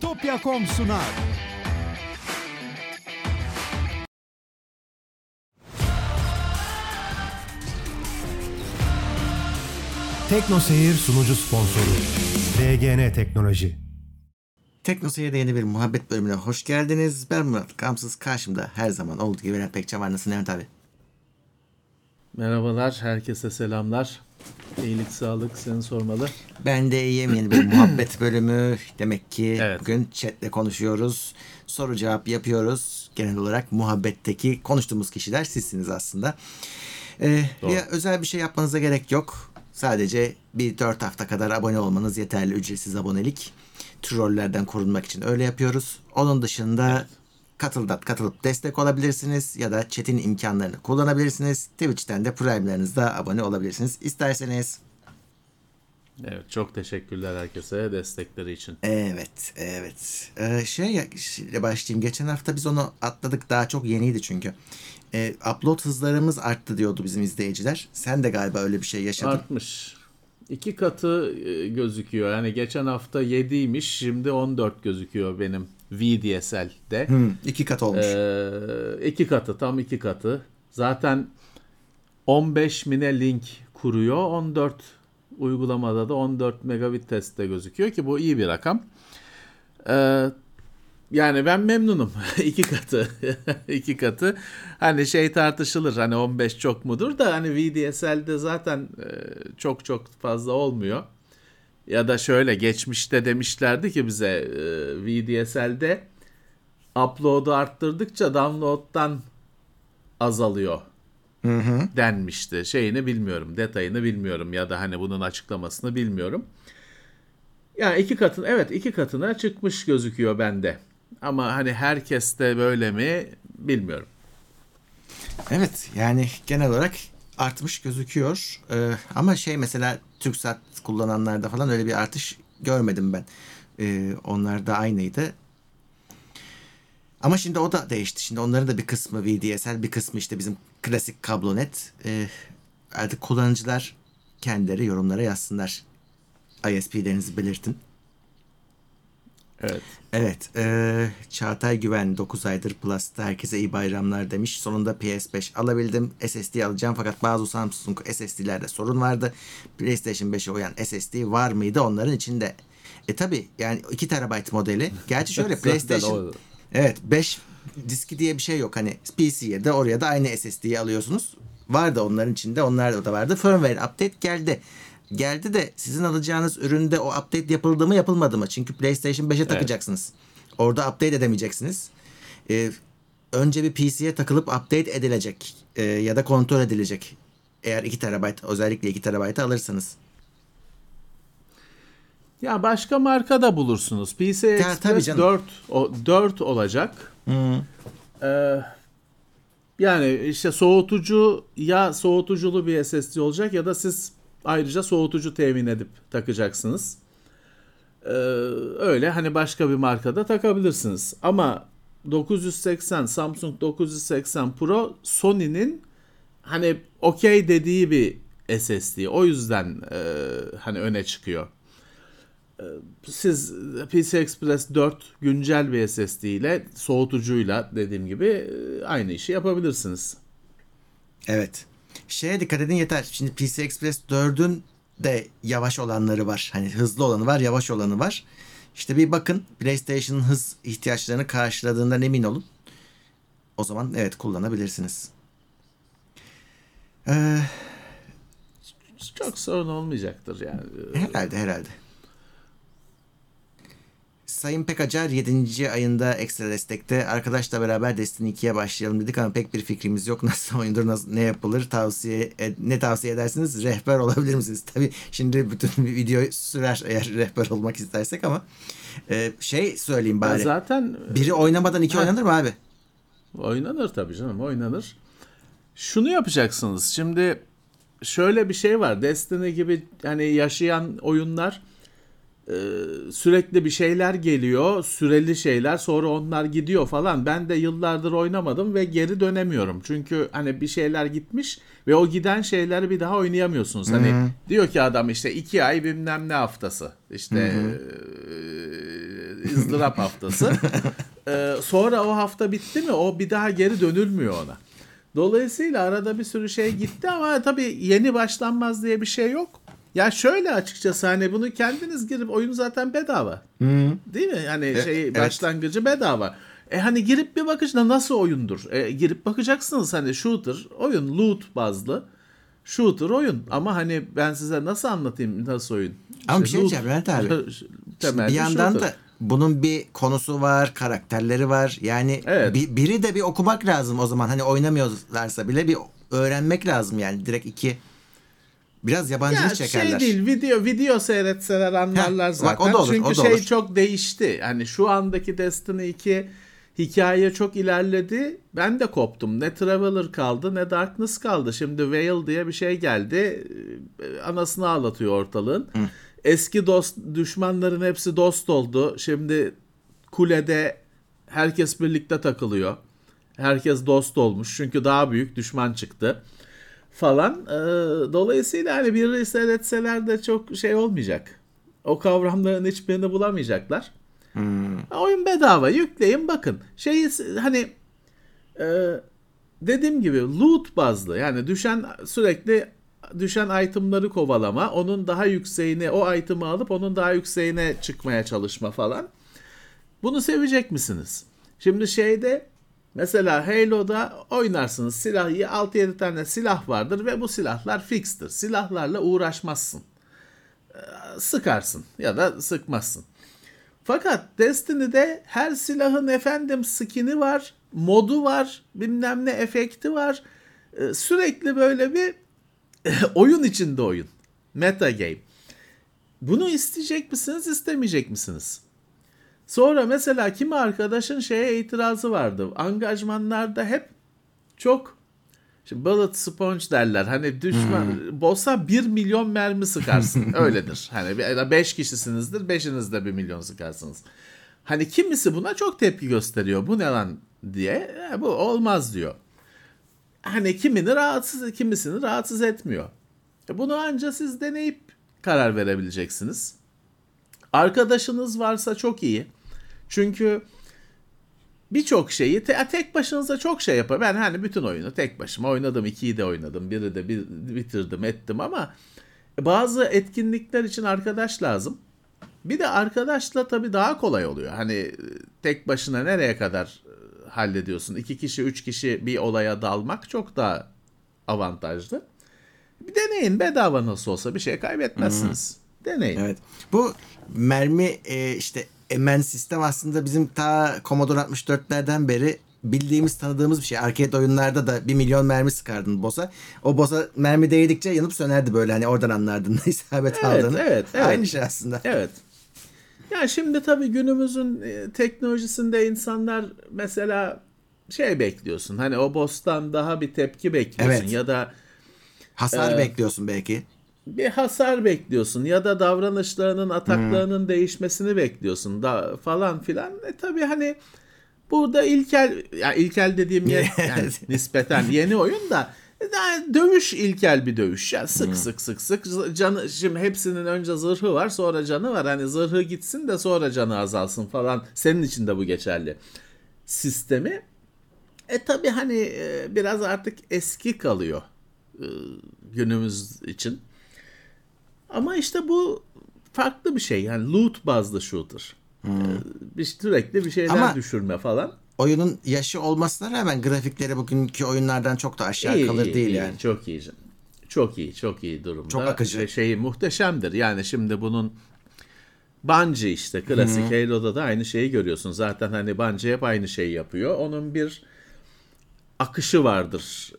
Bitopya.com sunar. Teknoseyir sunucu sponsoru DGN Teknoloji. Teknoseyir'de yeni bir muhabbet bölümüne hoş geldiniz. Ben Murat Kamsız, karşımda her zaman olduğu gibi Levent Pekcan var. Nasılsın Levent abi? Merhabalar, herkese selamlar. İyilik, sağlık, seni sormalı. Ben de iyiyim. Yeni bir muhabbet bölümü. Demek ki Evet. bugün chatle konuşuyoruz. Soru cevap yapıyoruz. Genel olarak muhabbetteki konuştuğumuz kişiler sizsiniz aslında. Ya, özel bir şey yapmanıza gerek yok. Sadece bir 4 hafta kadar abone olmanız yeterli, ücretsiz abonelik. Trollerden korunmak için öyle yapıyoruz. Onun dışında katılıp destek olabilirsiniz ya da chat'in imkanlarını kullanabilirsiniz. Twitch'ten de Prime'larınızda abone olabilirsiniz isterseniz. Evet, çok teşekkürler herkese destekleri için. Evet. Şeyle başlayayım. Geçen hafta biz onu atladık. Daha çok yeniydi çünkü. Upload hızlarımız arttı diyordu bizim izleyiciler. Sen de galiba öyle bir şey yaşadın. Artmış. 2 katı gözüküyor. Yani geçen hafta 7'ymiş, şimdi 14 gözüküyor benim VDSL'de. 2 kat olmuş. 2 katı, tam 2 katı. Zaten 15 mine link kuruyor. 14 uygulamada da 14 megabit testte gözüküyor ki bu iyi bir rakam. Yani ben memnunum. 2 katı. 2 katı. Hani şey tartışılır. Hani 15 çok mudur da hani VDSL'de zaten çok fazla olmuyor. Ya da şöyle, geçmişte demişlerdi ki bize VDSL'de upload'u arttırdıkça download'dan azalıyor denmişti. Şeyini bilmiyorum, detayını bilmiyorum ya da hani bunun açıklamasını bilmiyorum. Yani 2 katına çıkmış gözüküyor bende. Ama hani herkes de böyle mi bilmiyorum. Evet, yani genel olarak artmış gözüküyor. Ama mesela TürkSat kullananlarda falan öyle bir artış görmedim ben. Onlar da aynıydı. Ama şimdi o da değişti. Şimdi onların da bir kısmı VDSL, bir kısmı işte bizim klasik kablonet. Artık kullanıcılar kendileri yorumlara yazsınlar. ISP'lerinizi belirtin. Evet. Evet. Çağatay Güven 9 aydır Plus'ta herkese iyi bayramlar demiş. Sonunda PS5 alabildim. SSD alacağım fakat bazı Samsung SSD'lerde sorun vardı. PlayStation 5'e uyan SSD var mıydı onların içinde? Tabi yani 2 TB modeli. Gerçi şöyle PlayStation... Evet, 5 diski diye bir şey yok. Hani PC'ye de oraya da aynı SSD'yi alıyorsunuz. Vardı onların içinde, onlar da vardı. Firmware update geldi. Geldi de sizin alacağınız üründe o update yapıldı mı yapılmadı mı? Çünkü PlayStation 5'e takacaksınız. Orada update edemeyeceksiniz. Önce bir PC'ye takılıp update edilecek ya da kontrol edilecek. Eğer 2 TB, özellikle 2 TB alırsanız. Ya başka marka da bulursunuz. PC Express 4 olacak. Yani işte soğutucu, ya soğutuculu bir SSD olacak ya da siz ayrıca soğutucu temin edip takacaksınız. Öyle hani başka bir markada takabilirsiniz. Ama 980, Samsung 980 Pro Sony'nin hani okey dediği bir SSD. O yüzden hani öne çıkıyor. Siz PC Express 4 güncel bir SSD ile soğutucuyla dediğim gibi aynı işi yapabilirsiniz. Evet. Şeye dikkat edin yeter. Şimdi PC Express 4'ün de yavaş olanları var. Hani hızlı olanı var, yavaş olanı var. İşte bir bakın, PlayStation'ın hız ihtiyaçlarını karşıladığından emin olun. O zaman evet, kullanabilirsiniz. Çok sorun olmayacaktır yani. Herhalde. Sayın Pekacar 7. ayında ekstra destekte. Arkadaşla beraber Destiny 2'ye başlayalım dedik ama pek bir fikrimiz yok. Nasıl oyundur, ne yapılır, ne tavsiye edersiniz? Rehber olabilir misiniz? Tabii şimdi bütün bir video sürer eğer rehber olmak istersek ama söyleyeyim bari. Zaten biri oynamadan 2 oynanır mı abi? Oynanır tabii canım, oynanır. Şunu yapacaksınız. Şimdi şöyle bir şey var. Destiny gibi hani yaşayan oyunlar, sürekli bir şeyler geliyor, süreli şeyler, sonra onlar gidiyor falan. Ben de yıllardır oynamadım ve geri dönemiyorum. Çünkü hani bir şeyler gitmiş ve o giden şeyleri bir daha oynayamıyorsunuz. Hani diyor ki adam işte 2 ay bilmem ne haftası. İşte ızdırap haftası. Sonra o hafta bitti mi o bir daha geri dönülmüyor ona. Dolayısıyla arada bir sürü şey gitti ama tabii yeni başlanmaz diye bir şey yok. Ya şöyle açıkçası hani bunu kendiniz girip oyun zaten bedava. Değil mi? Hani başlangıcı bedava. Hani girip bir bakışla nasıl oyundur? Girip bakacaksınız hani shooter oyun, loot bazlı. Shooter oyun ama hani ben size nasıl anlatayım nasıl oyun? Ama bir şey diyeceğim Bülent abi. Bir yandan da bunun bir konusu var, karakterleri var. Yani biri de bir okumak lazım o zaman. Hani oynamıyorlarsa bile bir öğrenmek lazım yani. Direkt biraz yabancılık çekerler. Şey değil, video seyretseler anlarlar zaten. Bak, o da olur, çünkü o da olur. çok değişti. Hani şu andaki Destiny 2 hikaye çok ilerledi. Ben de koptum. Ne Traveler kaldı ne Darkness kaldı. Şimdi Veil diye bir şey geldi. Anasını ağlatıyor ortalığın. Eski düşmanların hepsi dost oldu. Şimdi kulede herkes birlikte takılıyor. Herkes dost olmuş. Çünkü daha büyük düşman çıktı. Falan. Dolayısıyla hani biri seyretseler de çok şey olmayacak. O kavramların hiçbirini bulamayacaklar. Oyun bedava. Yükleyin bakın. Hani dediğim gibi loot bazlı. Yani sürekli düşen itemları kovalama. Onun daha yükseğine o item'ı alıp onun daha yükseğine çıkmaya çalışma falan. Bunu sevecek misiniz? Şimdi mesela Halo'da oynarsınız. 6-7 tane silah vardır ve bu silahlar fixtir. Silahlarla uğraşmazsın. Sıkarsın ya da sıkmazsın. Fakat Destiny'de her silahın skin'i var, modu var, bilmem ne efekti var. Sürekli böyle bir oyun içinde oyun. Meta game. Bunu isteyecek misiniz, istemeyecek misiniz? Sonra mesela kimi arkadaşın itirazı vardı. Angajmanlarda hep çok bullet sponge derler. Hani boss'a 1 milyon mermi sıkarsın. Öyledir. Hani 5 kişisinizdir. 5'iniz de 1 milyon sıkarsınız. Hani kimisi buna çok tepki gösteriyor. Bu ne lan diye. Bu olmaz diyor. Hani kimisini rahatsız etmiyor. Bunu anca siz deneyip karar verebileceksiniz. Arkadaşınız varsa çok iyi. Çünkü birçok şeyi tek başınıza çok şey yapar. Ben hani bütün oyunu tek başıma oynadım. 2'yi de oynadım. 1'i de bitirdim ettim ama bazı etkinlikler için arkadaş lazım. Bir de arkadaşla tabii daha kolay oluyor. Hani tek başına nereye kadar hallediyorsun? 2 kişi 3 kişi bir olaya dalmak çok daha avantajlı. Bir deneyin, bedava nasıl olsa bir şey kaybetmezsiniz. Deneyin. Evet. Bu mermi emen sistem aslında bizim ta Commodore 64'lerden beri bildiğimiz, tanıdığımız bir şey. Arcade oyunlarda da 1 milyon mermi sıkardın boss'a. O boss'a mermi değdikçe yanıp sönerdi böyle. Hani oradan anlardın ne isabet aldığını. Evet. Aynı şey aslında. Evet. Ya şimdi tabii günümüzün teknolojisinde insanlar mesela bekliyorsun. Hani o boss'tan daha bir tepki bekliyorsun. Evet. Ya da hasar bekliyorsun belki. Bir hasar bekliyorsun ya da davranışlarının, ataklarının değişmesini bekliyorsun falan filan. Tabii hani burada ilkel dediğim yani nispeten yeni oyun da dövüş ilkel bir dövüş. Yani sık canı, şimdi hepsinin önce zırhı var, sonra canı var. Hani zırhı gitsin de sonra canı azalsın falan. Senin için de bu geçerli. Sistemi tabii hani biraz artık eski kalıyor günümüz için. Ama işte bu farklı bir şey. Yani loot bazlı shooter. Sürekli bir şeyler düşürme falan. Oyunun yaşı olmasına rağmen grafikleri bugünkü oyunlardan çok da aşağı kalır değil yani. Çok iyi. Çok iyi durumda. Çok akıcı. Muhteşemdir. Yani şimdi bunun Bungie klasik Halo'da da aynı şeyi görüyorsun. Zaten hani Bungie hep aynı şeyi yapıyor. Onun bir akışı vardır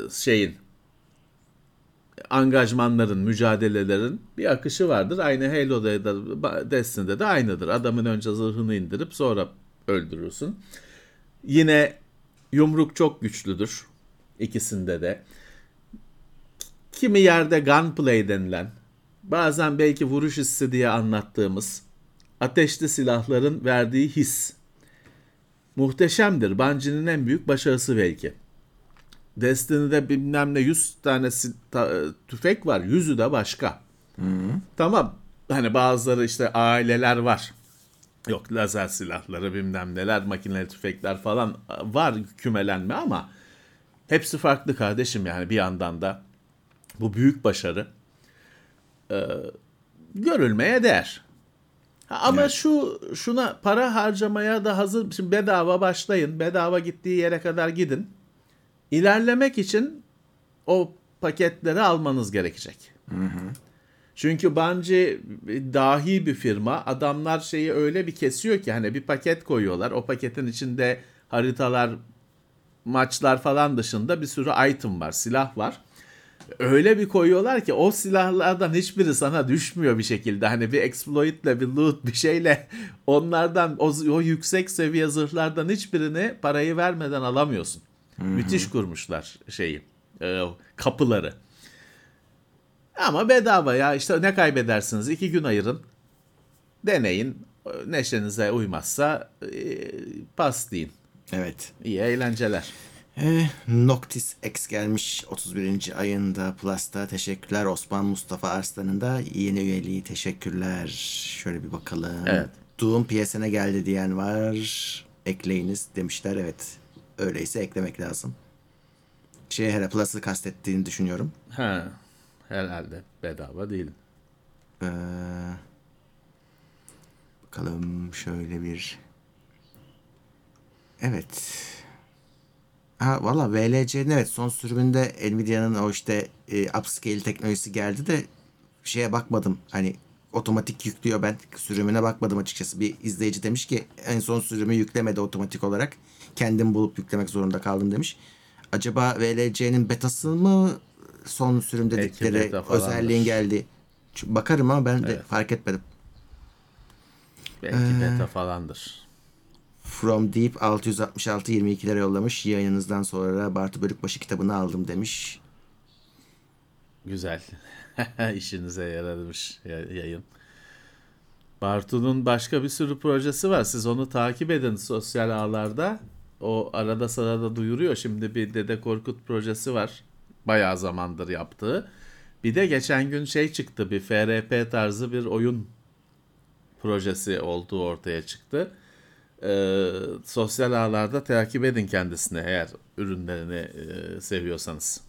angajmanların, mücadelelerin bir akışı vardır. Aynı Halo'da da Destiny'de de aynıdır. Adamın önce zırhını indirip sonra öldürürsün. Yine yumruk çok güçlüdür. İkisinde de. Kimi yerde gunplay denilen, bazen belki vuruş hissi diye anlattığımız ateşli silahların verdiği his muhteşemdir. Bungie'nin en büyük başarısı belki. Destiny'de bilmem ne 100 tane tüfek var. 100'ü de başka. Tamam. Hani bazıları aileler var. Yok lazer silahları bilmem neler, makineli tüfekler falan var kümelenme ama hepsi farklı kardeşim yani bir yandan da bu büyük başarı görülmeye değer. Ama Evet. şuna para harcamaya da hazır. Şimdi bedava başlayın. Bedava gittiği yere kadar gidin. İlerlemek için o paketleri almanız gerekecek. Çünkü Bungie dahi bir firma. Adamlar şeyi öyle bir kesiyor ki hani bir paket koyuyorlar. O paketin içinde haritalar, maçlar falan dışında bir sürü item var, silah var. Öyle bir koyuyorlar ki o silahlardan hiçbiri sana düşmüyor bir şekilde. Hani bir exploit'le, bir loot, bir şeyle onlardan o yüksek seviye zırhlardan hiçbirini parayı vermeden alamıyorsun. Müthiş kurmuşlar şeyi, kapıları. Ama bedava ya, işte ne kaybedersiniz? 2 gün ayırın, deneyin. Neşenize uymazsa pas deyin. Evet. İyi eğlenceler. Noctis X gelmiş 31. ayında Plus'ta. Teşekkürler. Osman Mustafa Arslan'ın da yeni üyeliği, teşekkürler. Şöyle bir bakalım. Evet. Doom PSN'e geldi diyen var. Ekleyiniz demişler. Evet. Öyleyse eklemek lazım. Herhalde Plus'ı kastettiğini düşünüyorum. Ha, herhalde bedava değil. Ee, bakalım şöyle bir. Evet. Ha valla VLC'nin evet son sürümünde Nvidia'nın o işte upscale teknolojisi geldi de şeye bakmadım. Hani otomatik yüklüyor, ben sürümüne bakmadım açıkçası. Bir izleyici demiş ki en son sürümü yüklemedi otomatik olarak. Kendim bulup yüklemek zorunda kaldım demiş. Acaba VLC'nin betası mı son sürüm Belki dedikleri beta özelliğin falandır. geldi? Bakarım ama ben de Evet. fark etmedim. Belki beta falandır. From Deep 666 22 lira yollamış. Yayınınızdan sonra Bartu Bölükbaşı kitabını aldım demiş. Güzel. İşinize yaramış yayın. Bartu'nun başka bir sürü projesi var. Siz onu takip edin sosyal ağlarda. O arada sırada duyuruyor. Şimdi bir Dede Korkut projesi var. Bayağı zamandır yaptığı. Bir de geçen gün şey çıktı. Bir FRP tarzı bir oyun projesi olduğu ortaya çıktı. Sosyal ağlarda takip edin kendisini eğer ürünlerini seviyorsanız.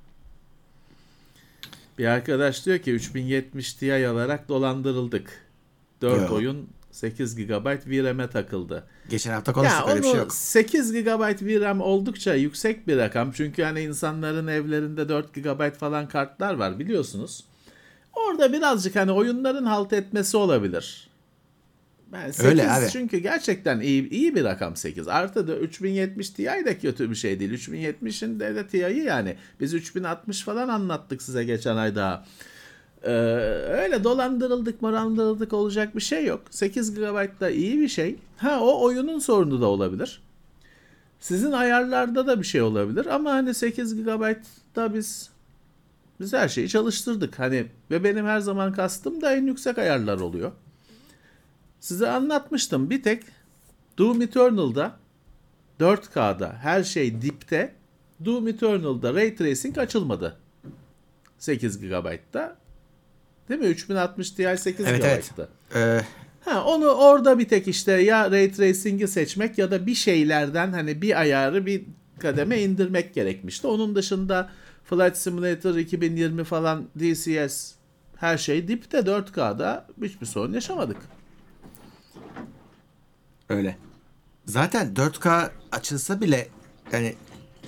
Bir arkadaş diyor ki 3070 Ti alarak dolandırıldık. 4 Yo. oyun 8 GB VRAM'e takıldı. Geçen hafta Ya konuştuk, öyle bir şey onu yok. 8 GB VRAM oldukça yüksek bir rakam. Çünkü hani insanların evlerinde 4 GB falan kartlar var biliyorsunuz. Orada birazcık hani oyunların halt etmesi olabilir. Ben 8 Öyle abi. çünkü gerçekten iyi bir rakam 8. Artı da 3070 Ti de kötü bir şey değil. 3070'in de Ti'yi yani. Biz 3060 falan anlattık size geçen ay daha. Öyle dolandırıldık olacak bir şey yok. 8 GB da iyi bir şey. Ha o oyunun sorunu da olabilir. Sizin ayarlarda da bir şey olabilir. Ama hani 8 GB'da biz her şeyi çalıştırdık. Hani ve benim her zaman kastım da en yüksek ayarlar oluyor. Size anlatmıştım. Bir tek Doom Eternal'da 4K'da her şey dipte. Doom Eternal'da Ray Tracing açılmadı. 8 GB'da. Değil mi? 3060 Ti 8 Evet, evet. GB'da. Onu orada bir tek işte ya Ray Tracing'i seçmek ya da bir şeylerden hani bir ayarı bir kademe indirmek gerekmişti. Onun dışında Flight Simulator 2020 falan DCS her şey dipte 4K'da hiçbir sorun yaşamadık. Öyle. Zaten 4K açılsa bile yani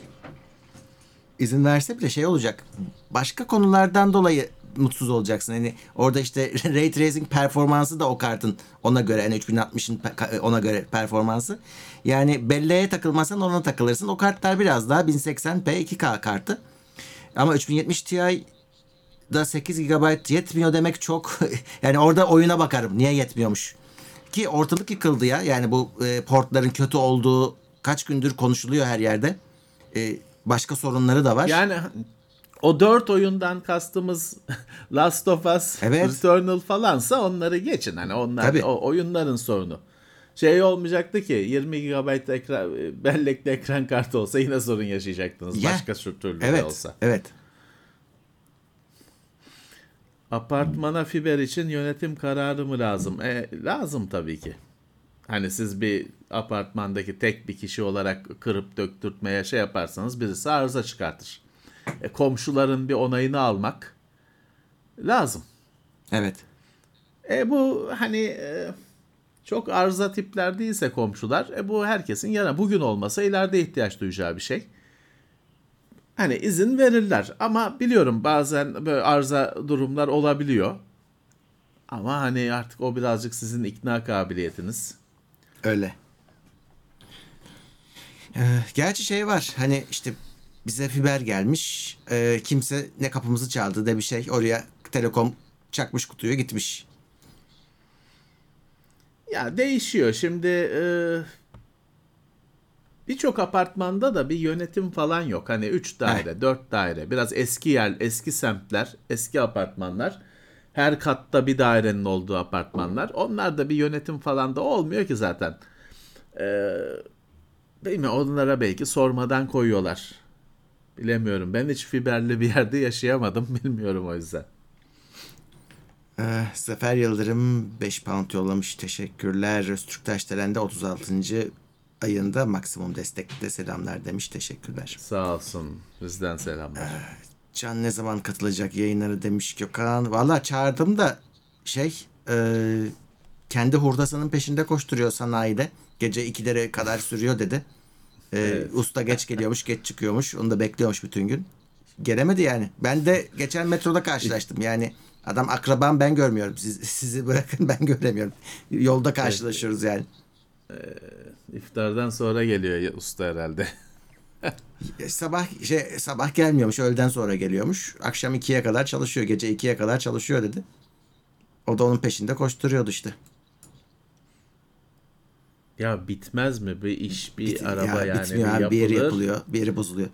izin verse bile şey olacak. Başka konulardan dolayı mutsuz olacaksın. Hani orada işte Ray Tracing performansı da o kartın ona göre, yani 3060'ın ona göre performansı. Yani belleğe takılmasan ona takılırsın. O kartlar biraz daha 1080p 2K kartı. Ama 3070 Ti da 8 GB yetmiyor demek çok. Yani orada oyuna bakarım. Niye yetmiyormuş? Ki ortalık yıkıldı ya. Yani bu portların kötü olduğu kaç gündür konuşuluyor her yerde. Başka sorunları da var. Yani o 4 oyundan kastımız Last of Us, Evet. Returnal falansa onları geçin. Hani onlar Tabii. o oyunların sorunu. Şey olmayacaktı ki 20 GB ekran, bellekli ekran kartı olsa yine sorun yaşayacaktınız. Ya, Başka türlü evet, de olsa. evet. Apartmana fiber için yönetim kararı mı lazım? Lazım tabii ki. Hani siz bir apartmandaki tek bir kişi olarak kırıp döktürtmeye şey yaparsanız birisi arıza çıkartır. Komşuların bir onayını almak lazım. Evet. Bu hani çok arıza tipler değilse komşular, bu herkesin bugün olmasa ileride ihtiyaç duyacağı bir şey. Hani izin verirler ama biliyorum bazen böyle arıza durumlar olabiliyor. Ama hani artık o birazcık sizin ikna kabiliyetiniz. Öyle. Gerçi şey var, hani işte bize fiber gelmiş, kimse ne kapımızı çaldı ne bir şey, oraya telekom çakmış kutuyu gitmiş. Ya değişiyor. Şimdi birçok apartmanda da bir yönetim falan yok. Hani 3 daire, 4 daire. Biraz eski yer, eski semtler, eski apartmanlar. Her katta bir dairenin olduğu apartmanlar. Onlarda bir yönetim falan da olmuyor ki zaten. Değil mi? Onlara belki sormadan koyuyorlar. Bilemiyorum. Ben hiç fiberli bir yerde yaşayamadım. Bilmiyorum o yüzden. Zafer Yıldırım 5 pound yollamış. Teşekkürler. Öztürk Taşdelen'de 36. ayında maksimum destekte selamlar demiş. Teşekkürler. Sağ olsun. Bizden selamlar. Can ne zaman katılacak yayınları demiş Gökhan. Valla çağırdım da kendi hurdasının peşinde koşturuyor sanayide. Gece 2'lere kadar sürüyor dedi. Evet. Usta geç geliyormuş, geç çıkıyormuş. Onu da bekliyormuş bütün gün. Gelemedi yani. Ben de geçen metroda karşılaştım. Yani adam akrabam, ben görmüyorum. Sizi bırakın, ben göremiyorum. Yolda karşılaşıyoruz yani. İftardan sonra geliyor usta herhalde. Sabah gelmiyormuş, öğleden sonra geliyormuş. Akşam 2'ye kadar çalışıyor, gece 2'ye kadar çalışıyor dedi. O da onun peşinde koşturuyordu işte. Ya bitmez mi bir iş, bir araba yani bitmiyor bir abi, bir yeri yapılır. yapılıyor, bir yeri bozuluyor.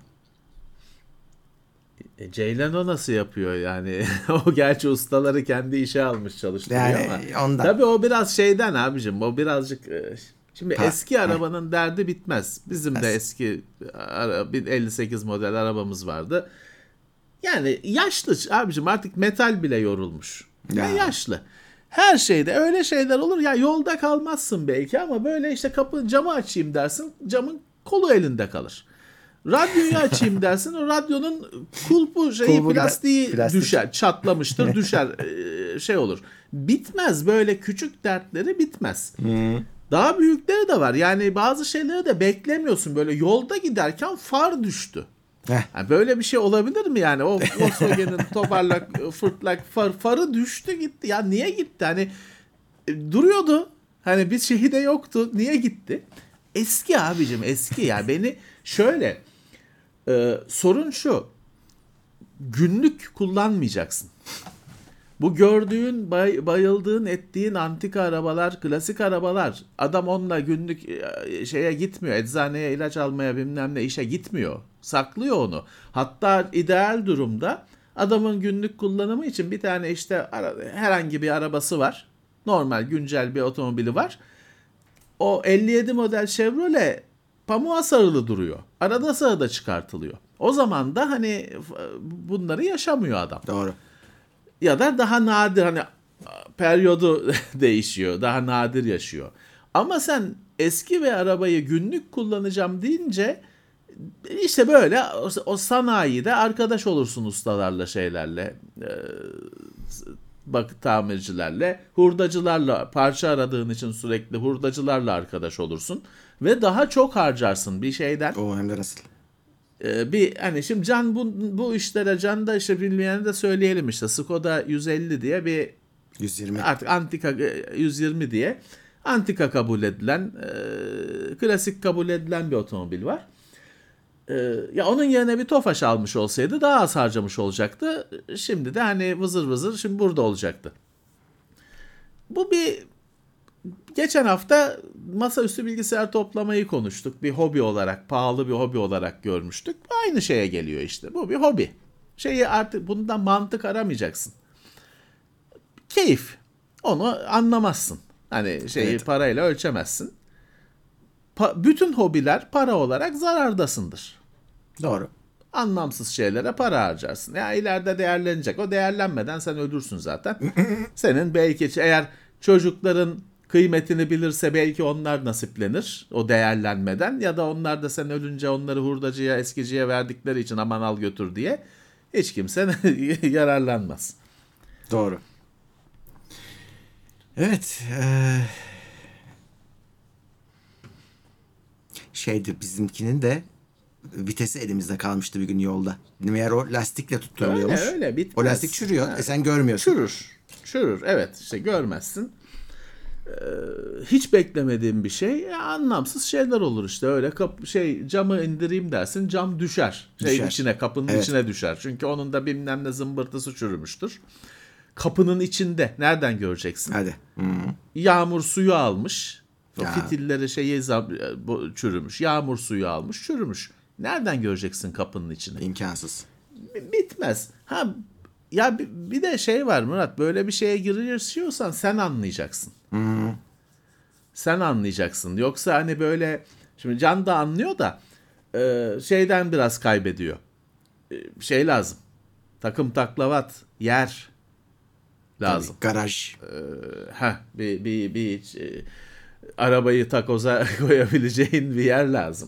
Ceylan o nasıl yapıyor yani? O gerçi ustaları kendi işe almış çalıştırıyor Yani ama. ondan. Tabii o biraz şeyden abicim. O birazcık şimdi eski Ha. arabanın derdi bitmez. Bizim de eski 58 model arabamız vardı. Yani yaşlı abicim, artık metal bile yorulmuş. Ya Ya. yaşlı. Her şeyde öyle şeyler olur ya, yolda kalmazsın belki ama böyle işte camı açayım dersin, camın kolu elinde kalır. Radyoyu açayım dersin, o radyonun kulpu plastiği plastik. düşer, çatlamıştır, düşer, şey olur. Bitmez, böyle küçük dertleri bitmez. Daha büyükleri de var. Yani bazı şeyleri de beklemiyorsun. Böyle yolda giderken far düştü. Yani böyle bir şey olabilir mi yani? O Volkswagen'in toparlak, fırtlak farı düştü gitti. Ya niye gitti? Hani duruyordu. Hani bir şeyi de yoktu. Niye gitti? Eski abicim, eski ya. Beni şöyle sorun şu. Günlük kullanmayacaksın. Bu gördüğün, bayıldığın, ettiğin antika arabalar, klasik arabalar. Adam onunla günlük şeye gitmiyor. Eczaneye ilaç almaya, bilmem ne işe gitmiyor. Saklıyor onu. Hatta ideal durumda adamın günlük kullanımı için bir tane işte herhangi bir arabası var. Normal güncel bir otomobili var. O 57 model Chevrolet pamuğa sarılı duruyor. Arada sırada çıkartılıyor. O zaman da hani bunları yaşamıyor adam. Doğru. Ya da daha nadir, hani periyodu değişiyor. Daha nadir yaşıyor. Ama sen eski bir arabayı günlük kullanacağım deyince işte böyle o sanayide arkadaş olursun ustalarla, şeylerle, tamircilerle, hurdacılarla, parça aradığın için sürekli hurdacılarla arkadaş olursun ve daha çok harcarsın bir şeyden. O hem de nasıl? Bir hani şimdi Can bu işlere, Can da işte bilmeyene de söyleyelim, işte Skoda 150 diye bir 120. artık antika 120 diye antika kabul edilen, klasik kabul edilen bir otomobil var. Ya onun yerine bir Tofaş almış olsaydı daha az harcamış olacaktı. Şimdi de hani vızır vızır şimdi burada olacaktı. Bu geçen hafta masaüstü bilgisayar toplamayı konuştuk. Bir hobi olarak, pahalı bir hobi olarak görmüştük. Aynı şeye geliyor işte. Bu bir hobi. Artık bundan mantık aramayacaksın. Keyif. Onu anlamazsın. Hani Evet. parayla ölçemezsin. Bütün hobiler para olarak zarardasındır. Doğru. Anlamsız şeylere para harcarsın. Ya ileride değerlenecek. O değerlenmeden sen ölürsün zaten. Senin belki eğer çocukların kıymetini bilirse belki onlar nasiplenir o değerlenmeden, ya da onlar da sen ölünce onları hurdacıya, eskiciye verdikleri için aman al götür diye hiç kimse yararlanmaz. Doğru. Evet. Şeydi, bizimkinin de vitesi elimizde kalmıştı bir gün yolda. Meğer o lastikle tutturuluyormuş. Öyle bitmez. O lastik çürüyor. Sen görmüyorsun. Çürür. Evet, işte görmezsin. Hiç beklemediğim bir şey, anlamsız şeyler olur işte. Öyle camı indireyim dersin, cam düşer. İçine, kapının içine düşer. Çünkü onun da bilmem ne zımbırtısı çürümüştür. Kapının içinde nereden göreceksin? Hadi. Yağmur suyu almış. O Ya. fitilleri çürümüş. Yağmur suyu almış, çürümüş. Nereden göreceksin kapının içine? İmkansız. Bitmez. Ya bir de şey var Murat, böyle bir şeye giriyorsan sen anlayacaksın. Sen anlayacaksın. Yoksa hani böyle, şimdi Can da anlıyor da şeyden biraz kaybediyor. Şey lazım. Takım taklavat, yer lazım. Tabii, garaj. Bir arabayı takoza koyabileceğin bir yer lazım.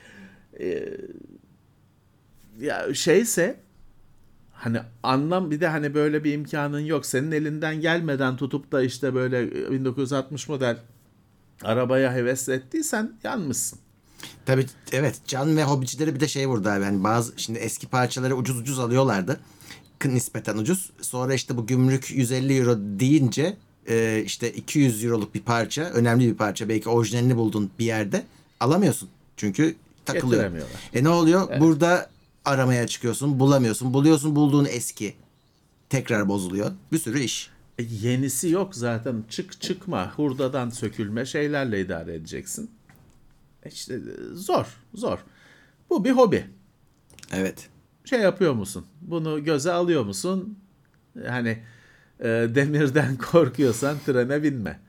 Ya şeyse, hani bir de hani böyle bir imkanın yok. Senin elinden gelmeden tutup da işte böyle 1960 model arabaya heves ettiysen yanmışsın. Tabii, evet, can ve hobicileri bir de şey vurdu abi. Yani şimdi eski parçaları ucuz alıyorlardı. Nispeten ucuz. Sonra işte bu gümrük 150 euro deyince işte 200 euroluk bir parça, önemli bir parça, belki orijinalini buldun bir yerde, alamıyorsun. Çünkü takılıyor. Ne oluyor? Evet. Burada aramaya çıkıyorsun, bulamıyorsun. Buluyorsun, bulduğun eski. Tekrar bozuluyor. Bir sürü iş. Yenisi yok zaten. Çıkma, hurdadan sökülme şeylerle idare edeceksin. İşte zor. Bu bir hobi. Evet. Şey yapıyor musun? Bunu göze alıyor musun? Hani demirden korkuyorsan trene binme.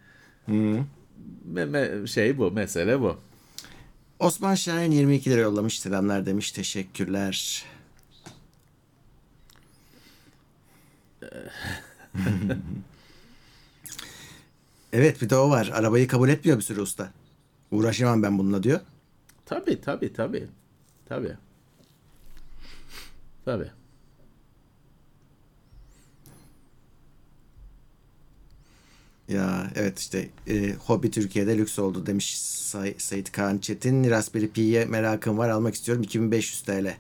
Mesele bu. Osman Şahin 22 lira yollamış. Selamlar demiş. Teşekkürler. Evet, bir de o var. Arabayı kabul etmiyor bir sürü usta. Uğraşamam ben bununla diyor. Tabii. Ya evet, işte hobi Türkiye'de lüks oldu demiş Sait Kaan Çetin. Raspberry Pi'ye merakım var, almak istiyorum, 2500 TL.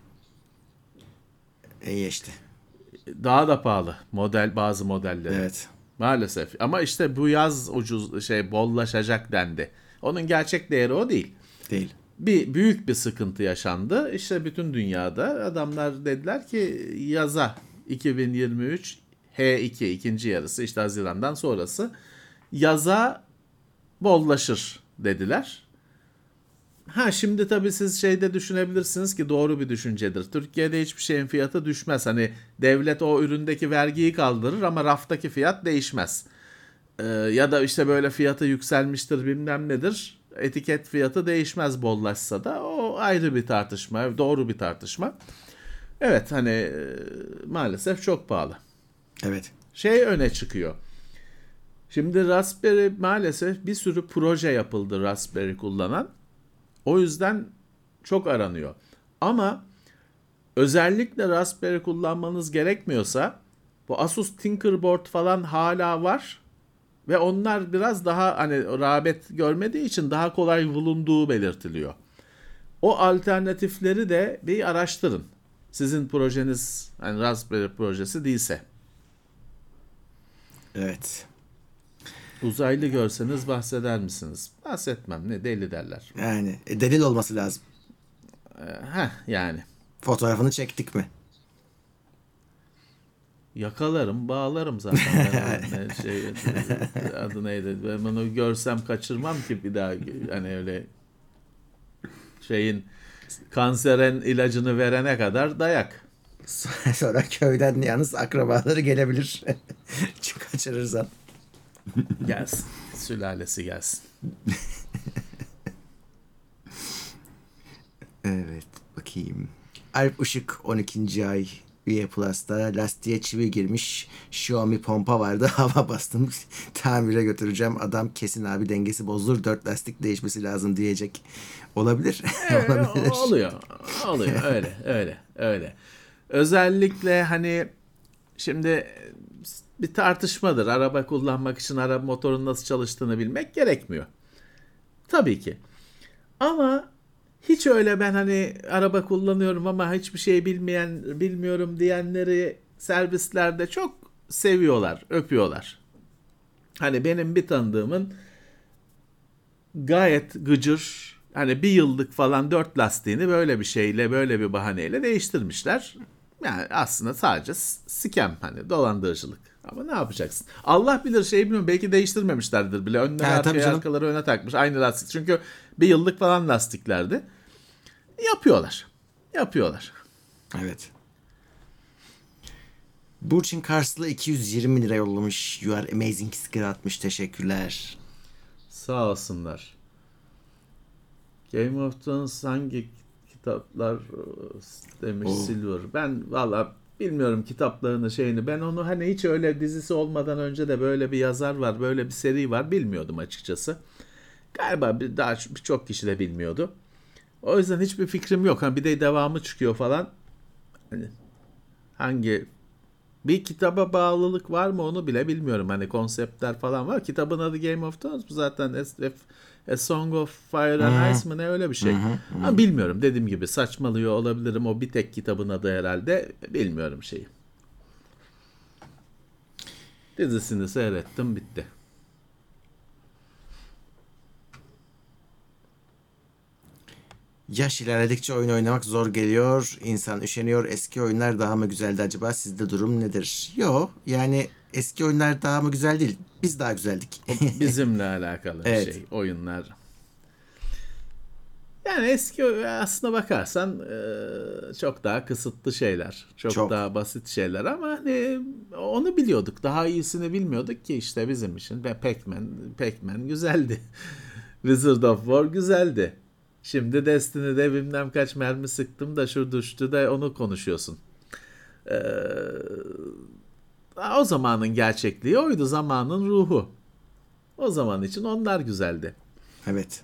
İyi işte. Daha da pahalı bazı modelleri. Evet. Maalesef. Ama işte bu yaz bollaşacak dendi. Onun gerçek değeri o değil. Değil. Büyük bir sıkıntı yaşandı. İşte bütün dünyada adamlar dediler ki yaza 2023 H2 ikinci yarısı, işte Haziran'dan sonrası yaza bollaşır dediler. Şimdi tabii siz düşünebilirsiniz ki doğru bir düşüncedir. Türkiye'de hiçbir şeyin fiyatı düşmez. Hani devlet o üründeki vergiyi kaldırır ama raftaki fiyat değişmez. Ya da işte böyle fiyatı yükselmiştir bilmem nedir. Etiket fiyatı değişmez bollaşsa da, o ayrı bir tartışma. Doğru bir tartışma. Evet, hani maalesef çok pahalı. Evet. Öne çıkıyor. Şimdi Raspberry, maalesef bir sürü proje yapıldı Raspberry kullanan. O yüzden çok aranıyor. Ama özellikle Raspberry kullanmanız gerekmiyorsa bu Asus Tinkerboard falan hala var. Ve onlar biraz daha hani rağbet görmediği için daha kolay bulunduğu belirtiliyor. O alternatifleri de bir araştırın. Sizin projeniz hani Raspberry projesi değilse. Evet. Uzaylı görseniz bahseder misiniz? Bahsetmem, ne deli derler. Yani delil olması lazım. Yani. Fotoğrafını çektik mi? Yakalarım, bağlarım zaten. Adı neydi? Ben onu görsem kaçırmam ki bir daha, hani öyle kanseren ilacını verene kadar dayak. Sonra köyden yalnız akrabaları gelebilir. Kaçırırsan. Gelsin. Sülalesi gelsin. Evet, bakayım. Alp Işık 12. ay üye Plus'ta. Lastiğe çivi girmiş. Xiaomi pompa vardı. Hava bastım. Tamire götüreceğim. Adam kesin abi dengesi bozulur. 4 lastik değişmesi lazım diyecek. Olabilir. Olabilir. Oluyor. Öyle. Özellikle hani şimdi bir tartışmadır. Araba kullanmak için araba motorun nasıl çalıştığını bilmek gerekmiyor. Tabii ki. Ama hiç öyle ben hani araba kullanıyorum ama hiçbir şey bilmiyorum diyenleri servislerde çok seviyorlar, öpüyorlar. Hani benim bir tanıdığımın gayet gıcır, hani bir yıllık falan 4 lastiğini böyle bir şeyle, böyle bir bahaneyle değiştirmişler. Yani aslında sadece scam, hani dolandırıcılık. Ama ne yapacaksın? Allah bilir, şey bilmiyorum, belki değiştirmemişlerdir bile. Önleri arkaya, arkaları öne takmış. Aynı lastik. Çünkü bir yıllık falan lastiklerdi. Yapıyorlar. Evet. Burçin Karslı 220 lira yollamış. You are amazing sticker atmış. Teşekkürler. Sağ olsunlar. Game of Thrones hangi kitaplar demiş Silver. Ben valla bilmiyorum kitaplarını, şeyini. Ben onu hani hiç öyle dizisi olmadan önce de böyle bir yazar var, böyle bir seri var bilmiyordum açıkçası. Galiba birçok kişi de bilmiyordu. O yüzden hiçbir fikrim yok. Bir de devamı çıkıyor falan. Hani hangi bir kitaba bağlılık var mı onu bile bilmiyorum. Hani konseptler falan var. Kitabın adı Game of Thrones bu zaten. A Song of Fire and Ice mı ne, öyle bir şey. Ama bilmiyorum. Dediğim gibi saçmalıyor olabilirim. O bir tek kitabın adı herhalde. Bilmiyorum şeyi. Dizisini seyrettim, bitti. Yaş ilerledikçe oyun oynamak zor geliyor. İnsan üşeniyor. Eski oyunlar daha mı güzeldi acaba? Sizde durum nedir? Yok. Yani eski oyunlar daha mı güzel değil. Biz daha güzeldik. O bizimle alakalı bir Evet. şey. Oyunlar. Yani eski, aslına bakarsan çok daha kısıtlı şeyler. Çok daha basit şeyler ama hani onu biliyorduk. Daha iyisini bilmiyorduk ki işte bizim için. Ve Pac-Man güzeldi. Wizard of War güzeldi. Şimdi Destiny'de bilmem kaç mermi sıktım da şu düştü de onu konuşuyorsun. O zamanın gerçekliği oydu. Zamanın ruhu. O zaman için onlar güzeldi. Evet.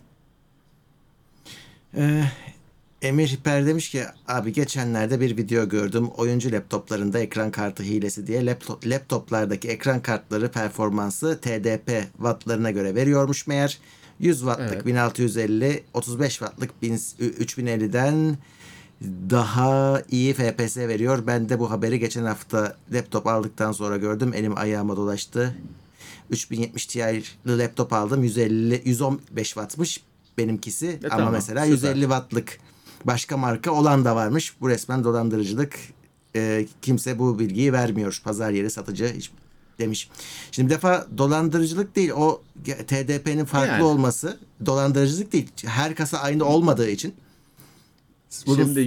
Emir Hiper demiş ki abi geçenlerde bir video gördüm. Oyuncu laptoplarında ekran kartı hilesi diye laptoplardaki ekran kartları performansı TDP wattlarına göre veriyormuş meğer. 100 wattlık 1650, 35 wattlık 3050'den daha iyi FPS veriyor. Ben de bu haberi geçen hafta laptop aldıktan sonra gördüm. Elim ayağıma dolaştı. 3070 Ti'li laptop aldım. 115 wattmış benimkisi. Ama tamam, mesela süper. 150 wattlık başka marka olan da varmış. Bu resmen dolandırıcılık. Kimse bu bilgiyi vermiyor. Pazar yeri satıcı hiç demiş. Şimdi bir defa dolandırıcılık değil. O TDP'nin farklı olması dolandırıcılık değil. Her kasa aynı olmadığı için. Şimdi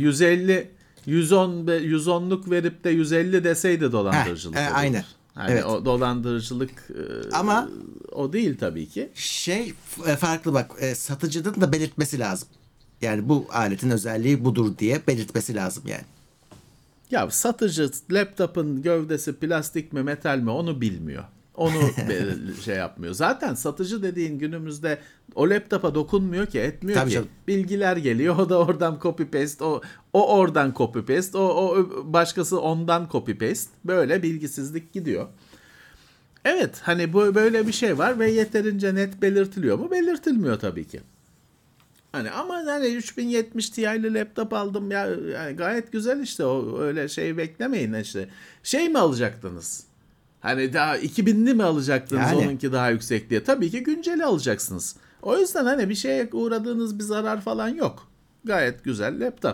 110'luk verip de 150 deseydi dolandırıcılık olur. Aynen. Yani evet. O dolandırıcılık ama o değil tabii ki. Farklı bak, satıcının da belirtmesi lazım. Yani bu aletin özelliği budur diye belirtmesi lazım yani. Ya satıcı laptopun gövdesi plastik mi metal mi onu bilmiyor. Onu şey yapmıyor. Zaten satıcı dediğin günümüzde o laptopa dokunmuyor ki, etmiyor Tabii ki. canım. Bilgiler geliyor, o da oradan copy paste, o oradan copy paste, o başkası ondan copy paste. Böyle bilgisizlik gidiyor. Evet, hani böyle bir şey var ve yeterince net belirtiliyor mu? Belirtilmiyor tabii ki. Hani ama hani 3070 Ti'li laptop aldım ya, yani gayet güzel işte, o öyle şey beklemeyin işte. Şey mi alacaktınız? Hani daha 2000'li mi alacaktınız yani. Onunki daha yüksek diye? Tabii ki günceli alacaksınız. O yüzden hani bir şeye uğradığınız bir zarar falan yok. Gayet güzel laptop.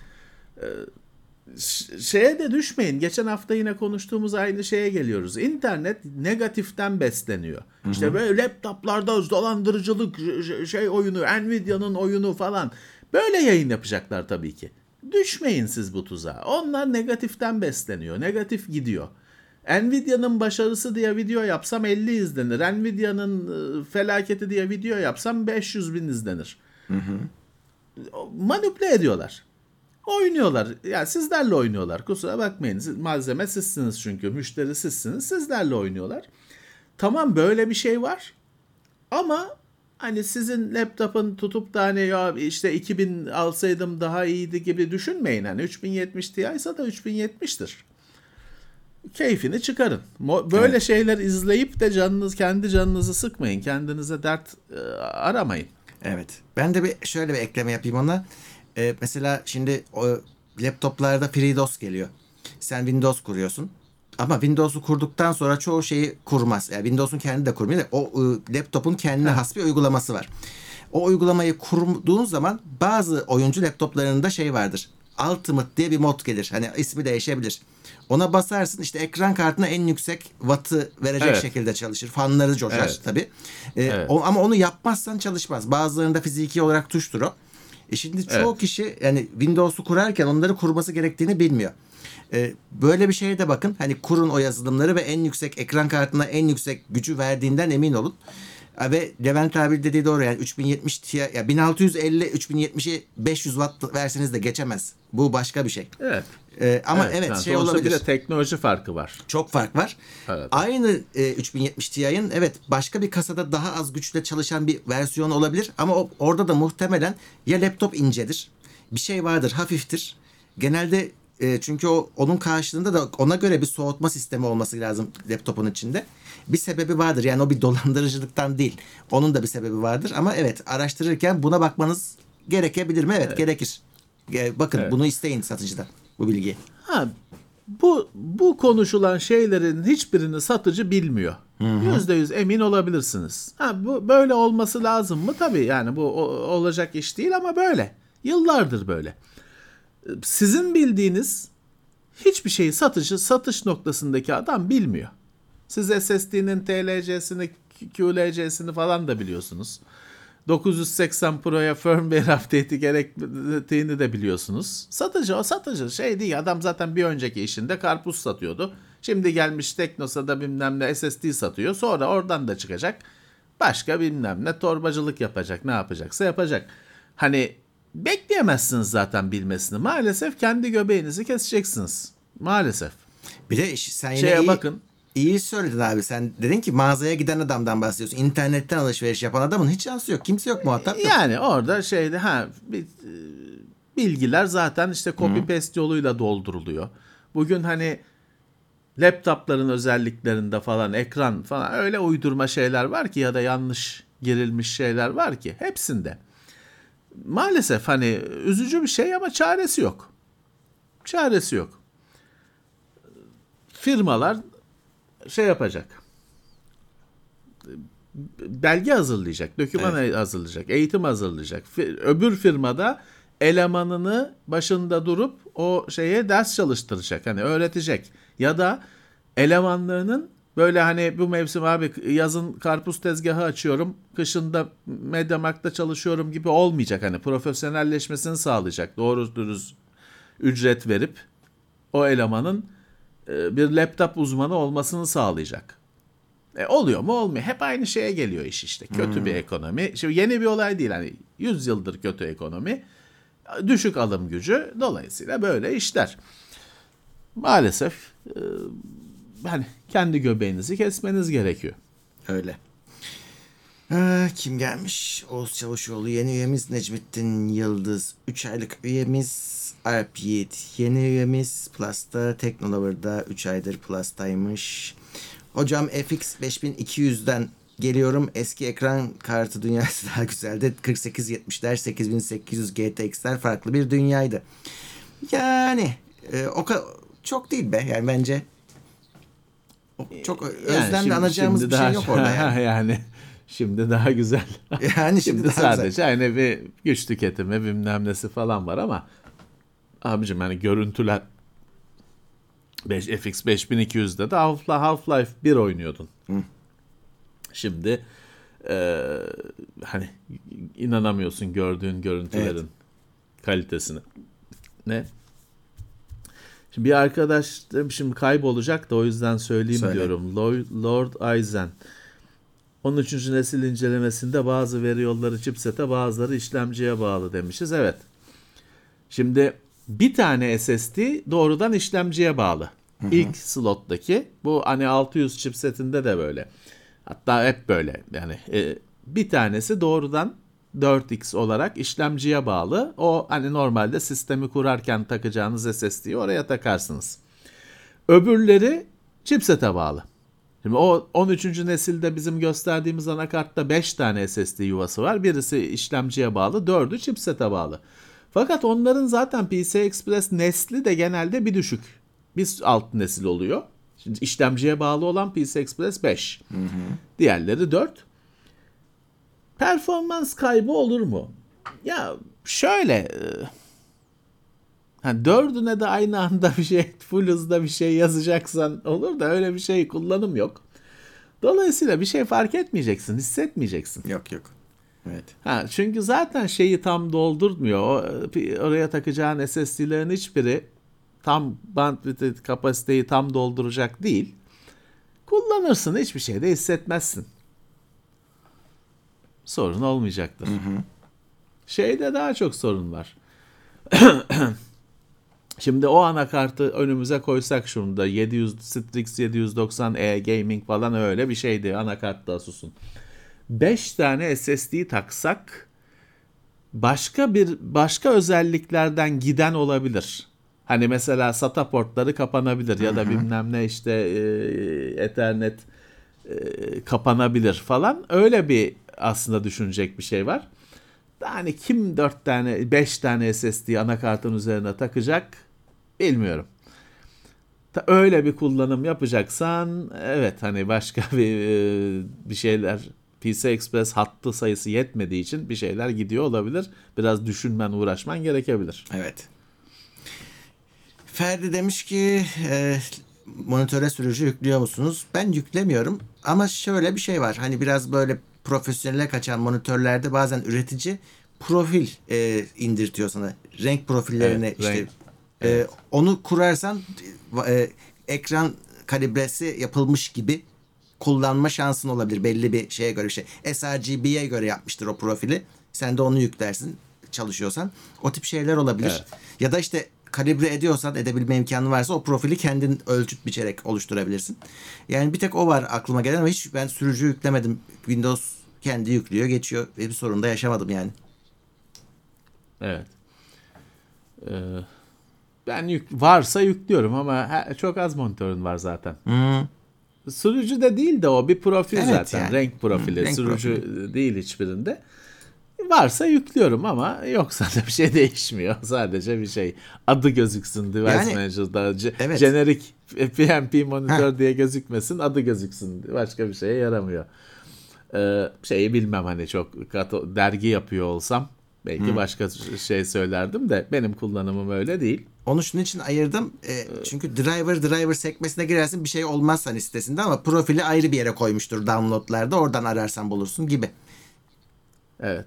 Şeye de düşmeyin. Geçen hafta yine konuştuğumuz aynı şeye geliyoruz. İnternet negatiften besleniyor. Hı-hı. İşte böyle laptoplarda dolandırıcılık şey oyunu, Nvidia'nın oyunu falan. Böyle yayın yapacaklar tabii ki. Düşmeyin siz bu tuzağa. Onlar negatiften besleniyor. Negatif gidiyor. Nvidia'nın başarısı diye video yapsam 50 izlenir. Nvidia'nın felaketi diye video yapsam 500 bin izlenir. Manipüle ediyorlar. Oynuyorlar. Yani sizlerle oynuyorlar. Kusura bakmayın. Malzeme sizsiniz çünkü. Müşteri sizsiniz. Sizlerle oynuyorlar. Tamam, böyle bir şey var. Ama hani sizin laptopun tutup da hani ya işte 2000 alsaydım daha iyiydi gibi düşünmeyin. Hani 3070 Ti ise da 3070'tir. Keyfini çıkarın. Böyle Evet. şeyler izleyip de kendi canınızı sıkmayın. Kendinize dert aramayın. Evet. Ben de şöyle bir ekleme yapayım ona. Mesela şimdi laptoplarda FreeDOS geliyor. Sen Windows kuruyorsun. Ama Windows'u kurduktan sonra çoğu şeyi kurmaz. Yani Windows'un kendi de kurmuyor. O laptopun kendine has bir uygulaması var. O uygulamayı kurduğun zaman bazı oyuncu laptoplarında şey vardır. Ultimate diye bir mod gelir. Hani ismi değişebilir. Ona basarsın, işte ekran kartına en yüksek wattı verecek Evet. şekilde çalışır. Fanları coşar Evet. tabii. Evet. Ama onu yapmazsan çalışmaz. Bazılarında fiziki olarak tuştur o. Şimdi çoğu Evet. kişi yani Windows'u kurarken onları kurması gerektiğini bilmiyor. Böyle bir şeye de bakın. Hani kurun o yazılımları ve en yüksek ekran kartına en yüksek gücü verdiğinden emin olun. Ve Levent abi dediği doğru, yani 3070 Ti ya 1650 3070'i 500 watt verseniz de geçemez. Bu başka bir şey. Evet. Ama evet, yani şey sonuçta olabilir. bir de teknoloji farkı var. Çok fark var. Evet. Aynı 3070 Ti'nin evet başka bir kasada daha az güçle çalışan bir versiyon olabilir ama orada da muhtemelen ya laptop incedir. Bir şey vardır, hafiftir. Genelde çünkü onun karşılığında da ona göre bir soğutma sistemi olması lazım laptopun içinde. Bir sebebi vardır. Yani o bir dolandırıcılıktan değil. Onun da bir sebebi vardır ama evet, araştırırken buna bakmanız gerekebilir mi? Evet, gerekir. Bakın, Evet. bunu isteyin satıcıdan, bu bilgiyi. Ha, bu konuşulan şeylerin hiçbirini satıcı bilmiyor. %100 emin olabilirsiniz. Ha, bu böyle olması lazım mı? Tabii, yani bu olacak iş değil ama böyle. Yıllardır böyle. Sizin bildiğiniz hiçbir şeyi satış noktasındaki adam bilmiyor. Siz SSD'nin TLC'sini, QLC'sini falan da biliyorsunuz. 980 Pro'ya firmware update'i gerektiğini de biliyorsunuz. Satıcı şey değil. Adam zaten bir önceki işinde karpuz satıyordu. Şimdi gelmiş Teknosa'da bilmem ne SSD satıyor. Sonra oradan da çıkacak. Başka bilmem ne torbacılık yapacak. Ne yapacaksa yapacak. Hani bekleyemezsiniz zaten bilmesini. Maalesef kendi göbeğinizi keseceksiniz. Maalesef. Bir de sen yine Şeye bakın. iyi söyledin abi. Sen dedin ki mağazaya giden adamdan bahsediyorsun. İnternetten alışveriş yapan adamın hiç şansı yok. Kimse yok, muhatap yok. Yani orada bilgiler zaten işte copy paste yoluyla dolduruluyor. Bugün hani laptopların özelliklerinde falan ekran falan öyle uydurma şeyler var ki ya da yanlış girilmiş şeyler var ki hepsinde. Maalesef hani üzücü bir şey ama çaresi yok. Çaresi yok. Firmalar şey yapacak. Belge hazırlayacak, doküman hazırlayacak, eğitim hazırlayacak. Öbür firmada elemanını başında durup o şeye ders çalıştıracak, hani öğretecek. Ya da elemanlarının böyle hani bu mevsim abi yazın karpuz tezgahı açıyorum, kışında MediaMarkt'ta çalışıyorum gibi olmayacak. Hani profesyonelleşmesini sağlayacak. Doğru dürüst ücret verip o elemanın bir laptop uzmanı olmasını sağlayacak. Oluyor mu? Olmuyor. Hep aynı şeye geliyor iş işte. Kötü bir ekonomi. Şimdi yeni bir olay değil. Hani 100 yıldır kötü ekonomi. Düşük alım gücü. Dolayısıyla böyle işler. Maalesef hani kendi göbeğinizi kesmeniz gerekiyor. Öyle. Kim gelmiş? Oğuz Çavuşoğlu yeni üyemiz, Necmettin Yıldız 3 aylık üyemiz, Alp Yiğit yeni üyemiz, Plus'ta Teknolover'da 3 aydır Plus'taymış. Hocam FX 5200'den geliyorum. Eski ekran kartı dünyası daha güzeldi. 4870'ler, 8800 GTX'ler farklı bir dünyaydı. Yani o kadar çok değil be. Yani bence çok özlemle anacağımız bir şey yok orada yani. Yani şimdi daha güzel. Yani Şimdi daha sadece güzel. hani bir güç tüketimi bilmem nesi falan var ama abicim hani görüntüler FX 5200'de de Half-Life 1 oynuyordun. Şimdi hani inanamıyorsun gördüğün görüntülerin kalitesine. Ne? Şimdi bir arkadaş şimdi kaybolacak da o yüzden söyleyeyim Söyle. diyorum. Lord Aizen 13. nesil incelemesinde bazı veri yolları chipsete, bazıları işlemciye bağlı demişiz. Evet. Şimdi Bir tane SSD doğrudan işlemciye bağlı. İlk slottaki. Bu hani 600 chipsetinde de böyle. Hatta hep böyle. Yani bir tanesi doğrudan 4X olarak işlemciye bağlı. O hani normalde sistemi kurarken takacağınız SSD'yi oraya takarsınız. Öbürleri chipsete bağlı. Şimdi o 13. nesilde bizim gösterdiğimiz anakartta 5 tane SSD yuvası var. Birisi işlemciye bağlı, 4'ü chipsete bağlı. Fakat onların zaten PCI Express nesli de genelde bir düşük. Bir alt nesil oluyor. Şimdi işlemciye bağlı olan PCI Express 5. Diğerleri 4. Performans kaybı olur mu? Ya şöyle... Yani 4'üne de aynı anda bir şey, full hızda bir şey yazacaksan olur da öyle bir şey kullanım yok. Dolayısıyla bir şey fark etmeyeceksin, hissetmeyeceksin. Yok. Evet. Çünkü zaten şeyi tam doldurmuyor. Oraya takacağın SSD'lerin hiçbiri tam bandwidth kapasiteyi tam dolduracak değil. Kullanırsın, hiçbir şey de hissetmezsin. Sorun olmayacaktır. Şeyde daha çok sorun var. Şimdi o anakartı önümüze koysak şunda 700 Strix 790E Gaming falan öyle bir şeydi anakartta Asus'un. 5 tane SSD taksak başka özelliklerden giden olabilir. Hani mesela SATA portları kapanabilir ya da bilmem ne işte Ethernet kapanabilir falan. Öyle bir aslında düşünecek bir şey var. Hani kim 5 tane SSD anakartın üzerine takacak bilmiyorum. Öyle bir kullanım yapacaksan evet hani başka bir şeyler PCI Express hattı sayısı yetmediği için bir şeyler gidiyor olabilir. Biraz düşünmen, uğraşman gerekebilir. Evet. Ferdi demiş ki monitöre sürücü yüklüyor musunuz? Ben yüklemiyorum ama şöyle bir şey var. Hani biraz böyle profesyonele kaçan monitörlerde bazen üretici profil indirtiyor sana. Renk profillerini Evet, işte renk. onu kurarsan ekran kalibresi yapılmış gibi kullanma şansın olabilir. Belli bir şeye göre sRGB'ye göre yapmıştır o profili. Sen de onu yüklersin çalışıyorsan. O tip şeyler olabilir. Evet. Ya da işte kalibre ediyorsan, edebilme imkanı varsa o profili kendin ölçüt biçerek oluşturabilirsin. Yani bir tek o var aklıma gelen ama hiç ben sürücü yüklemedim. Windows kendi yüklüyor, geçiyor ve bir sorun da yaşamadım yani. Evet. Ben varsa yüklüyorum ama çok az monitörün var zaten. Sürücü de değil de o bir profil Evet zaten. yani. Renk profili. Renk Sürücü profili. değil hiçbirinde. Varsa yüklüyorum ama yoksa da bir şey değişmiyor. Sadece bir şey. Adı gözüksün Device Yani, Manager'da. evet. Jenerik PNP monitör diye gözükmesin. Adı gözüksün. Başka bir şeye yaramıyor. Şeyi bilmem hani çok dergi yapıyor olsam belki başka şey söylerdim de benim kullanımım öyle değil. Onu şunun için ayırdım. Çünkü driver sekmesine girersin bir şey olmaz hani sitesinde ama profili ayrı bir yere koymuştur downloadlarda. Oradan ararsan bulursun gibi. Evet.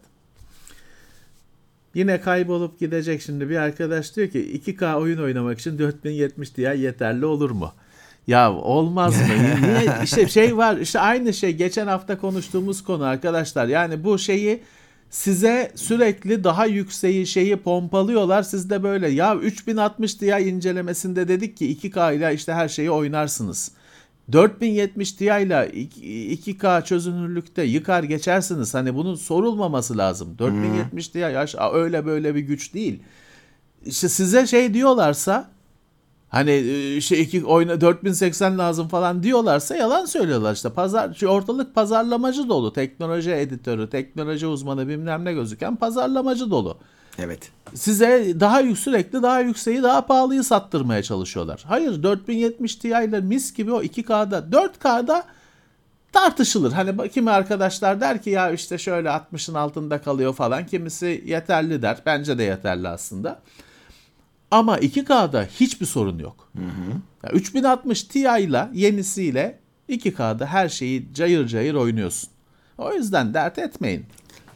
Yine kaybolup gidecek şimdi bir arkadaş diyor ki 2K oyun oynamak için 4070 Ti yeterli olur mu? Ya olmaz mı? Niye? İşte şey var işte aynı şey geçen hafta konuştuğumuz konu arkadaşlar. Yani bu şeyi size sürekli daha yükseği şeyi pompalıyorlar. Siz de böyle ya 3060 Ti incelemesinde dedik ki 2K ile işte her şeyi oynarsınız. 4070 Ti ile 2K çözünürlükte yıkar geçersiniz. Hani bunun sorulmaması lazım. 4070 Ti öyle böyle bir güç değil. İşte size şey diyorlarsa hani oyuna 4080 lazım falan diyorlarsa yalan söylüyorlar işte. Ortalık pazarlamacı dolu. Teknoloji editörü, teknoloji uzmanı bilmem ne gözüken pazarlamacı dolu. Evet. Size sürekli daha yükseği daha pahalıyı sattırmaya çalışıyorlar. Hayır 4070 Ti ile mis gibi o 2K'da 4K'da tartışılır. Hani kimi arkadaşlar der ki ya işte şöyle 60'ın altında kalıyor falan. Kimisi yeterli der. Bence de yeterli aslında. Ama 2K'da hiçbir sorun yok. Yani 3060 Ti ile yenisiyle 2K'da her şeyi cayır cayır oynuyorsun. O yüzden dert etmeyin.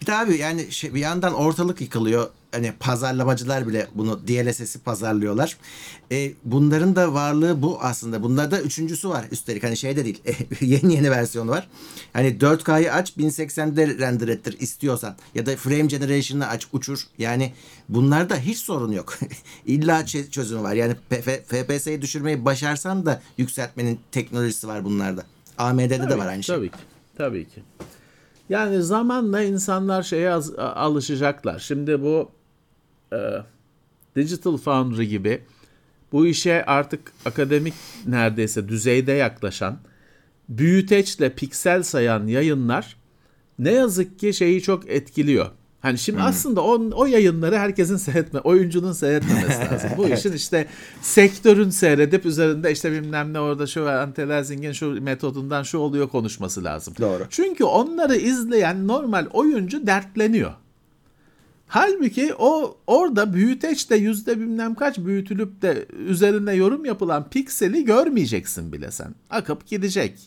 Bir de abi yani bir yandan ortalık yıkılıyor. Hani pazarlamacılar bile bunu DLSS'i pazarlıyorlar. Bunların da varlığı bu aslında. Bunlarda üçüncüsü var üstelik. Hani şey de değil. Yeni versiyonu var. Hani 4K'yı aç 1080'de render ettir istiyorsan. Ya da frame generation'ı aç uçur. Yani bunlarda hiç sorun yok. İlla çözümü var. Yani FPS'yi düşürmeyi başarsan da yükseltmenin teknolojisi var bunlarda. AMD'de de var aynı şey. Tabii ki. Tabii ki. Yani zamanla insanlar şeye alışacaklar. Şimdi bu Digital Foundry gibi bu işe artık akademik neredeyse düzeyde yaklaşan, büyüteçle piksel sayan yayınlar ne yazık ki şeyi çok etkiliyor. Hani şimdi aslında o yayınları herkesin oyuncunun seyretmemesi lazım. Bu işin işte sektörün seyredip üzerinde işte bilmem ne orada şu anti-aliasing'in şu metodundan şu oluyor konuşması lazım. Doğru. Çünkü onları izleyen normal oyuncu dertleniyor. Halbuki orada büyüteçte yüzde bilmem kaç büyütülüp de üzerine yorum yapılan pikseli görmeyeceksin bile sen. Akıp gidecek.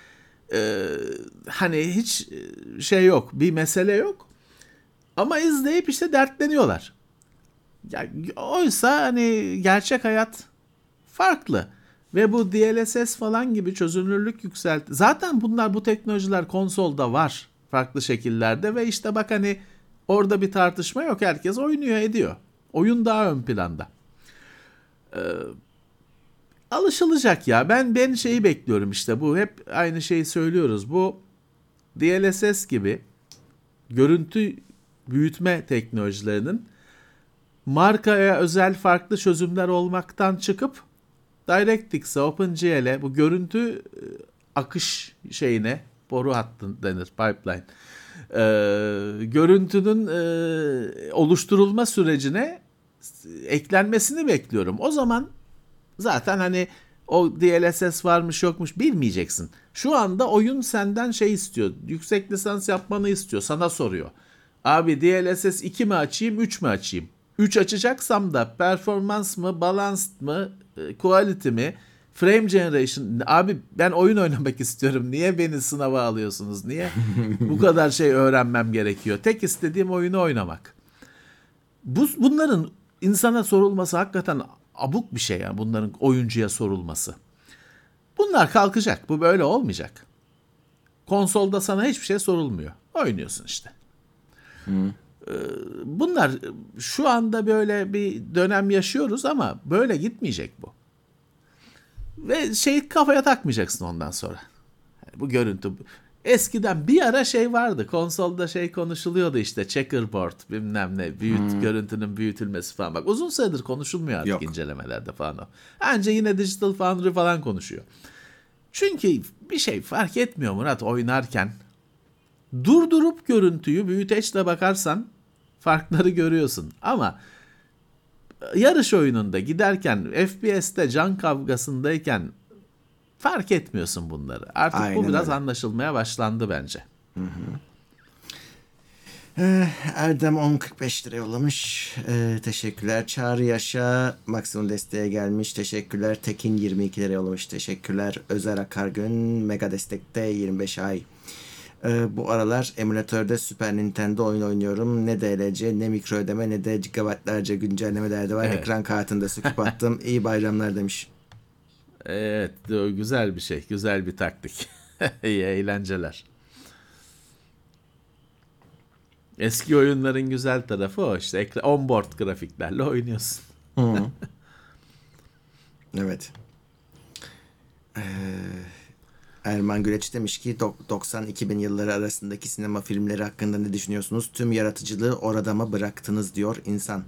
Hani hiç şey yok, bir mesele yok. Ama izleyip işte dertleniyorlar. Ya, oysa hani gerçek hayat farklı. Ve bu DLSS falan gibi çözünürlük zaten bu teknolojiler konsolda var farklı şekillerde ve işte bak hani orada bir tartışma yok. Herkes oynuyor ediyor. Oyun daha ön planda. Alışılacak ya. Ben şeyi bekliyorum işte. Bu hep aynı şeyi söylüyoruz. Bu DLSS gibi görüntü büyütme teknolojilerinin markaya özel farklı çözümler olmaktan çıkıp DirectX'e, OpenGL'e bu görüntü akış şeyine boru hattı denir, pipeline. Görüntünün oluşturulma sürecine eklenmesini bekliyorum. O zaman zaten hani o DLSS varmış yokmuş bilmeyeceksin. Şu anda oyun senden şey istiyor. Yüksek lisans yapmanı istiyor. Sana soruyor. Abi DLSS 2 mi açayım 3 mü açayım? 3 açacaksam da performans mı, balanced mı, quality mi, frame generation. Abi ben oyun oynamak istiyorum. Niye beni sınava alıyorsunuz? Niye bu kadar şey öğrenmem gerekiyor? Tek istediğim oyunu oynamak. Bunların insana sorulması hakikaten abuk bir şey yani bunların oyuncuya sorulması. Bunlar kalkacak. Bu böyle olmayacak. Konsolda sana hiçbir şey sorulmuyor. Oynuyorsun işte. Bunlar şu anda böyle bir dönem yaşıyoruz ama böyle gitmeyecek bu. Ve kafaya takmayacaksın ondan sonra. Yani bu görüntü eskiden bir ara şey vardı. Konsolda konuşuluyordu işte checkerboard bilmem ne görüntünün büyütülmesi falan. Bak uzun süredir konuşulmuyor artık incelemelerde falan o. Anca yine Digital Foundry falan konuşuyor. Çünkü bir şey fark etmiyor Murat oynarken. Durdurup görüntüyü büyüteçle bakarsan farkları görüyorsun. Ama yarış oyununda giderken FPS'te can kavgasındayken fark etmiyorsun bunları. Artık Aynen bu biraz öyle. Anlaşılmaya başlandı bence. Erdem 10.45 lira yollamış. Teşekkürler. Çağrı Yaşa maksimum desteğe gelmiş. Teşekkürler. Tekin 22 lira yollamış. Teşekkürler. Özer Akargün mega destekte 25 ay. Bu aralar emülatörde Super Nintendo oyun oynuyorum. Ne DLC ne mikro ödeme ne de gigabaytlarca güncelleme derdi var. Evet. Ekran kartında söküp attım. İyi bayramlar demiş. Evet, güzel bir şey. Güzel bir taktik. İyi eğlenceler. Eski oyunların güzel tarafı o işte. Onboard grafiklerle oynuyorsun. Evet. Erman Güleç demiş ki 90-2000 yılları arasındaki sinema filmleri hakkında ne düşünüyorsunuz? Tüm yaratıcılığı orada mı bıraktınız diyor insan.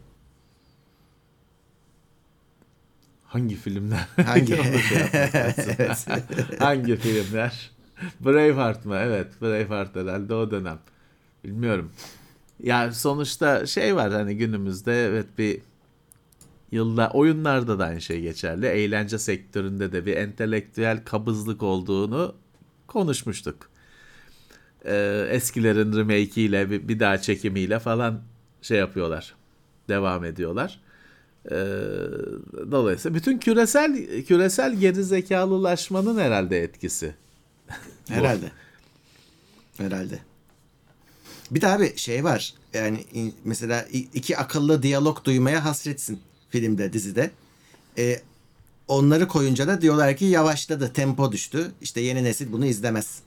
Hangi filmler? Hangi? Evet. Hangi filmler? Braveheart mı? Evet, Braveheart herhalde o dönem. Bilmiyorum. Ya sonuçta var hani günümüzde evet bir yılda oyunlarda da aynı şey geçerli. Eğlence sektöründe de bir entelektüel kabızlık olduğunu konuşmuştuk. Eskilerin remake'iyle bir daha çekimiyle falan yapıyorlar. Devam ediyorlar. Dolayısıyla bütün küresel gerizekalılaşmanın herhalde etkisi. Herhalde. Bir de abi şey var. Yani mesela iki akıllı diyalog duymaya hasretsin filmde, dizide. Onları koyunca da diyorlar ki yavaşladı, tempo düştü. İşte yeni nesil bunu izlemez.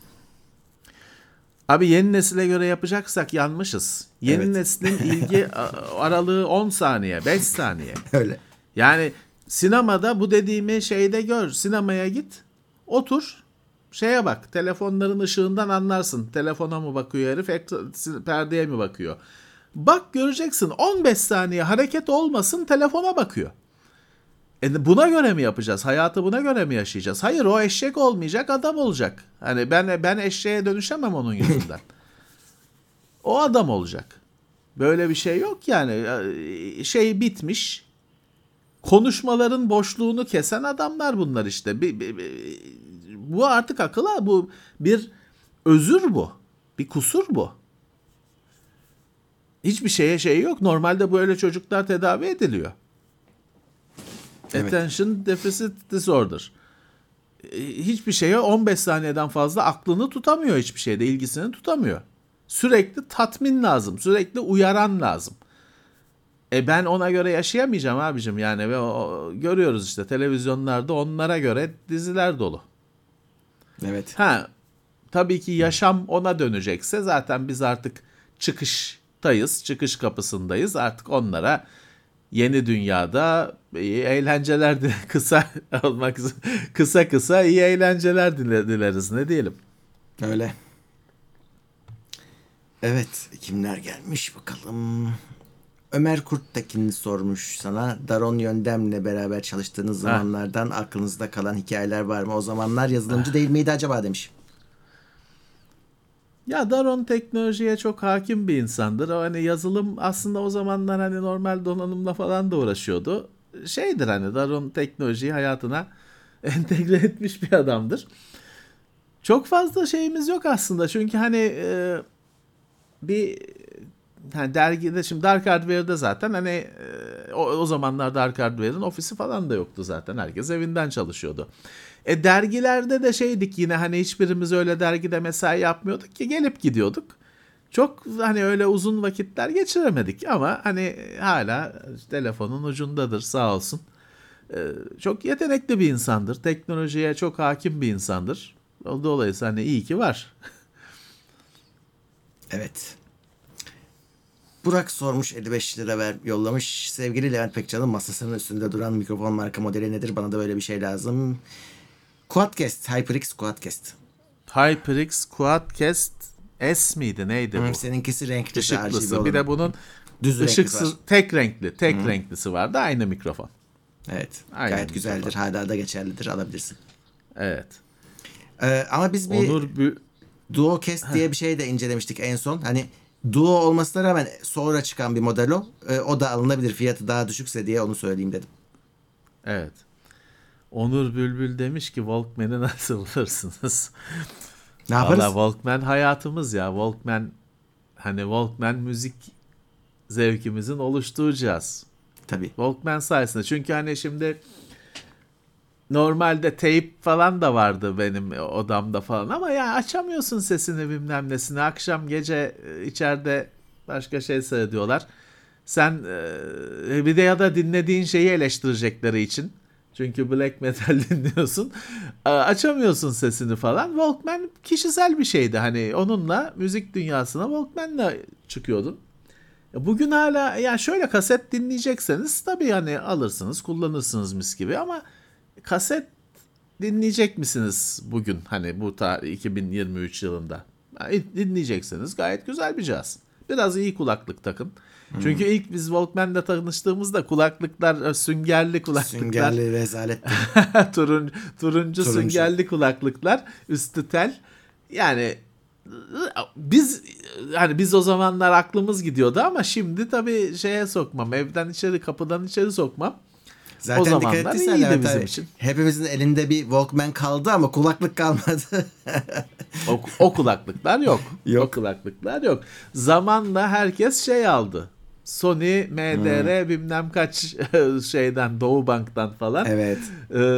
Abi yeni nesile göre yapacaksak yanmışız. Yeni Evet. neslin ilgi aralığı 10 saniye, 5 saniye. Öyle. Yani sinemada bu dediğimi şeyde gör. Sinemaya git, otur, şeye bak. Telefonların ışığından anlarsın. Telefona mı bakıyor herif, perdeye mi bakıyor? Bak göreceksin 15 saniye hareket olmasın, telefona bakıyor. Buna göre mi yapacağız? Hayatı buna göre mi yaşayacağız? Hayır, o eşek olmayacak, adam olacak. Hani ben eşeğe dönüşemem onun yüzünden. O adam olacak. Böyle bir şey yok yani. Şey bitmiş. Konuşmaların boşluğunu kesen adamlar bunlar işte. Bu artık akıl ha. Bu bir özür bu. Bir kusur bu. Hiçbir şeye şey yok. Normalde böyle çocuklar tedavi ediliyor. Evet. Attention Deficit Disorder. Hiçbir şeye 15 saniyeden fazla aklını tutamıyor, hiçbir şeyde ilgisini tutamıyor. Sürekli tatmin lazım, sürekli uyaran lazım. Ben ona göre yaşayamayacağım abicim yani ve görüyoruz işte televizyonlarda onlara göre diziler dolu. Evet. Tabii ki yaşam ona dönecekse zaten biz artık çıkıştayız, çıkış kapısındayız. Artık onlara yeni dünyada iyi eğlenceler kısa iyi eğlenceler dileriz, ne diyelim. Öyle. Evet, kimler gelmiş bakalım. Ömer Kurttekin sormuş sana. Daron Yöndem'le beraber çalıştığınız zamanlardan aklınızda kalan hikayeler var mı? O zamanlar yazılımcı değil miydi acaba demiş. Ya Daron teknolojiye çok hakim bir insandır. O hani yazılım aslında o zamanlar hani normal donanımla falan da uğraşıyordu. Şeydir hani Daron teknolojiyi hayatına entegre etmiş bir adamdır. Çok fazla şeyimiz yok aslında. Çünkü hani bir hani dergide şimdi Dark Hardware'da zaten hani o zamanlar Dark Hardware'ın ofisi falan da yoktu zaten. Herkes evinden çalışıyordu. Dergilerde de şeydik yine hani hiçbirimiz öyle dergide mesai yapmıyorduk ki gelip gidiyorduk. Çok hani öyle uzun vakitler geçiremedik ama hani hala telefonun ucundadır sağ olsun. Çok yetenekli bir insandır. Teknolojiye çok hakim bir insandır. Dolayısıyla hani iyi ki var. Evet. Burak sormuş, 55 lira yollamış. Sevgili Levent Pekcan'ın masasının üstünde duran mikrofon marka modeli nedir? Bana da böyle bir şey lazım. Quadcast, HyperX Quadcast. HyperX Quadcast S miydi neydi bu? Seninkisi renkli. Işıklısı. Bir de bunun düz ışıksız tek renklisi vardı, aynı mikrofon. Evet. Aynen, gayet güzeldir. Hala da geçerlidir. Alabilirsin. Evet. Ama biz bir Duocast diye bir şey de incelemiştik en son. Hani Duo olmasına rağmen sonra çıkan bir model o. O da alınabilir. Fiyatı daha düşükse diye onu söyleyeyim dedim. Evet. Onur Bülbül demiş ki Walkman'i nasıl bulursunuz? Ne yaparız? Valla Walkman hayatımız ya. Walkman müzik zevkimizin oluştuğu cihaz. Tabii. Walkman sayesinde. Çünkü hani şimdi normalde teyp falan da vardı benim odamda falan ama ya açamıyorsun sesini bilmem nesini. Akşam gece içeride başka şey seyrediyorlar. Sen bir de ya da dinlediğin şeyi eleştirecekleri için. Çünkü black metal dinliyorsun. Açamıyorsun sesini falan. Walkman kişisel bir şeydi. Hani onunla müzik dünyasına Walkman'la çıkıyordun. Bugün hala ya şöyle kaset dinleyecekseniz tabii hani alırsınız, kullanırsınız mis gibi ama kaset dinleyecek misiniz bugün hani bu 2023 yılında? Dinleyecekseniz gayet güzel bir cihaz. Biraz iyi kulaklık takın. Çünkü ilk biz Walkman'la tanıştığımızda kulaklıklar süngerli kulaklıklar. Süngerli rezaletti. Turuncu süngerli kulaklıklar, üstü tel. Yani biz o zamanlar aklımız gidiyordu ama şimdi tabii şeye sokmam. Evden içeri, kapıdan içeri sokmam. Zaten o zamanlar iyiydi bizim için. Hepimizin elinde bir Walkman kaldı ama kulaklık kalmadı. o kulaklıklar yok. Yok. O kulaklıklar yok. Zamanla herkes şey aldı. Sony, MDR bilmem kaç şeyden, Doğu Bank'tan falan. Evet.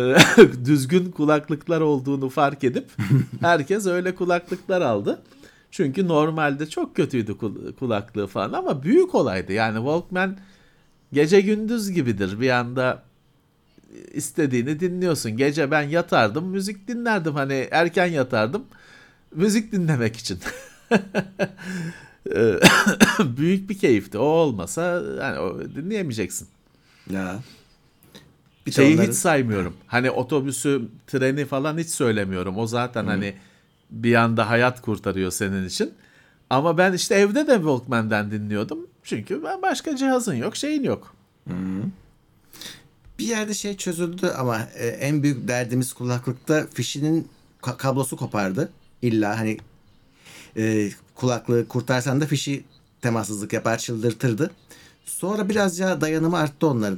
Düzgün kulaklıklar olduğunu fark edip herkes öyle kulaklıklar aldı. Çünkü normalde çok kötüydü kulaklığı falan ama büyük olaydı. Yani Walkman gece gündüz gibidir. Bir anda istediğini dinliyorsun. Gece ben yatardım, müzik dinlerdim. Hani erken yatardım, müzik dinlemek için. Büyük bir keyifti. O olmasa yani dinleyemeyeceksin. Ya. Bir de Şeyi onların... hiç saymıyorum. Hani otobüsü, treni falan hiç söylemiyorum. O zaten hani bir anda hayat kurtarıyor senin için. Ama ben işte evde de Walkman'den dinliyordum. Çünkü ben başka cihazın yok, şeyin yok. Bir yerde şey çözüldü ama en büyük derdimiz kulaklıkta fişinin kablosu kopardı. İlla hani kulaklığı kurtarsan da fişi temassızlık yapar, çıldırtırdı. Sonra birazca dayanımı arttı onların.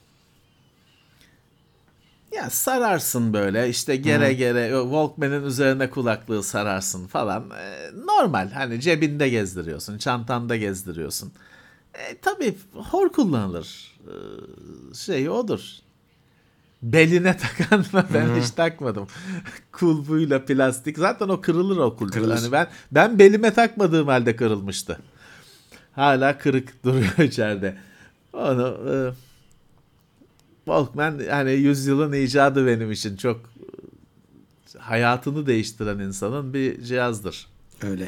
Ya sararsın böyle işte gere Walkman'in üzerine kulaklığı sararsın falan. Normal hani cebinde gezdiriyorsun, çantanda gezdiriyorsun. Tabii hor kullanılır. Şey odur. Beline takan mı? Ben hiç takmadım. Kulbuyla plastik. Zaten o kırılır o kulbu. Kırılır. Hani ben belime takmadığım halde kırılmıştı. Hala kırık duruyor içeride. Onu Walkman hani yüzyılın icadı benim için çok hayatını değiştiren insanın bir cihazdır. Öyle.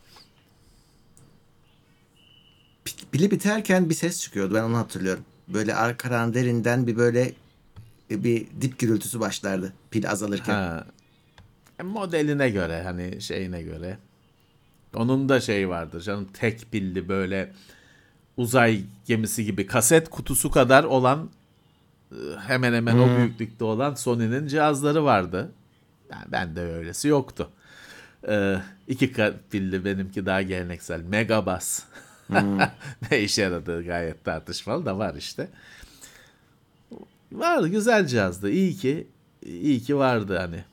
Pili biterken bir ses çıkıyordu. Ben onu hatırlıyorum. Böyle arkadan derinden bir böyle bir dip gürültüsü başlardı pil azalırken. Ha. Modeline göre hani şeyine göre. Onun da şey vardır canım, tek pilli böyle uzay gemisi gibi kaset kutusu kadar olan hemen hemen o büyüklükte olan Sony'nin cihazları vardı. Yani bende öylesi yoktu. 2 pilli benimki daha geleneksel. Megabass. Ne işe yaradığı gayet tartışmalı da var işte. Vardı, güzel cihazdı. İyi ki vardı hani.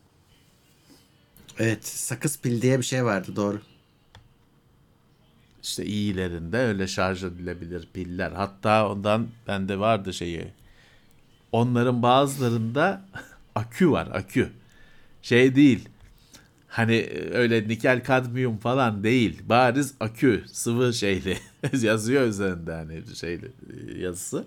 Evet, sakız pil diye bir şey vardı, doğru. İşte iyilerinde öyle şarj edilebilir piller. Hatta ondan bende vardı şeyi. Onların bazılarında akü var, akü. Şey değil. Hani öyle nikel kadmiyum falan değil. Bariz akü, sıvı şeyli yazıyor üzerinde hani şeyli yazısı.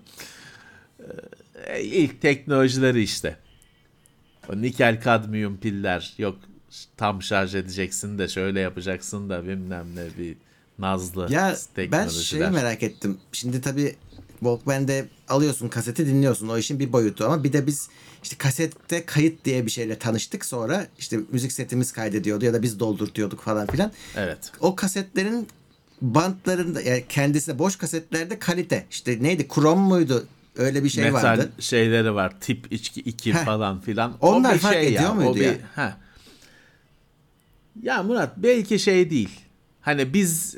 İlk teknolojileri işte. O nikel kadmiyum piller yok, tam şarj edeceksin de şöyle yapacaksın da bilmem ne bir nazlı Ya ben teknolojiler. şeyi merak ettim. Şimdi tabii Walkman'de alıyorsun kaseti, dinliyorsun. O işin bir boyutu ama bir de biz işte kasette kayıt diye bir şeyle tanıştık sonra. İşte müzik setimiz kaydediyordu ya da biz doldurtuyorduk falan filan. Evet. O kasetlerin bantlarında yani kendisi boş kasetlerde kalite. İşte neydi? Krom muydu? Öyle bir şey Metal vardı. şeyleri var. Tip 2 falan filan. Onlar o bir fark şey ediyor muydu o bir, ya? Ya Murat belki şey değil. Hani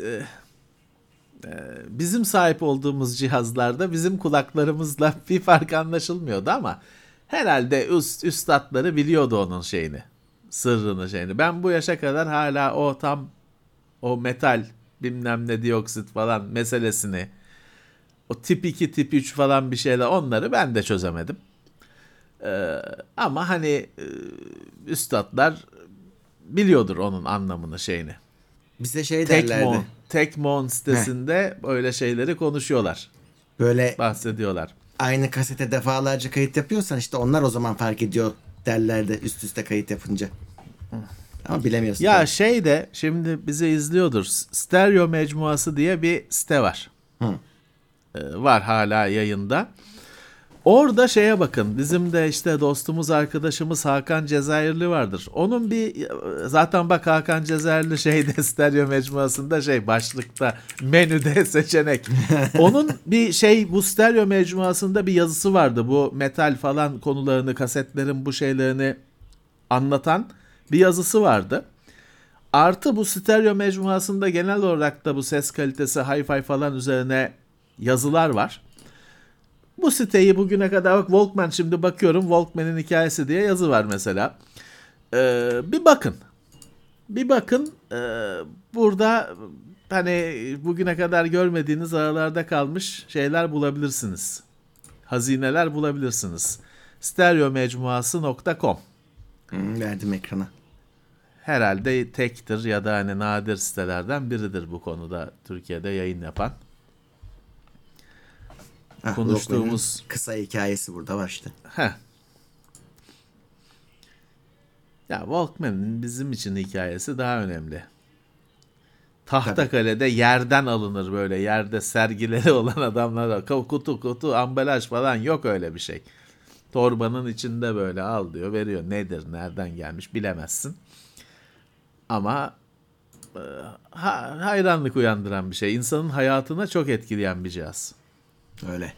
bizim sahip olduğumuz cihazlarda bizim kulaklarımızla bir fark anlaşılmıyordu ama herhalde üstatları biliyordu onun şeyini. Sırrını şeyini. Ben bu yaşa kadar hala o metal bilmem ne dioksit falan meselesini, o tip 2 tip 3 falan bir şeyler, onları ben de çözemedim. Ama hani üstatlar biliyordur onun anlamını şeyini. Bize şey derlerdi. Tekmon sitesinde böyle şeyleri konuşuyorlar. Böyle Bahsediyorlar. aynı kasete defalarca kayıt yapıyorsan işte onlar o zaman fark ediyor derlerdi üst üste kayıt yapınca. Ama bilemiyorsun. Ya tabii. şey de şimdi bizi izliyordur. Stereo Mecmuası diye bir site var. Var hala yayında. Orada şeye bakın. Bizim de işte dostumuz, arkadaşımız Hakan Cezayirli vardır. Onun zaten bak Hakan Cezayirli şeyde stereo mecmuasında başlıkta menüde seçenek. Onun bu stereo mecmuasında bir yazısı vardı. Bu metal falan konularını, kasetlerin bu şeylerini anlatan bir yazısı vardı. Artı bu stereo mecmuasında genel olarak da bu ses kalitesi, hi-fi falan üzerine yazılar var. Bu siteyi bugüne kadar bak, Walkman, şimdi bakıyorum Walkman'in hikayesi diye yazı var mesela. Bir bakın. Burada hani bugüne kadar görmediğiniz aralarda kalmış şeyler bulabilirsiniz. Hazineler bulabilirsiniz. stereomecmuası.com. Verdim ekrana. herhalde tektir ya da hani nadir sitelerden biridir bu konuda Türkiye'de yayın yapan. Konuştuğumuz Walkman'ın kısa hikayesi burada var işte. Ya Walkman'ın bizim için hikayesi daha önemli. Tahtakale'de yerden alınır, böyle yerde sergileri olan adamlara kutu ambalaj falan yok, öyle bir şey. Torbanın içinde böyle al diyor, veriyor. Nedir, nereden gelmiş bilemezsin. Ama hayranlık uyandıran bir şey. İnsanın hayatına çok etkileyen bir cihaz. Öyle.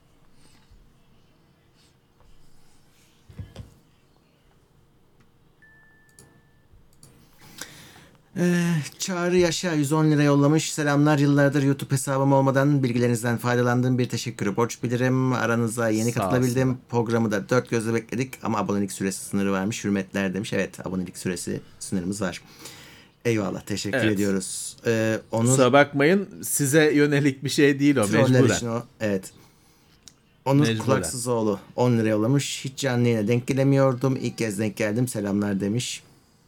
Çağrı Yaşa 110 lira yollamış. Selamlar, yıllardır YouTube hesabım olmadan bilgilerinizden faydalandığım bir teşekkürü borç bilirim. Aranıza yeni katılabildim. Programı da dört gözle bekledik ama abonelik süresi sınırı varmış. Hürmetler demiş. Evet, abonelik süresi sınırımız var. Eyvallah, teşekkür ediyoruz. Onur, kusura bakmayın, size yönelik bir şey değil o, mecburen. o. Evet. Onur Mecburen. Kulaksızoğlu 10 lira yollamış. Hiç canlı yayına denk gelemiyordum. İlk kez denk geldim. Selamlar demiş.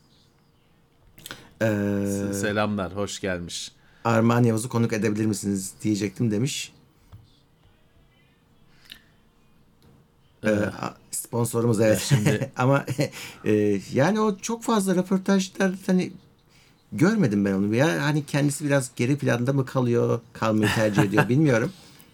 Selamlar, hoş gelmiş. Armağan Yavuz'u konuk edebilir misiniz diyecektim demiş. Sponsorumuz evet. Şimdi... Ama yani o çok fazla röportajlar hani görmedim ben onu. Ya hani kendisi biraz geri planda mı kalıyor, kalmayı tercih ediyor bilmiyorum.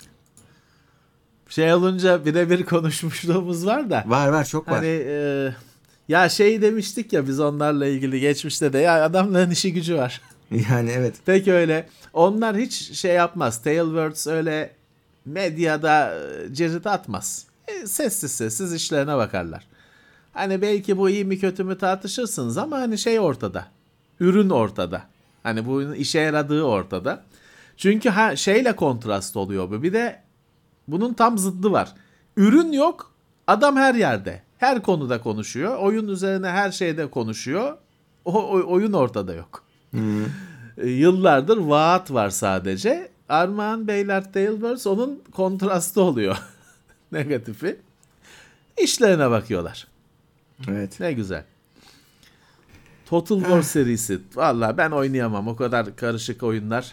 Şey olunca birebir konuşmuşluğumuz var da. Var çok var. Hani ya şey demiştik ya biz onlarla ilgili geçmişte de, ya adamların işi gücü var. Yani evet. Peki öyle. Onlar hiç şey yapmaz. Tailwords öyle medyada cirit atmaz. Sessiz işlerine bakarlar. Hani belki bu iyi mi kötü mü tartışırsınız ama hani şey ortada. Ürün ortada. Hani bunun işe yaradığı ortada. Çünkü şeyle kontrast oluyor bu. Bir de bunun tam zıddı var. Ürün yok. Adam her yerde. Her konuda konuşuyor. Oyun üzerine her şeyde konuşuyor. Oyun ortada yok. Yıllardır vaat var sadece. Armağan Beyler Tailwords onun kontrastı oluyor. Negatifi. İşlerine bakıyorlar. Evet. Ne güzel. Total War serisi. Vallahi ben oynayamam. O kadar karışık oyunlar.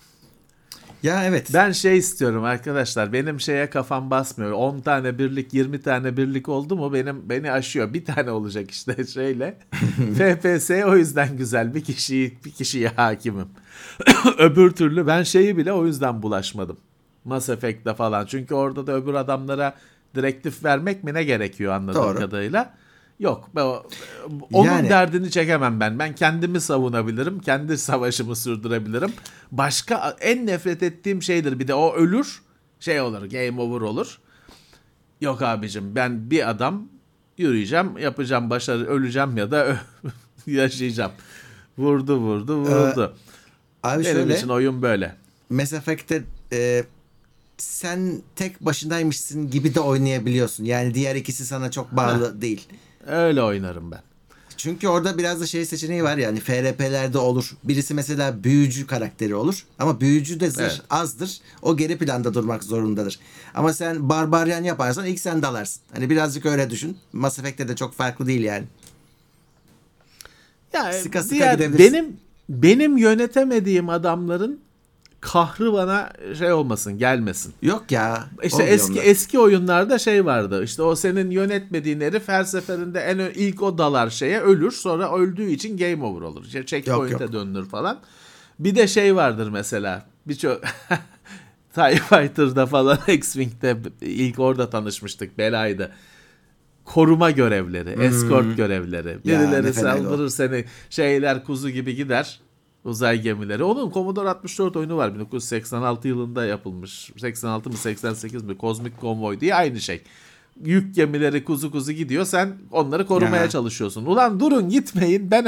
Ya evet. Ben şey istiyorum arkadaşlar. Benim şeye kafam basmıyor. 10 tane birlik, 20 tane birlik oldu mu beni aşıyor. Bir tane olacak işte şeyle. FPS o yüzden güzel. Bir kişiye hakimim. Öbür türlü ben şeyi bile o yüzden bulaşmadım. Mass Effect'te falan. Çünkü orada da öbür adamlara direktif vermek mi ne gerekiyor anladığım kadarıyla. Yok. Onun derdini çekemem ben. Ben kendimi savunabilirim. Kendi savaşımı sürdürebilirim. Başka en nefret ettiğim şeydir. Bir de o ölür. Şey olur. Game over olur. Yok abicim, ben bir adam yürüyeceğim. Yapacağım başarı. Öleceğim ya da yaşayacağım. Vurdu. Abi benim şöyle, için oyun böyle. Mass Effect'te sen tek başındaymışsın gibi de oynayabiliyorsun. Yani diğer ikisi sana çok bağlı değil. Öyle oynarım ben. Çünkü orada biraz da şey seçeneği var yani FRP'lerde olur. Birisi mesela büyücü karakteri olur. Ama büyücü de zırh azdır. O geri planda durmak zorundadır. Ama sen barbaryan yaparsan ilk sen dalarsın. Hani birazcık öyle düşün. Mass Effect'te de çok farklı değil yani. Ya sıka gidebilirsin. Benim yönetemediğim adamların kahrı bana şey olmasın, gelmesin. Yok ya. İşte eski oyunlarda şey vardı. İşte o senin yönetmediğin herif her seferinde ilk o dalar şeye, ölür. Sonra öldüğü için game over olur. Checkpoint'e dönülür falan. Bir de şey vardır mesela. Birçok TIE Fighter'da falan, X-Wing'de ilk orada tanışmıştık. Belaydı. Koruma görevleri, escort görevleri. Birileri saldırır seni, şeyler kuzu gibi gider. Uzay gemileri. Onun Commodore 64 oyunu var. 1986 yılında yapılmış. 86 mı 88 mi? Cosmic Convoy diye aynı şey. Yük gemileri kuzu gidiyor. Sen onları korumaya çalışıyorsun. Ulan durun, gitmeyin. Ben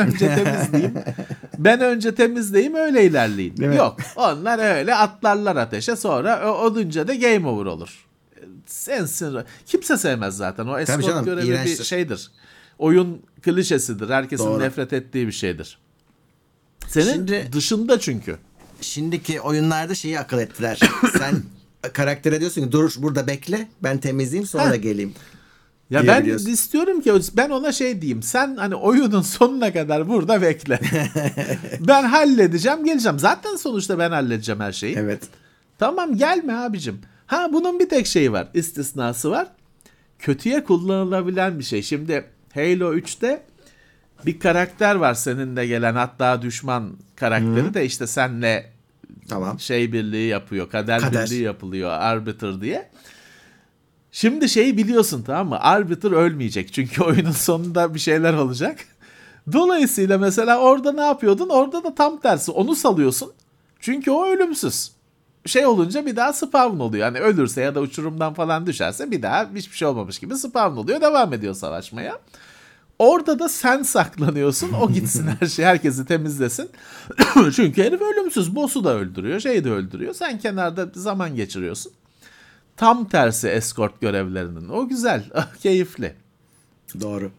önce temizleyeyim. Öyle ilerleyin. Yok. Onlar öyle atlarlar ateşe. Sonra olunca da game over olur. Kimse sevmez zaten. O escort görevi bir şeydir. Oyun klişesidir. Herkesin nefret ettiği bir şeydir. Senin dışında çünkü. Şimdiki oyunlarda şeyi akıl ettiler. Sen karaktere diyorsun ki dur burada bekle, ben temizleyeyim sonra geleyim. Ya ben diyebiliyorsun. istiyorum ki ben ona şey diyeyim. Sen hani oyunun sonuna kadar burada bekle. Ben halledeceğim, geleceğim. Zaten sonuçta ben halledeceğim her şeyi. Evet. Tamam, gelme abicim. Ha, bunun bir tek şeyi var. İstisnası var. Kötüye kullanılabilen bir şey. Şimdi Halo 3'te bir karakter var seninle gelen, hatta düşman karakteri de işte senle Tamam. şey birliği yapıyor. Kader Kader. birliği yapılıyor. Arbiter diye. Şimdi şeyi biliyorsun, tamam mı? Arbiter ölmeyecek. Çünkü oyunun sonunda bir şeyler olacak. Dolayısıyla mesela orada ne yapıyordun? Orada da tam tersi. Onu salıyorsun. Çünkü o ölümsüz. Şey olunca bir daha spawn oluyor. Hani ölürse ya da uçurumdan falan düşerse bir daha hiçbir şey olmamış gibi spawn oluyor. Devam ediyor savaşmaya. Orada da sen saklanıyorsun. O gitsin, her şey, herkesi temizlesin. Çünkü herif ölümsüz. Boss'u da öldürüyor. Şeyi de öldürüyor. Sen kenarda zaman geçiriyorsun. Tam tersi escort görevlerinin. O güzel. Keyifli. Doğru.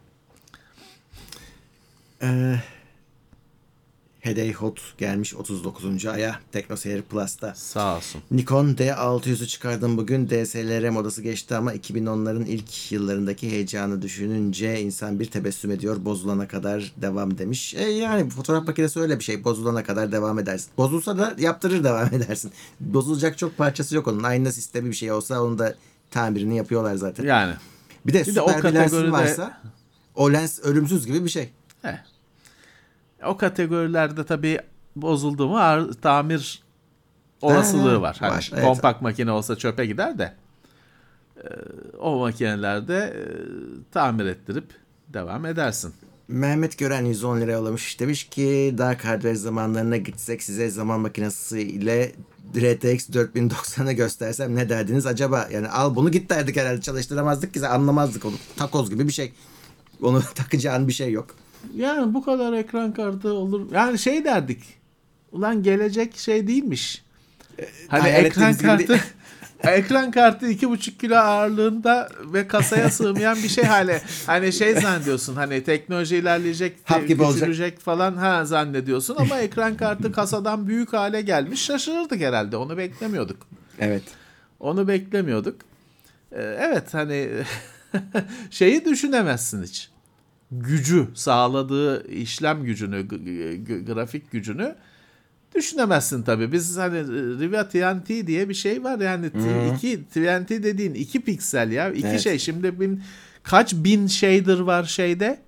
Hedey Hot gelmiş 39. aya TeknoSeyir Plus'ta. Sağ olsun. Nikon D600'ü çıkardım bugün. DSLR modası geçti ama 2010'ların ilk yıllarındaki heyecanı düşününce insan bir tebessüm ediyor. Bozulana kadar devam demiş. Yani fotoğraf makinesi öyle bir şey. Bozulana kadar devam edersin. Bozulsa da yaptırır, devam edersin. Bozulacak çok parçası yok onun. Aynı sistemi bir şey olsa onun da tamirini yapıyorlar zaten. Yani. Bir de de o süper bir lensin kategoride- varsa o lens ölümsüz gibi bir şey. O kategorilerde tabii bozuldu mu tamir olasılığı var. Hani var, evet. kompakt makine olsa çöpe gider de o makinelerde tamir ettirip devam edersin. Mehmet Gören 110 lira yollamış. Demiş ki Dark Hardware zamanlarına gitsek size zaman makinesi ile RTX 4090'ı göstersem ne derdiniz acaba? Yani al bunu git derdik herhalde. Çalıştıramazdık ki, anlamazdık onu. Takoz gibi bir şey. Onu takacağın bir şey yok. Yani bu kadar ekran kartı olur. Yani şey derdik. Ulan gelecek şey değilmiş. Hani hayal ekran ettiğimiz gibi kartı ekran kartı 2,5 kilo ağırlığında ve kasaya sığmayan bir şey hale. Hani şey zannediyorsun, hani teknoloji ilerleyecek, Hap gibi olacak. küçülecek falan zannediyorsun ama ekran kartı kasadan büyük hale gelmiş. Şaşırırdık herhalde. Onu beklemiyorduk. Evet. Onu beklemiyorduk. Evet, hani şeyi düşünemezsin hiç. Gücü, sağladığı işlem gücünü, grafik gücünü düşünemezsin tabii. Biz hani Riva TNT diye bir şey var yani, TNT dediğin 2 piksel ya. Evet. Şey, şimdi kaç bin shader var şeyde?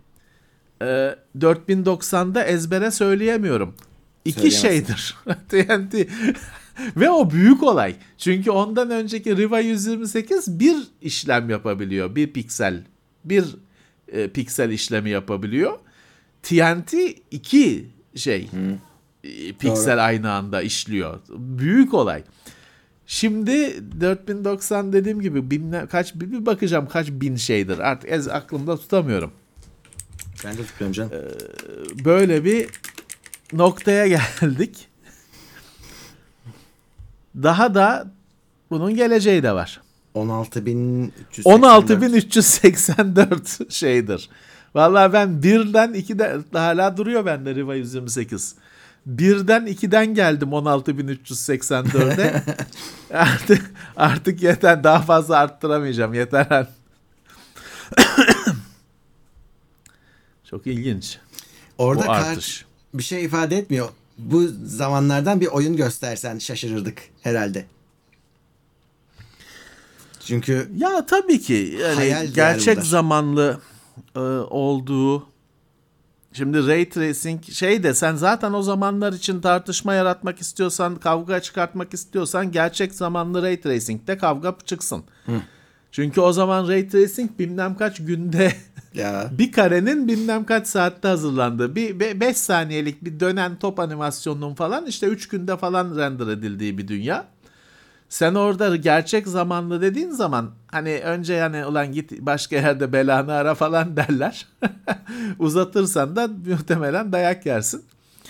4090'da ezbere söyleyemiyorum. 2 shader TNT. Ve o büyük olay. Çünkü ondan önceki Riva 128 bir işlem yapabiliyor. Bir piksel. Bir piksel işlemi yapabiliyor. TNT 2 piksel aynı anda işliyor. Büyük olay. Şimdi 4090 dediğim gibi bir bakacağım kaç bin şeydir. Artık aklımda tutamıyorum. Ben de tutuyorum canım. Böyle bir noktaya geldik. Daha da bunun geleceği de var. 16.384. 16.384 şeydir. Vallahi ben 1'den 2'den hala duruyor bende Riva 128. 1'den 2'den geldim 16.384'e. artık yeter, daha fazla arttıramayacağım. Yeter. Çok ilginç. Orada bu artış. bir şey ifade etmiyor. Bu zamanlardan bir oyun göstersen şaşırırdık herhalde. Çünkü Ya tabii ki yani gerçek zamanlı olduğu, şimdi Ray Tracing sen zaten o zamanlar için tartışma yaratmak istiyorsan, kavga çıkartmak istiyorsan gerçek zamanlı Ray Tracing'de kavga çıksın. Çünkü o zaman Ray Tracing bilmem kaç günde ya. bir karenin bilmem kaç saatte hazırlandığı, bir 5 saniyelik bir dönen top animasyonunun falan işte 3 günde falan render edildiği bir dünya. Sen orada gerçek zamanlı dediğin zaman hani önce yani ulan git başka yerde belanı ara falan derler. Uzatırsan da muhtemelen dayak yersin.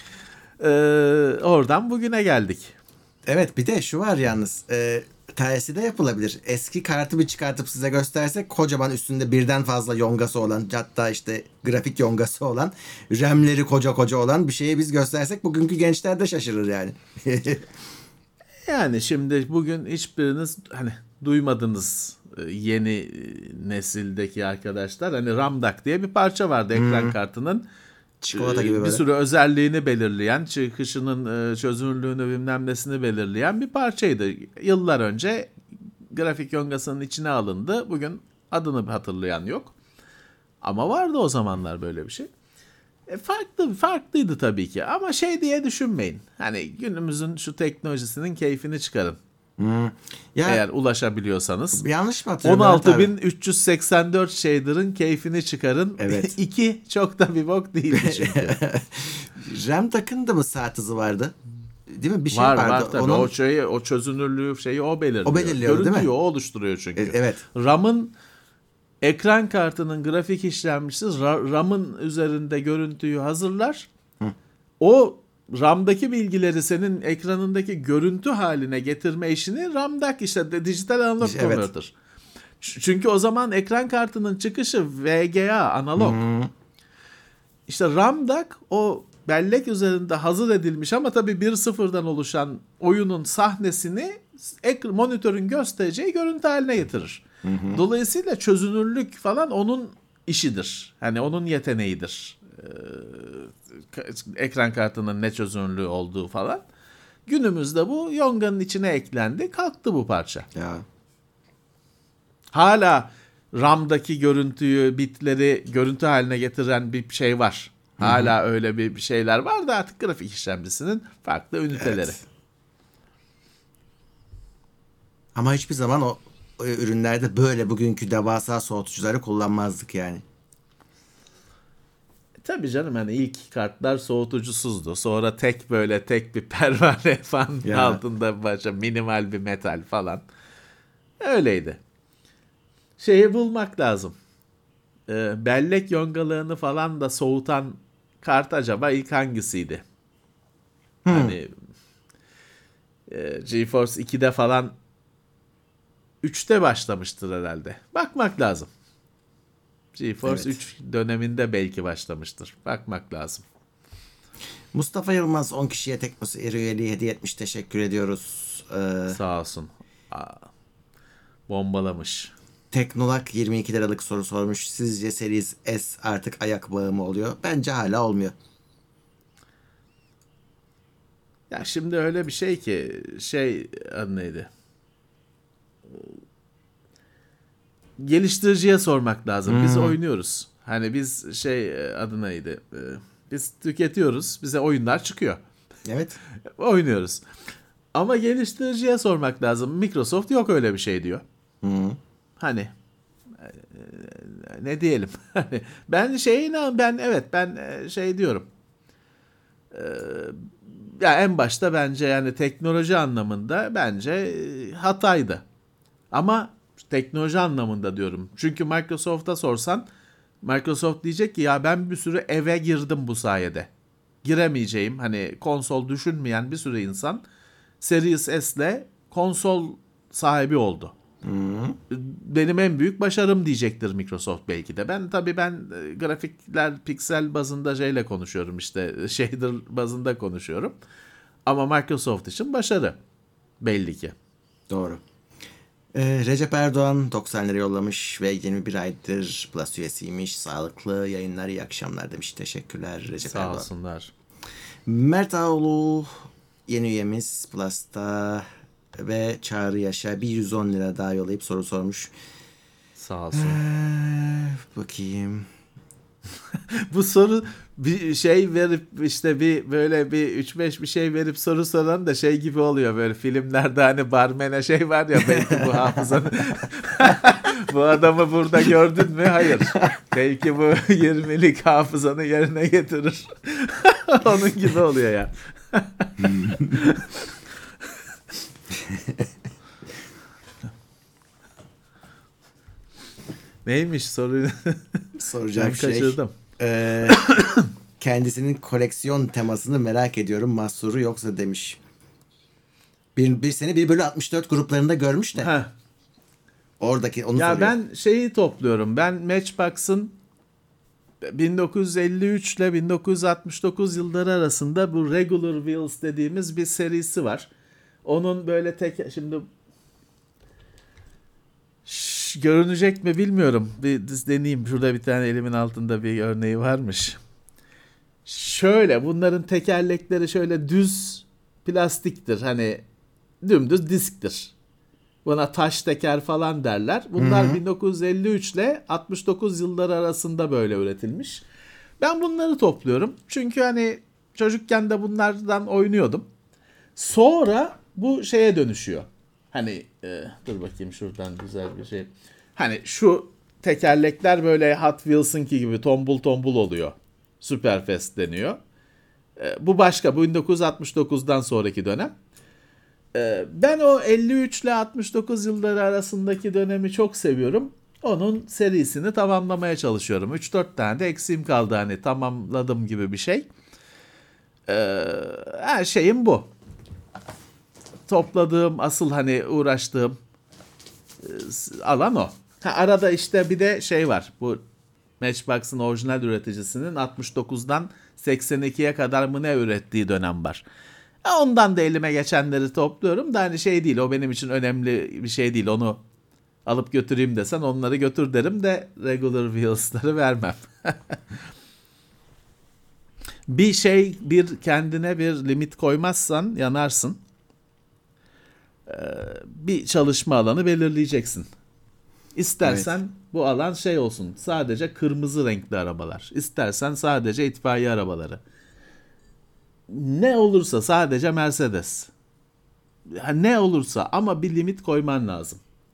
Oradan bugüne geldik. Evet, bir de şu var yalnız. Tersi de yapılabilir. Eski kartı bir çıkartıp size göstersek kocaman üstünde birden fazla yongası olan, hatta işte grafik yongası olan, RAM'leri koca olan bir şeyi biz göstersek bugünkü gençler de şaşırır yani. Yani şimdi bugün hiçbiriniz hani duymadınız yeni nesildeki arkadaşlar. Hani RAM DAC diye bir parça vardı ekran kartının. Çikolata gibi Bir böyle. sürü özelliğini belirleyen, çıkışının çözünürlüğünü bilmem nesini belirleyen bir parçaydı. Yıllar önce grafik yongasının içine alındı. Bugün adını hatırlayan yok. Ama vardı o zamanlar böyle bir şey. Farklıydı tabii ki. Ama şey diye düşünmeyin. Hani günümüzün şu teknolojisinin keyfini çıkarın. Ya Eğer ulaşabiliyorsanız. yanlış mı hatırlıyorum? Mehmet abi? 16.384 shader'ın keyfini çıkarın. Evet. 2 çok da bir bok değildi çünkü. RAM takında mı saat hızı vardı? Değil mi? Bir şey var vardı. tabii. Onun... O çözünürlüğü şeyi o belirliyor. O belirliyor, değil mi? Görüntüyü o oluşturuyor çünkü. Evet. RAM'ın ekran kartının grafik işlemcisi RAM'ın üzerinde görüntüyü hazırlar. O RAM'daki bilgileri senin ekranındaki görüntü haline getirme işini RAM DAC işte dijital analog Evet. converter. Çünkü o zaman ekran kartının çıkışı VGA analog. İşte RAM DAC o bellek üzerinde hazır edilmiş ama tabii 1-0'dan oluşan oyunun sahnesini monitörün göstereceği görüntü haline getirir. Dolayısıyla çözünürlük falan onun işidir. Hani onun yeteneğidir. Ekran kartının ne çözünürlüğü olduğu falan. Günümüzde bu yonganın içine eklendi. Kalktı bu parça. Ya. Hala RAM'daki görüntüyü, bitleri görüntü haline getiren bir şey var. Hala öyle bir şeyler var da artık grafik işlemcisinin farklı üniteleri. Evet. Ama hiçbir zaman o ürünlerde böyle bugünkü devasa soğutucuları kullanmazdık yani. Tabii canım hani ilk kartlar soğutucusuzdu. Sonra tek bir pervane fan Ya. altında başa minimal bir metal falan. Öyleydi. Şeyi bulmak lazım. Bellek yongalarını falan da soğutan kart acaba ilk hangisiydi? Hani GeForce 2'de falan 3'te başlamıştır herhalde. Bakmak lazım. GeForce Evet. 3 döneminde belki başlamıştır. Bakmak lazım. Mustafa Yılmaz 10 kişiye Teknoseyir üyeliği hediye etmiş. Teşekkür ediyoruz. Sağ olsun. Bombalamış. Teknolak 22 liralık soru sormuş. Sizce Series S artık ayak bağı mı oluyor? Bence hala olmuyor. Ya şimdi öyle bir şey ki adı neydi? Geliştiriciye sormak lazım. Biz oynuyoruz. Hani biz adı neydi? Biz tüketiyoruz. Bize oyunlar çıkıyor. Evet. Oynuyoruz. Ama geliştiriciye sormak lazım. Microsoft yok öyle bir şey diyor. Hani ne diyelim? Hani ben diyorum. Ya en başta bence yani teknoloji anlamında bence hataydı. Ama teknoloji anlamında diyorum. Çünkü Microsoft'a sorsan Microsoft diyecek ki ya ben bir sürü eve girdim bu sayede. Giremeyeceğim hani konsol düşünmeyen bir sürü insan Series S'le konsol sahibi oldu. Benim en büyük başarım diyecektir Microsoft belki de. Ben grafikler piksel bazında konuşuyorum işte shader bazında konuşuyorum. Ama Microsoft için başarı belli ki. Doğru. Recep Erdoğan 90 lira yollamış ve 21 aydır Plus üyesiymiş. Sağlıklı yayınlar, iyi akşamlar demiş. Teşekkürler Recep Erdoğan. Sağ olsunlar. Mert Ağoğlu yeni üyemiz Plus'ta ve Çağrı Yaşar bir 110 lira daha yollayıp soru sormuş. Sağ olsun. Bakayım. Bu soru bir şey verip işte bir böyle bir 3-5 bir şey verip soru soran da gibi oluyor böyle filmlerde hani barmene var ya belki bu hafızanı bu adamı burada gördün mü? Hayır. Belki bu 20'lik hafızanı yerine getirir. Onun gibi oluyor ya. Neymiş soruyu? Soracak Ben kaçırdım. Kendisinin koleksiyon temasını merak ediyorum. Mahsuru yoksa demiş. Bir seni 1/64 gruplarında görmüş de. Heh. Oradaki onu Ya soruyor. ben topluyorum. Ben Matchbox'ın 1953 ile 1969 yılları arasında bu Regular Wheels dediğimiz bir serisi var. Onun böyle şimdi görünecek mi bilmiyorum. Bir deneyeyim. Şurada bir tane elimin altında bir örneği varmış. Şöyle, bunların tekerlekleri şöyle düz plastiktir. Hani dümdüz disktir. Buna taş teker falan derler. Bunlar 1953 ile 69 yılları arasında böyle üretilmiş. Ben bunları topluyorum. Çünkü hani çocukken de bunlardan oynuyordum. Sonra bu şeye dönüşüyor. Hani dur bakayım şuradan güzel bir şey. Hani şu tekerlekler böyle Hot Wheels'ınki gibi tombul tombul oluyor. Superfast deniyor. Bu başka. Bu 1969'dan sonraki dönem. Ben o 53 ile 69 yılları arasındaki dönemi çok seviyorum. Onun serisini tamamlamaya çalışıyorum. 3-4 tane de eksiğim kaldı, hani tamamladım gibi bir şey. Her şeyim bu. Topladığım, asıl hani uğraştığım alan o. Arada işte bir de şey var. Bu Matchbox'ın orijinal üreticisinin 69'dan 82'ye kadar mı ne ürettiği dönem var. Ondan da elime geçenleri topluyorum da hani şey değil, o benim için önemli bir şey değil. Onu alıp götüreyim desen onları götür derim de regular wheels'ları vermem. Bir kendine bir limit koymazsan yanarsın. Bir çalışma alanı belirleyeceksin. İstersen bu alan şey olsun, sadece kırmızı renkli arabalar. İstersen sadece itfaiye arabaları. Ne olursa, sadece Mercedes. Ne olursa, ama bir limit koyman lazım.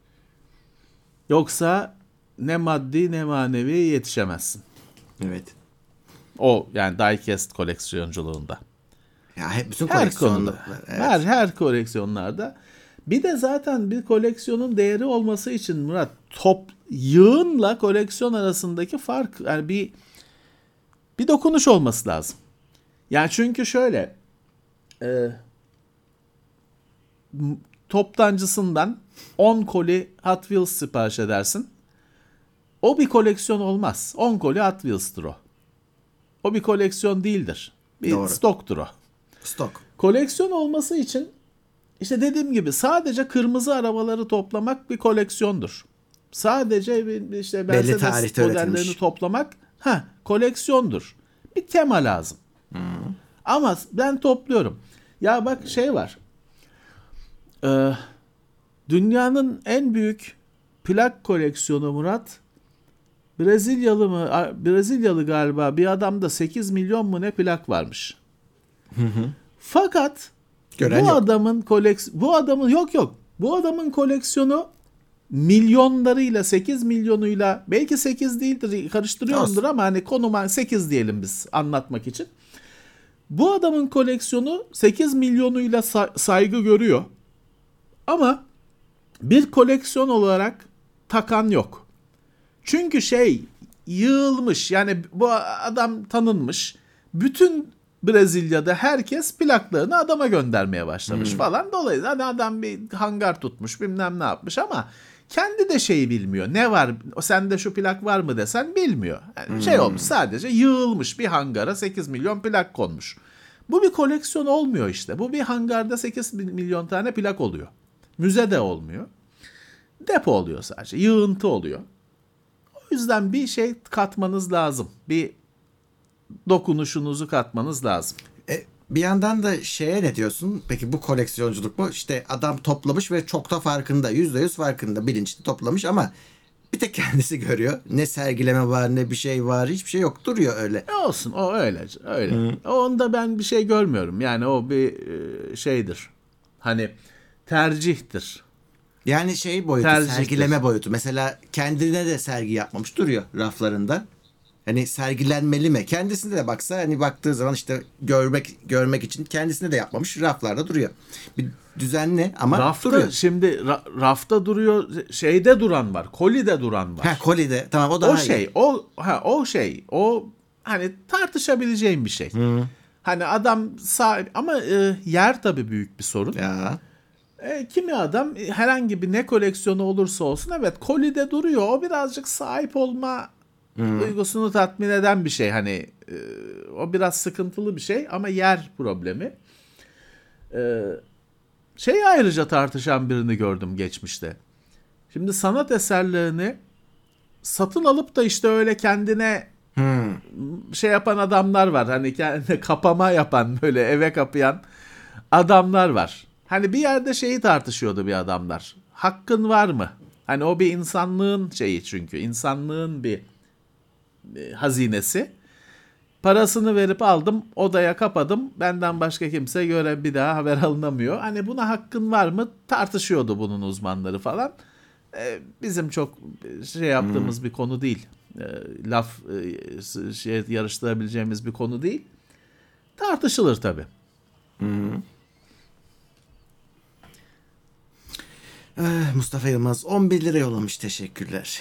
Yoksa ne maddi ne manevi yetişemezsin. Evet. O yani diecast koleksiyonculuğunda. Ya hep bütün Her koleksiyonlar. konuda. Evet. Her koleksiyonlarda. Bir de zaten bir koleksiyonun değeri olması için Murat, yığınla koleksiyon arasındaki fark, yani bir dokunuş olması lazım. Yani çünkü şöyle toptancısından 10 koli Hot Wheels sipariş edersin. O bir koleksiyon olmaz. 10 koli Hot Wheels'tır o. O bir koleksiyon değildir. Bir Doğru. stoktur o. Stok. Koleksiyon olması için işte dediğim gibi sadece kırmızı arabaları toplamak bir koleksiyondur. Sadece işte Mercedes tarihte modellerini üretilmiş. toplamak koleksiyondur. Bir tema lazım. Ama ben topluyorum. Ya bak şey var. Dünyanın en büyük plak koleksiyonu Murat, Brezilyalı galiba bir adamda 8 milyon mu ne plak varmış. Fakat Gören bu yok. adamın bu adamın koleksiyonu milyonlarıyla, 8 milyonuyla, belki 8 değildir, karıştırıyorumdur ama hani konuma 8 diyelim biz anlatmak için. Bu adamın koleksiyonu 8 milyonuyla saygı görüyor. Ama bir koleksiyon olarak takan yok. Çünkü yığılmış. Yani bu adam tanınmış. Bütün Brezilya'da herkes plaklarını adama göndermeye başlamış falan. Dolayısıyla hani adam bir hangar tutmuş, bilmem ne yapmış ama kendi de bilmiyor. Ne var? Sende şu plak var mı desen bilmiyor. Yani olmuş, sadece yığılmış bir hangara 8 milyon plak konmuş. Bu bir koleksiyon olmuyor işte. Bu bir hangarda 8 milyon tane plak oluyor. Müzede olmuyor. Depo oluyor sadece. Yığıntı oluyor. O yüzden bir şey katmanız lazım. Bir dokunuşunuzu katmanız lazım. Bir yandan da ne diyorsun? Peki bu koleksiyonculuk mu? İşte adam toplamış ve çok da farkında. %100 farkında. Bilinçli toplamış ama bir tek kendisi görüyor. Ne sergileme var, ne bir şey var. Hiçbir şey yok. Duruyor öyle. Olsun, o öyle. Onda ben bir şey görmüyorum. Yani o bir şeydir. Hani tercihtir. Yani boyutu, Tercihtir. sergileme boyutu. Mesela kendine de sergi yapmamış. Duruyor raflarında. Hani sergilenmeli mi? Kendisine de baksa, hani baktığı zaman işte görmek için kendisine de yapmamış. Raflarda duruyor. Bir düzenli ama duruyor. Şimdi rafta duruyor. Şeyde duran var. Kolide duran var. Kolide. Tamam, o daha iyi. O hani tartışabileceğim bir şey. Hani adam sahip ama yer tabii büyük bir sorun. Ya. Kimi adam herhangi bir ne koleksiyonu olursa olsun kolide duruyor. O birazcık sahip olma duygusunu tatmin eden bir şey. Hani o biraz sıkıntılı bir şey ama yer problemi. Ayrıca tartışan birini gördüm geçmişte. Şimdi sanat eserlerini satın alıp da işte öyle kendine şey yapan adamlar var. Hani kendine kapama yapan, böyle eve kapayan adamlar var. Hani bir yerde şeyi tartışıyordu bir adamlar. Hakkın var mı? Hani o bir insanlığın şeyi, çünkü insanlığın bir hazinesi. Parasını verip aldım, odaya kapadım. Benden başka kimse göre bir daha haber alınamıyor. Hani buna hakkın var mı? Tartışıyordu bunun uzmanları falan. Bizim çok şey yaptığımız bir konu değil. Laf şey yarıştırabileceğimiz bir konu değil. Tartışılır tabii. Mustafa Yılmaz 11 lira yollamış, teşekkürler.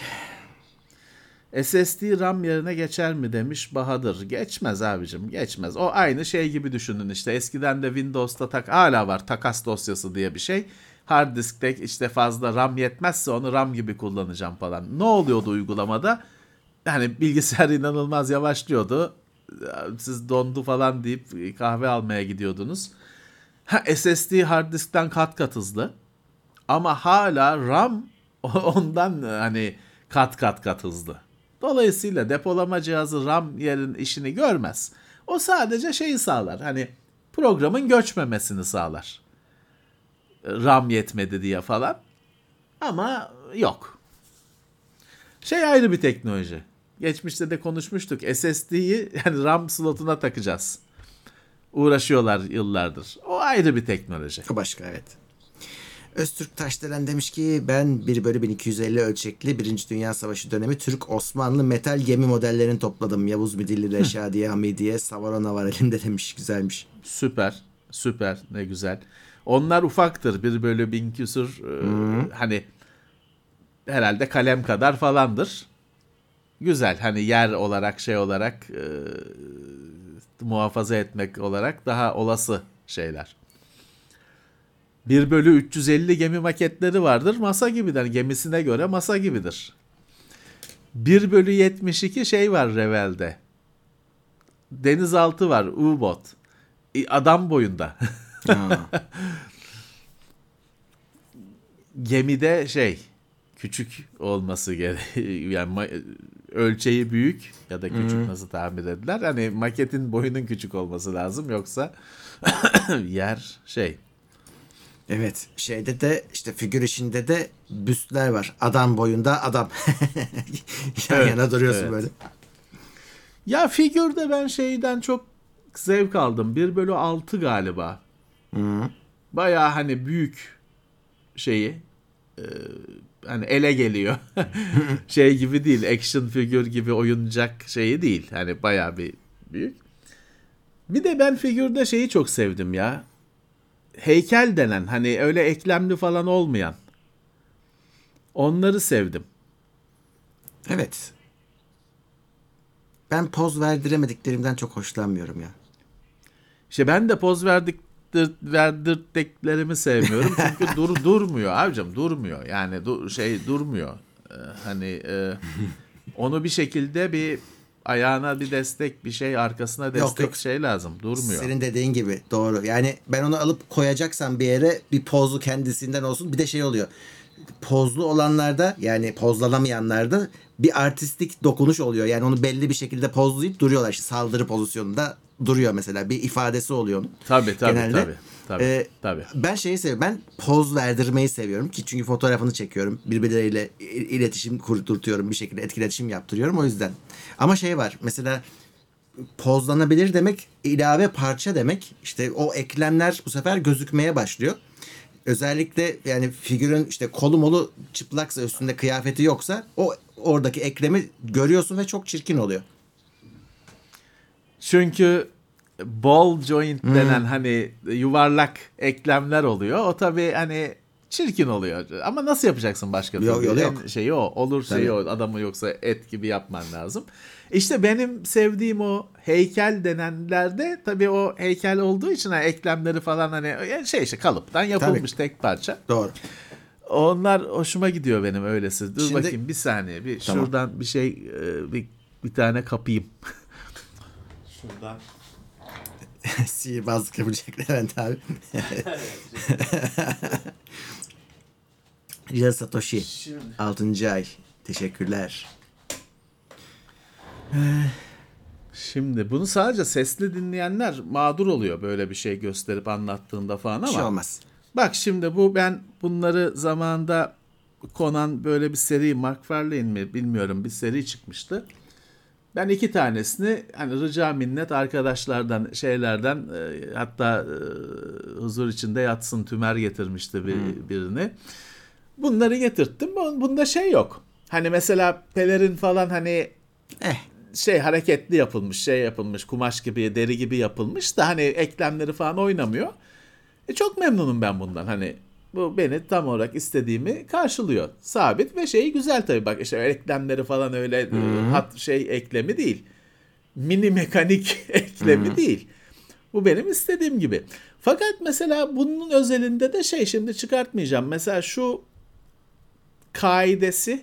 SSD RAM yerine geçer mi demiş Bahadır. Geçmez abicim, geçmez. O aynı şey gibi düşünün işte. Eskiden de Windows'ta hala var takas dosyası diye bir şey. Hard diskte işte fazla RAM yetmezse onu RAM gibi kullanacağım falan. Ne oluyordu uygulamada? Yani bilgisayar inanılmaz yavaşlıyordu. Siz dondu falan deyip kahve almaya gidiyordunuz. SSD hard diskten kat kat hızlı. Ama hala RAM ondan hani kat hızlı. Dolayısıyla depolama cihazı RAM yerin işini görmez. O sadece şeyi sağlar. Hani programın göçmemesini sağlar. RAM yetmedi diye falan. Ama yok. Şey ayrı bir teknoloji. Geçmişte de konuşmuştuk. SSD'yi yani RAM slotuna takacağız. Uğraşıyorlar yıllardır. O ayrı bir teknoloji. O başka, evet. Öztürk Taşdelen demiş ki ben 1/1250 ölçekli 1. Dünya Savaşı dönemi Türk Osmanlı metal gemi modellerini topladım. Yavuz Midilli, Reşadiye, Hamidiye, Savarona var elimde demiş. Güzelmiş. Süper, ne güzel. Onlar ufaktır. 1/1000 küsur hani herhalde kalem kadar falandır. Güzel, hani yer olarak şey olarak muhafaza etmek olarak daha olası şeyler. 1/350 gemi maketleri vardır. Masa gibidir. Gemisine göre masa gibidir. 1/72 şey var Revel'de. Denizaltı var. U-boat. Adam boyunda. Gemide şey küçük olması gerekiyor. Yani ölçeği büyük ya da küçük nasıl tahmin ediler. Hani maketin boyunun küçük olması lazım. Yoksa yer şey. Evet, şeyde de işte figür işinde de büstler var. Adam boyunda adam. Yan yana duruyorsun böyle. Ya figürde ben şeyden çok zevk aldım. 1/6 galiba. Bayağı hani büyük şeyi hani ele geliyor. Şey gibi değil. Action figür gibi oyuncak şeyi değil. Hani bayağı bir büyük. Bir de ben figürde şeyi çok sevdim ya. Heykel denen, hani öyle eklemli falan olmayan. Onları sevdim. Evet. Ben poz verdiremediklerimden çok hoşlanmıyorum ya. İşte ben de poz verdirdiklerimi sevmiyorum. Çünkü durmuyor abicim, durmuyor. Yani durmuyor. Hani onu bir şekilde bir ayağına bir destek, bir şey arkasına destek Yok. şey lazım. Durmuyor. Senin dediğin gibi doğru. Yani ben onu alıp koyacaksam bir yere bir pozlu kendisinden olsun. Bir de şey oluyor. Pozlu olanlarda, yani pozlanamayanlarda bir artistik dokunuş oluyor. Yani onu belli bir şekilde pozlayıp duruyorlar. İşte saldırı pozisyonunda duruyor mesela. Bir ifadesi oluyor onun. Tabii. Genelde. Tabii. Ben şeyi seviyorum. Ben poz verdirmeyi seviyorum ki çünkü fotoğrafını çekiyorum. Birbirleriyle iletişim kurdurtuyorum. Bir şekilde etkileşim yaptırıyorum o yüzden. Ama şey var. Mesela pozlanabilir demek ilave parça demek. İşte o eklemler bu sefer gözükmeye başlıyor. Özellikle yani figürün işte kolu molu çıplaksa, üstünde kıyafeti yoksa o oradaki eklemi görüyorsun ve çok çirkin oluyor. Çünkü ball joint denen hani yuvarlak eklemler oluyor. O tabii hani çirkin oluyor. Ama nasıl yapacaksın başka türlü? Yok. Şeyi o. Olur şeyi o. Adamı yoksa et gibi yapman lazım. İşte benim sevdiğim o heykel denenlerde tabii o heykel olduğu için eklemleri falan hani şey işte kalıptan yapılmış tek parça. Doğru. Onlar hoşuma gidiyor benim öylesi. Dur Şimdi, bakayım bir saniye. Bir tamam. Şuradan bir şey bir tane kapayım. Şuradan. Sihirbazlık yapacak Levent abi. Real Satoshi. Şimdi. 6. ay. Teşekkürler. Şimdi bunu sadece sesli dinleyenler mağdur oluyor böyle bir şey gösterip anlattığında falan Bir şey ama olmaz. bak şimdi ben bunları zamanında Conan böyle bir seri, McFarlane mi bilmiyorum, bir seri çıkmıştı. Ben 2 tanesini hani rica minnet arkadaşlardan şeylerden hatta huzur içinde yatsın Tümer getirmişti birini. Bunları getirttim. Bunda şey yok. Hani mesela pelerin falan hani şey hareketli yapılmış, şey yapılmış, kumaş gibi, deri gibi yapılmış da hani eklemleri falan oynamıyor. Çok memnunum ben bundan. Hani bu beni tam olarak istediğimi karşılıyor. Sabit ve şeyi güzel tabii. Bak işte eklemleri falan öyle eklemi değil. Mini mekanik eklemi değil. Bu benim istediğim gibi. Fakat mesela bunun özelinde de şimdi çıkartmayacağım. Mesela şu kaidesi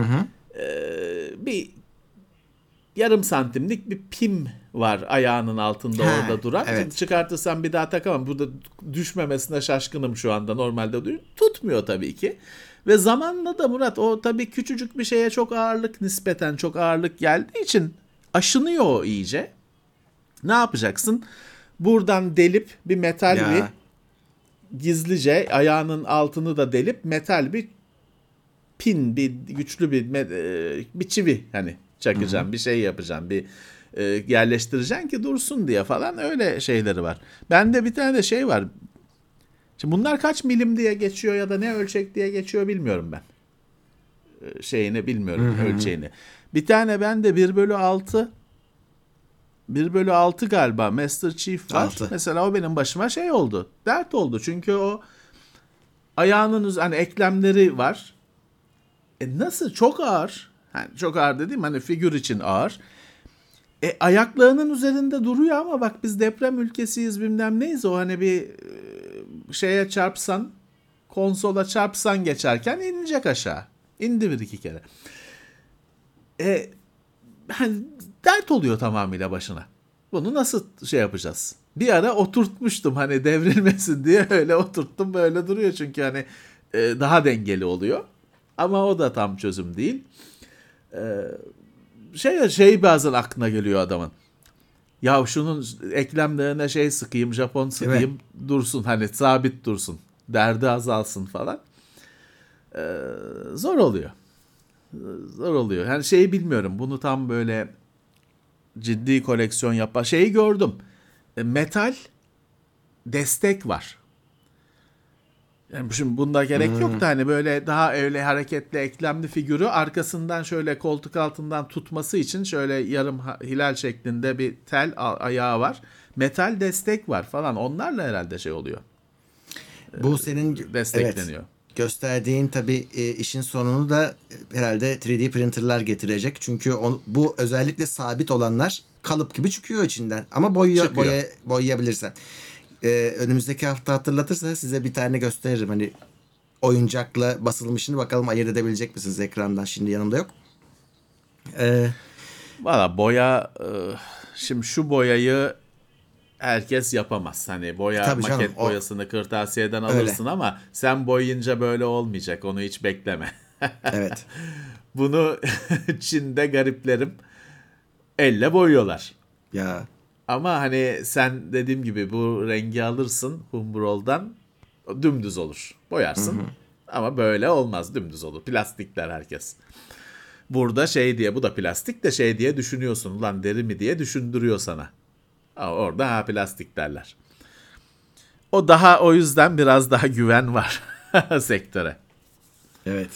bir yarım santimlik bir pim var ayağının altında orada duran. Evet. Şimdi çıkartırsam bir daha takamam. Burada düşmemesine şaşkınım şu anda. Normalde tutmuyor tabii ki. Ve zamanla da Murat o tabii küçücük bir şeye nispeten çok ağırlık geldiği için aşınıyor o iyice. Ne yapacaksın? Buradan delip bir metal bir gizlice ayağının altını da delip metal bir pin, bir güçlü bir çivi hani çakacağım, bir şey yapacağım, bir yerleştireceğim ki dursun diye falan, öyle şeyleri var. Bende bir tane de şey var. Şimdi bunlar kaç milim diye geçiyor ya da ne ölçek diye geçiyor bilmiyorum ben. Şeyini bilmiyorum, ölçeğini. Bir tane bende 1/6 galiba Master Chief var. 6. Mesela o benim başıma şey oldu. Dert oldu çünkü o ayağının hani eklemleri var. Nasıl çok ağır. Yani çok ağır dediğim hani figür için ağır. Ayaklarının üzerinde duruyor ama bak biz deprem ülkesiyiz bilmem neyiz, o hani bir şeye çarpsan, konsola çarpsan geçerken inecek aşağı. İndi 1-2 kere. Hani dert oluyor tamamıyla başına. Bunu nasıl şey yapacağız? Bir ara oturtmuştum hani devrilmesin diye, öyle oturttum, böyle duruyor çünkü hani daha dengeli oluyor. Ama o da tam çözüm değil. Bazen aklına geliyor adamın. Ya şunun eklemlerine sıkayım, Japon sıkayım, dursun hani sabit dursun. Derdi azalsın falan. Zor oluyor. Zor oluyor. Yani bilmiyorum. Bunu tam böyle ciddi koleksiyon yapan şeyi gördüm. Metal destek var. Yani şimdi bunda gerek yok da hani böyle daha öyle hareketli eklemli figürü arkasından şöyle koltuk altından tutması için şöyle yarım hilal şeklinde bir tel ayağı var. Metal destek var falan. Onlarla herhalde oluyor. Bu senin destekleniyor. Gösterdiğin tabii işin sonunu da herhalde 3D printerlar getirecek. Çünkü bu özellikle sabit olanlar kalıp gibi çıkıyor içinden. Ama boyayabilirsen. Önümüzdeki hafta hatırlatırsa size bir tane gösteririm. Hani oyuncakla basılmışını bakalım ayırt edebilecek misiniz ekrandan? Şimdi yanımda yok. Valla boya şimdi şu boyayı herkes yapamaz. Hani Tabii maket canım, boyasını kırtasiyeden alırsın öyle. Ama sen boyayınca böyle olmayacak. Onu hiç bekleme. Evet. Bunu Çin'de gariplerim elle boyuyorlar. Ya. Ama hani sen dediğim gibi bu rengi alırsın Humbrol'dan, dümdüz olur. Boyarsın. Ama böyle olmaz, dümdüz olur. Plastikler herkes. Burada bu da plastik de diye düşünüyorsun. Ulan deri mi diye düşündürüyor sana. Ama orada plastik derler. O yüzden biraz daha güven var sektöre. Evet.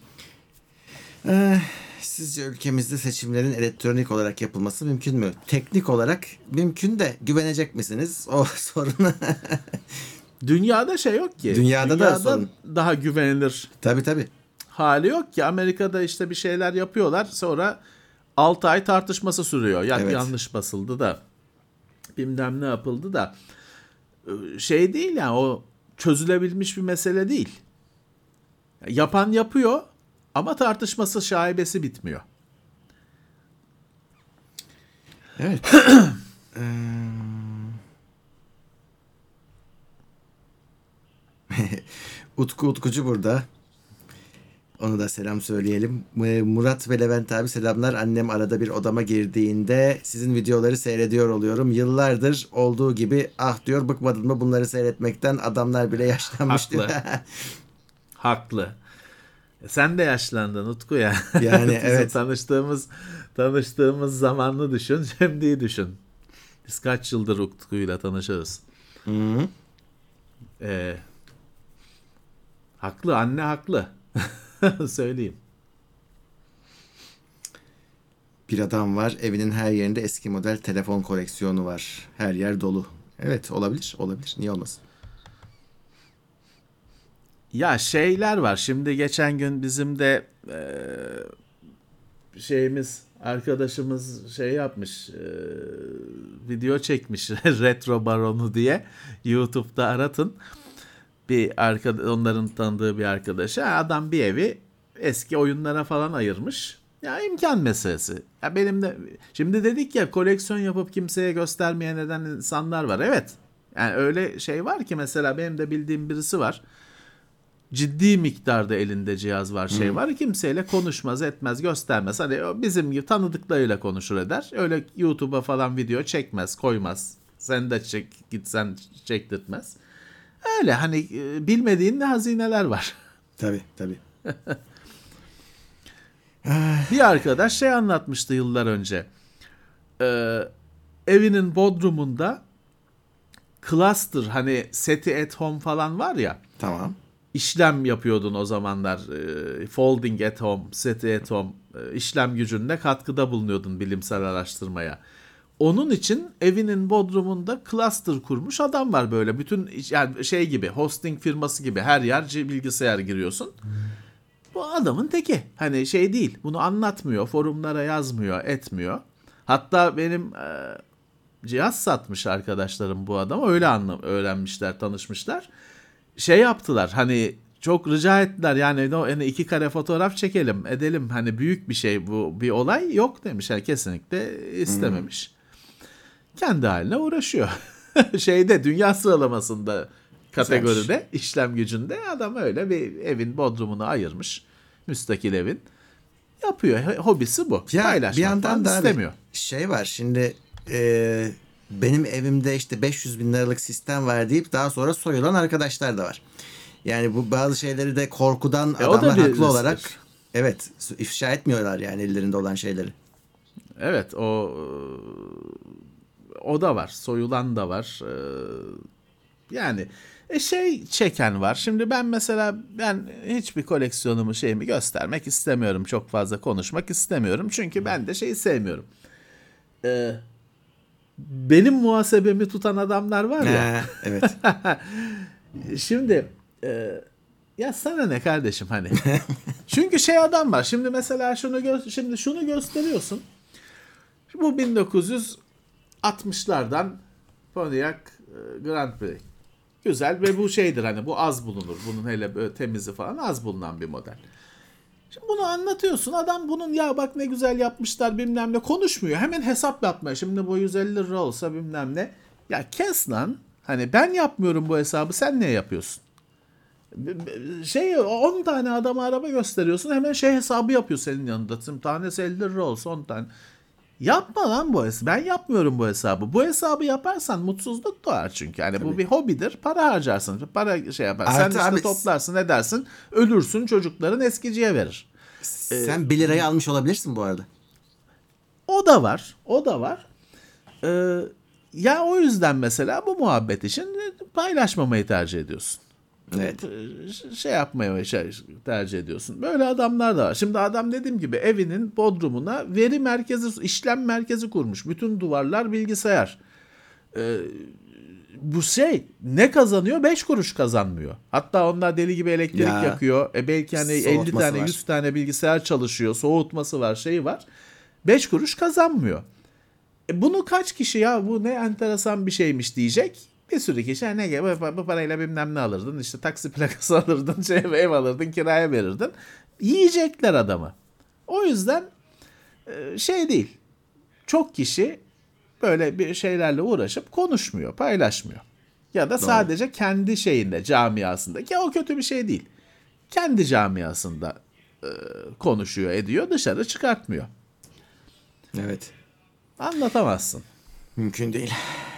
Sizce ülkemizde seçimlerin elektronik olarak yapılması mümkün mü? Teknik olarak mümkün de güvenecek misiniz? O sorun. Dünyada yok ki. Dünyada da sorun. Daha güvenilir. Tabii. Hali yok ki. Amerika'da bir şeyler yapıyorlar. Sonra 6 ay tartışması sürüyor. Evet. Yanlış basıldı da bilmem ne yapıldı da değil yani, o çözülebilmiş bir mesele değil. Yapan yapıyor ama tartışması, şaibesi bitmiyor. Evet. Utkucu burada. Onu da selam söyleyelim. Murat ve Levent abi selamlar. Annem arada bir odama girdiğinde sizin videoları seyrediyor oluyorum. Yıllardır olduğu gibi ah diyor, bıkmadın mı bunları seyretmekten, adamlar bile yaşlanmış diyor. Haklı. Sen de yaşlandın Utku ya. Yani Bizim evet. tanıştığımız zamanını düşün, şimdiyi düşün. Biz kaç yıldır Utku'yla tanışırız. Hı-hı. Haklı, anne haklı. Söyleyeyim. Bir adam var, evinin her yerinde eski model telefon koleksiyonu var. Her yer dolu. Evet, olabilir. Niye olmasın? Ya şeyler var. Şimdi geçen gün bizim de arkadaşımız şey yapmış, video çekmiş Retro Baronu diye. YouTube'da aratın. Onların tanıdığı bir arkadaşı. Adam bir evi eski oyunlara falan ayırmış. Ya imkan meselesi. Ya benim de şimdi dedik ya, koleksiyon yapıp kimseye göstermeyen neden insanlar var. Evet. Yani öyle şey var ki, mesela benim de bildiğim birisi var. Ciddi miktarda elinde cihaz var, şey var. Kimseyle konuşmaz, etmez, göstermez. Hani bizim gibi tanıdıklarıyla konuşur eder. Öyle YouTube'a falan video çekmez, koymaz. Sen de çek, gitsen çektirtmez. Öyle hani bilmediğin de hazineler var. Tabii. Bir arkadaş şey anlatmıştı yıllar önce. Evinin bodrumunda cluster, hani SETI at home falan var ya. Tamam. İşlem yapıyordun o zamanlar. Folding at home, SETI at home işlem gücünde katkıda bulunuyordun bilimsel araştırmaya. Onun için evinin bodrumunda cluster kurmuş adam var böyle. Bütün yani şey gibi, hosting firması gibi her yer bilgisayar giriyorsun. Bu adamın teki. Hani şey değil. Bunu anlatmıyor. Forumlara yazmıyor, etmiyor. Hatta benim cihaz satmış arkadaşlarım bu adama. Öyle öğrenmişler, tanışmışlar. Şey yaptılar. Hani çok rica ettiler. Yani 2 kare fotoğraf çekelim, edelim. Hani büyük bir şey bu, bir olay yok demiş. Yani kesinlikle istememiş. Kendi haline uğraşıyor. Dünya sıralamasında kategoride, güzelmiş. işlem gücünde adam öyle bir evin bodrumunu ayırmış. Müstakil evin. Yapıyor. Hobisi bu. Ya Paylaşmak bir yandan falan da istemiyor. şey var şimdi, benim evimde işte 500 bin liralık sistem var deyip daha sonra soyulan arkadaşlar da var. Yani bu bazı şeyleri de korkudan O da adamlar bir haklı risktir. olarak ifşa etmiyorlar yani ellerinde olan şeyleri. Evet, o da var. Soyulan da var. Yani çeken var. Şimdi ben mesela hiçbir koleksiyonumu göstermek istemiyorum. Çok fazla konuşmak istemiyorum. Çünkü ben de sevmiyorum. Benim muhasebemi tutan adamlar var ya. Evet. Şimdi ya sana ne kardeşim hani. Çünkü adam var. Şimdi mesela şunu gösteriyorsun. Bu 1960'lardan Pontiac Grand Prix. Güzel ve bu hani bu az bulunur. Bunun hele böyle temizi falan az bulunan bir model. Şimdi bunu anlatıyorsun. Adam bunun ya bak ne güzel yapmışlar bilmem ne konuşmuyor. Hemen hesap yapmaya. Şimdi bu 150 lira olsa bilmem ne. Ya kes lan. Hani ben yapmıyorum bu hesabı. Sen ne yapıyorsun? 10 tane adama araba gösteriyorsun. Hemen hesabı yapıyor senin yanında. Tanesi 50 lira olsa 10 tane. Yapma lan bu hesabı. Ben yapmıyorum bu hesabı. Bu hesabı yaparsan mutsuzluk doğar çünkü. Yani bu bir hobidir. Para harcarsın. Para yaparsın. Sen toplarsın edersin. Ölürsün, çocukların eskiciye verir. Sen 1 lirayı almış olabilirsin bu arada. O da var. Ya o yüzden mesela bu muhabbet için paylaşmamayı tercih ediyorsun. Evet. Yapmayı tercih ediyorsun. Böyle adamlar da var. Şimdi adam dediğim gibi evinin bodrumuna veri merkezi, işlem merkezi kurmuş. Bütün duvarlar bilgisayar. Bu ne kazanıyor? 5 kuruş kazanmıyor. Hatta onlar deli gibi elektrik yakıyor. Belki 50 tane 100 tane bilgisayar çalışıyor. Soğutması var, var. 5 kuruş kazanmıyor. Bunu kaç kişi ya bu ne enteresan bir şeymiş diyecek. Bir sürü kişi bu parayla bilmem ne alırdın. İşte taksi plakası alırdın, ev alırdın, kiraya verirdin. Yiyecekler adamı. O yüzden değil. Çok kişi böyle bir şeylerle uğraşıp konuşmuyor, paylaşmıyor. Ya da sadece kendi camiasında. Ki o kötü bir şey değil. Kendi camiasında konuşuyor ediyor, dışarı çıkartmıyor. Evet. Anlatamazsın. Mümkün değil.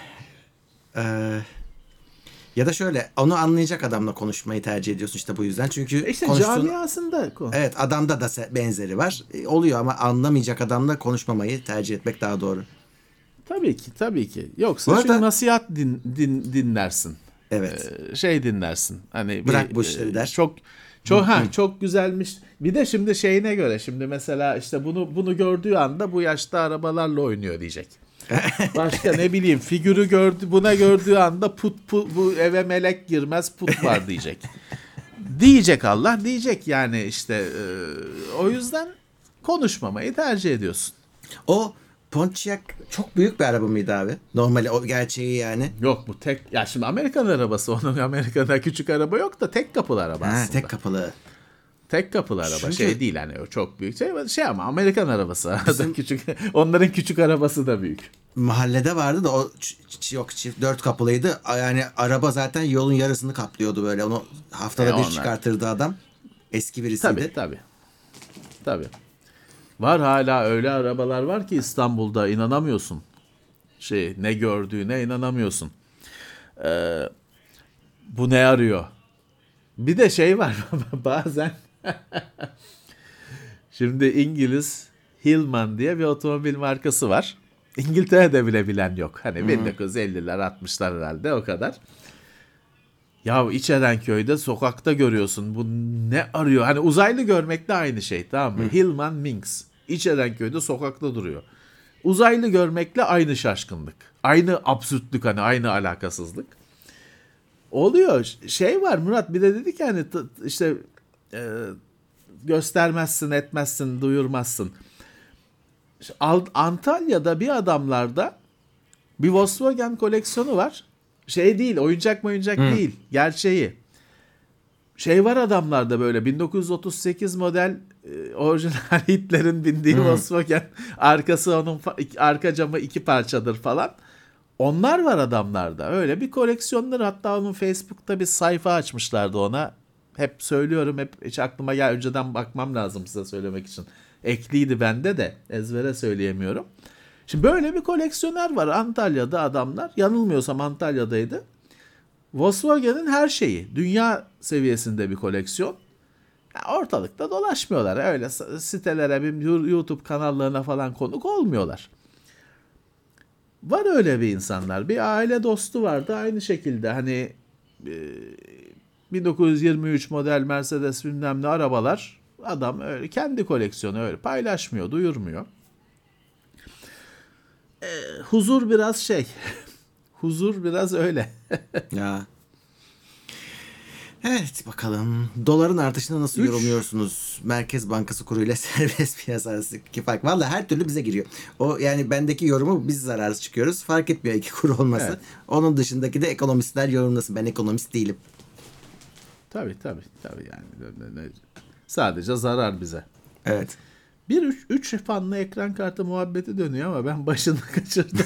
Ya da şöyle, onu anlayacak adamla konuşmayı tercih ediyorsun işte bu yüzden. Çünkü İşte konuştuğun... camiasında. Evet, adamda da benzeri var. Oluyor ama anlamayacak adamla konuşmamayı tercih etmek daha doğru. Tabii ki. Yoksa Bu arada... çünkü nasihat dinlersin. Evet. Dinlersin. Hani bırak bu işleri der. Çok güzelmiş. Bir de şimdi şeyine göre, şimdi mesela işte bunu gördüğü anda bu yaşta arabalarla oynuyor diyecek. Başka ne bileyim, figürü gördüğü anda bu eve melek girmez, put var diyecek. Diyecek Allah, diyecek yani işte o yüzden konuşmamayı tercih ediyorsun. O Pontiac çok büyük bir araba mıydı abi? Normali, o gerçeği yani. Yok, bu tek, ya şimdi Amerikan arabası, onun Amerika'da küçük araba yok da tek kapılı araba aslında. Tek kapılı. Tek kapılı araba. Çünkü... Şey değil hani, o çok büyük şey ama Amerikan arabası. Küçük, onların küçük arabası da büyük. Mahallede vardı da o çift 4 kapılıydı. Yani araba zaten yolun yarısını kaplıyordu böyle. Onu haftada bir çıkartırdı adam. Eski birisiydi. Tabii. Var hala öyle arabalar var ki İstanbul'da, inanamıyorsun. Ne gördüğüne inanamıyorsun. Bu ne arıyor? Bir de şey var bazen. Şimdi İngiliz Hillman diye bir otomobil markası var. İngiltere'de bile bilen yok. Hani 1950'ler 60'lar herhalde, o kadar. Ya İçerenköy'de sokakta görüyorsun. Bu ne arıyor? Hani uzaylı görmekle aynı şey, tamam mı? Hillman Minx. İçerenköy'de sokakta duruyor. Uzaylı görmekle aynı şaşkınlık. Aynı absürtlük, hani aynı alakasızlık. Oluyor. Şey var Murat, bir de dedik yani işte göstermezsin, etmezsin, duyurmazsın. Antalya'da bir adamlarda bir Volkswagen koleksiyonu var. Şey değil, oyuncak değil, gerçeği. Şey var adamlarda böyle 1938 model orijinal Hitler'in bindiği Volkswagen, arkası onun arka camı 2 parçadır falan. Onlar var adamlarda. Öyle bir koleksiyonları, hatta onun Facebook'ta bir sayfa açmışlardı ona. Hep söylüyorum, hep hiç aklıma önceden bakmam lazım size söylemek için. Ekliydi bende de, ezbere söyleyemiyorum. Şimdi böyle bir koleksiyoner var Antalya'da adamlar. Yanılmıyorsam Antalya'daydı. Volkswagen'in her şeyi. Dünya seviyesinde bir koleksiyon. Ortalıkta dolaşmıyorlar. Öyle sitelere, YouTube kanallarına falan konuk olmuyorlar. Var öyle bir insanlar. Bir aile dostu vardı aynı şekilde. Hani 1923 model Mercedes bilmem ne arabalar. Adam öyle kendi koleksiyonu öyle paylaşmıyor, duyurmuyor. Huzur biraz huzur biraz öyle. Ya. Evet, bakalım. Doların artışını nasıl yorumluyorsunuz? Merkez Bankası kuruyla serbest piyasa arasındaki fark. Vallahi her türlü bize giriyor. O yani bendeki yorumu biz zararsız çıkıyoruz. Fark etmiyor iki kur olması. Evet. Onun dışındaki de ekonomistler yorumlasın. Ben ekonomist değilim. Tabii yani. Sadece zarar bize. Evet. Bir 3 fanlı ekran kartı muhabbeti dönüyor ama ben başını kaçırdım.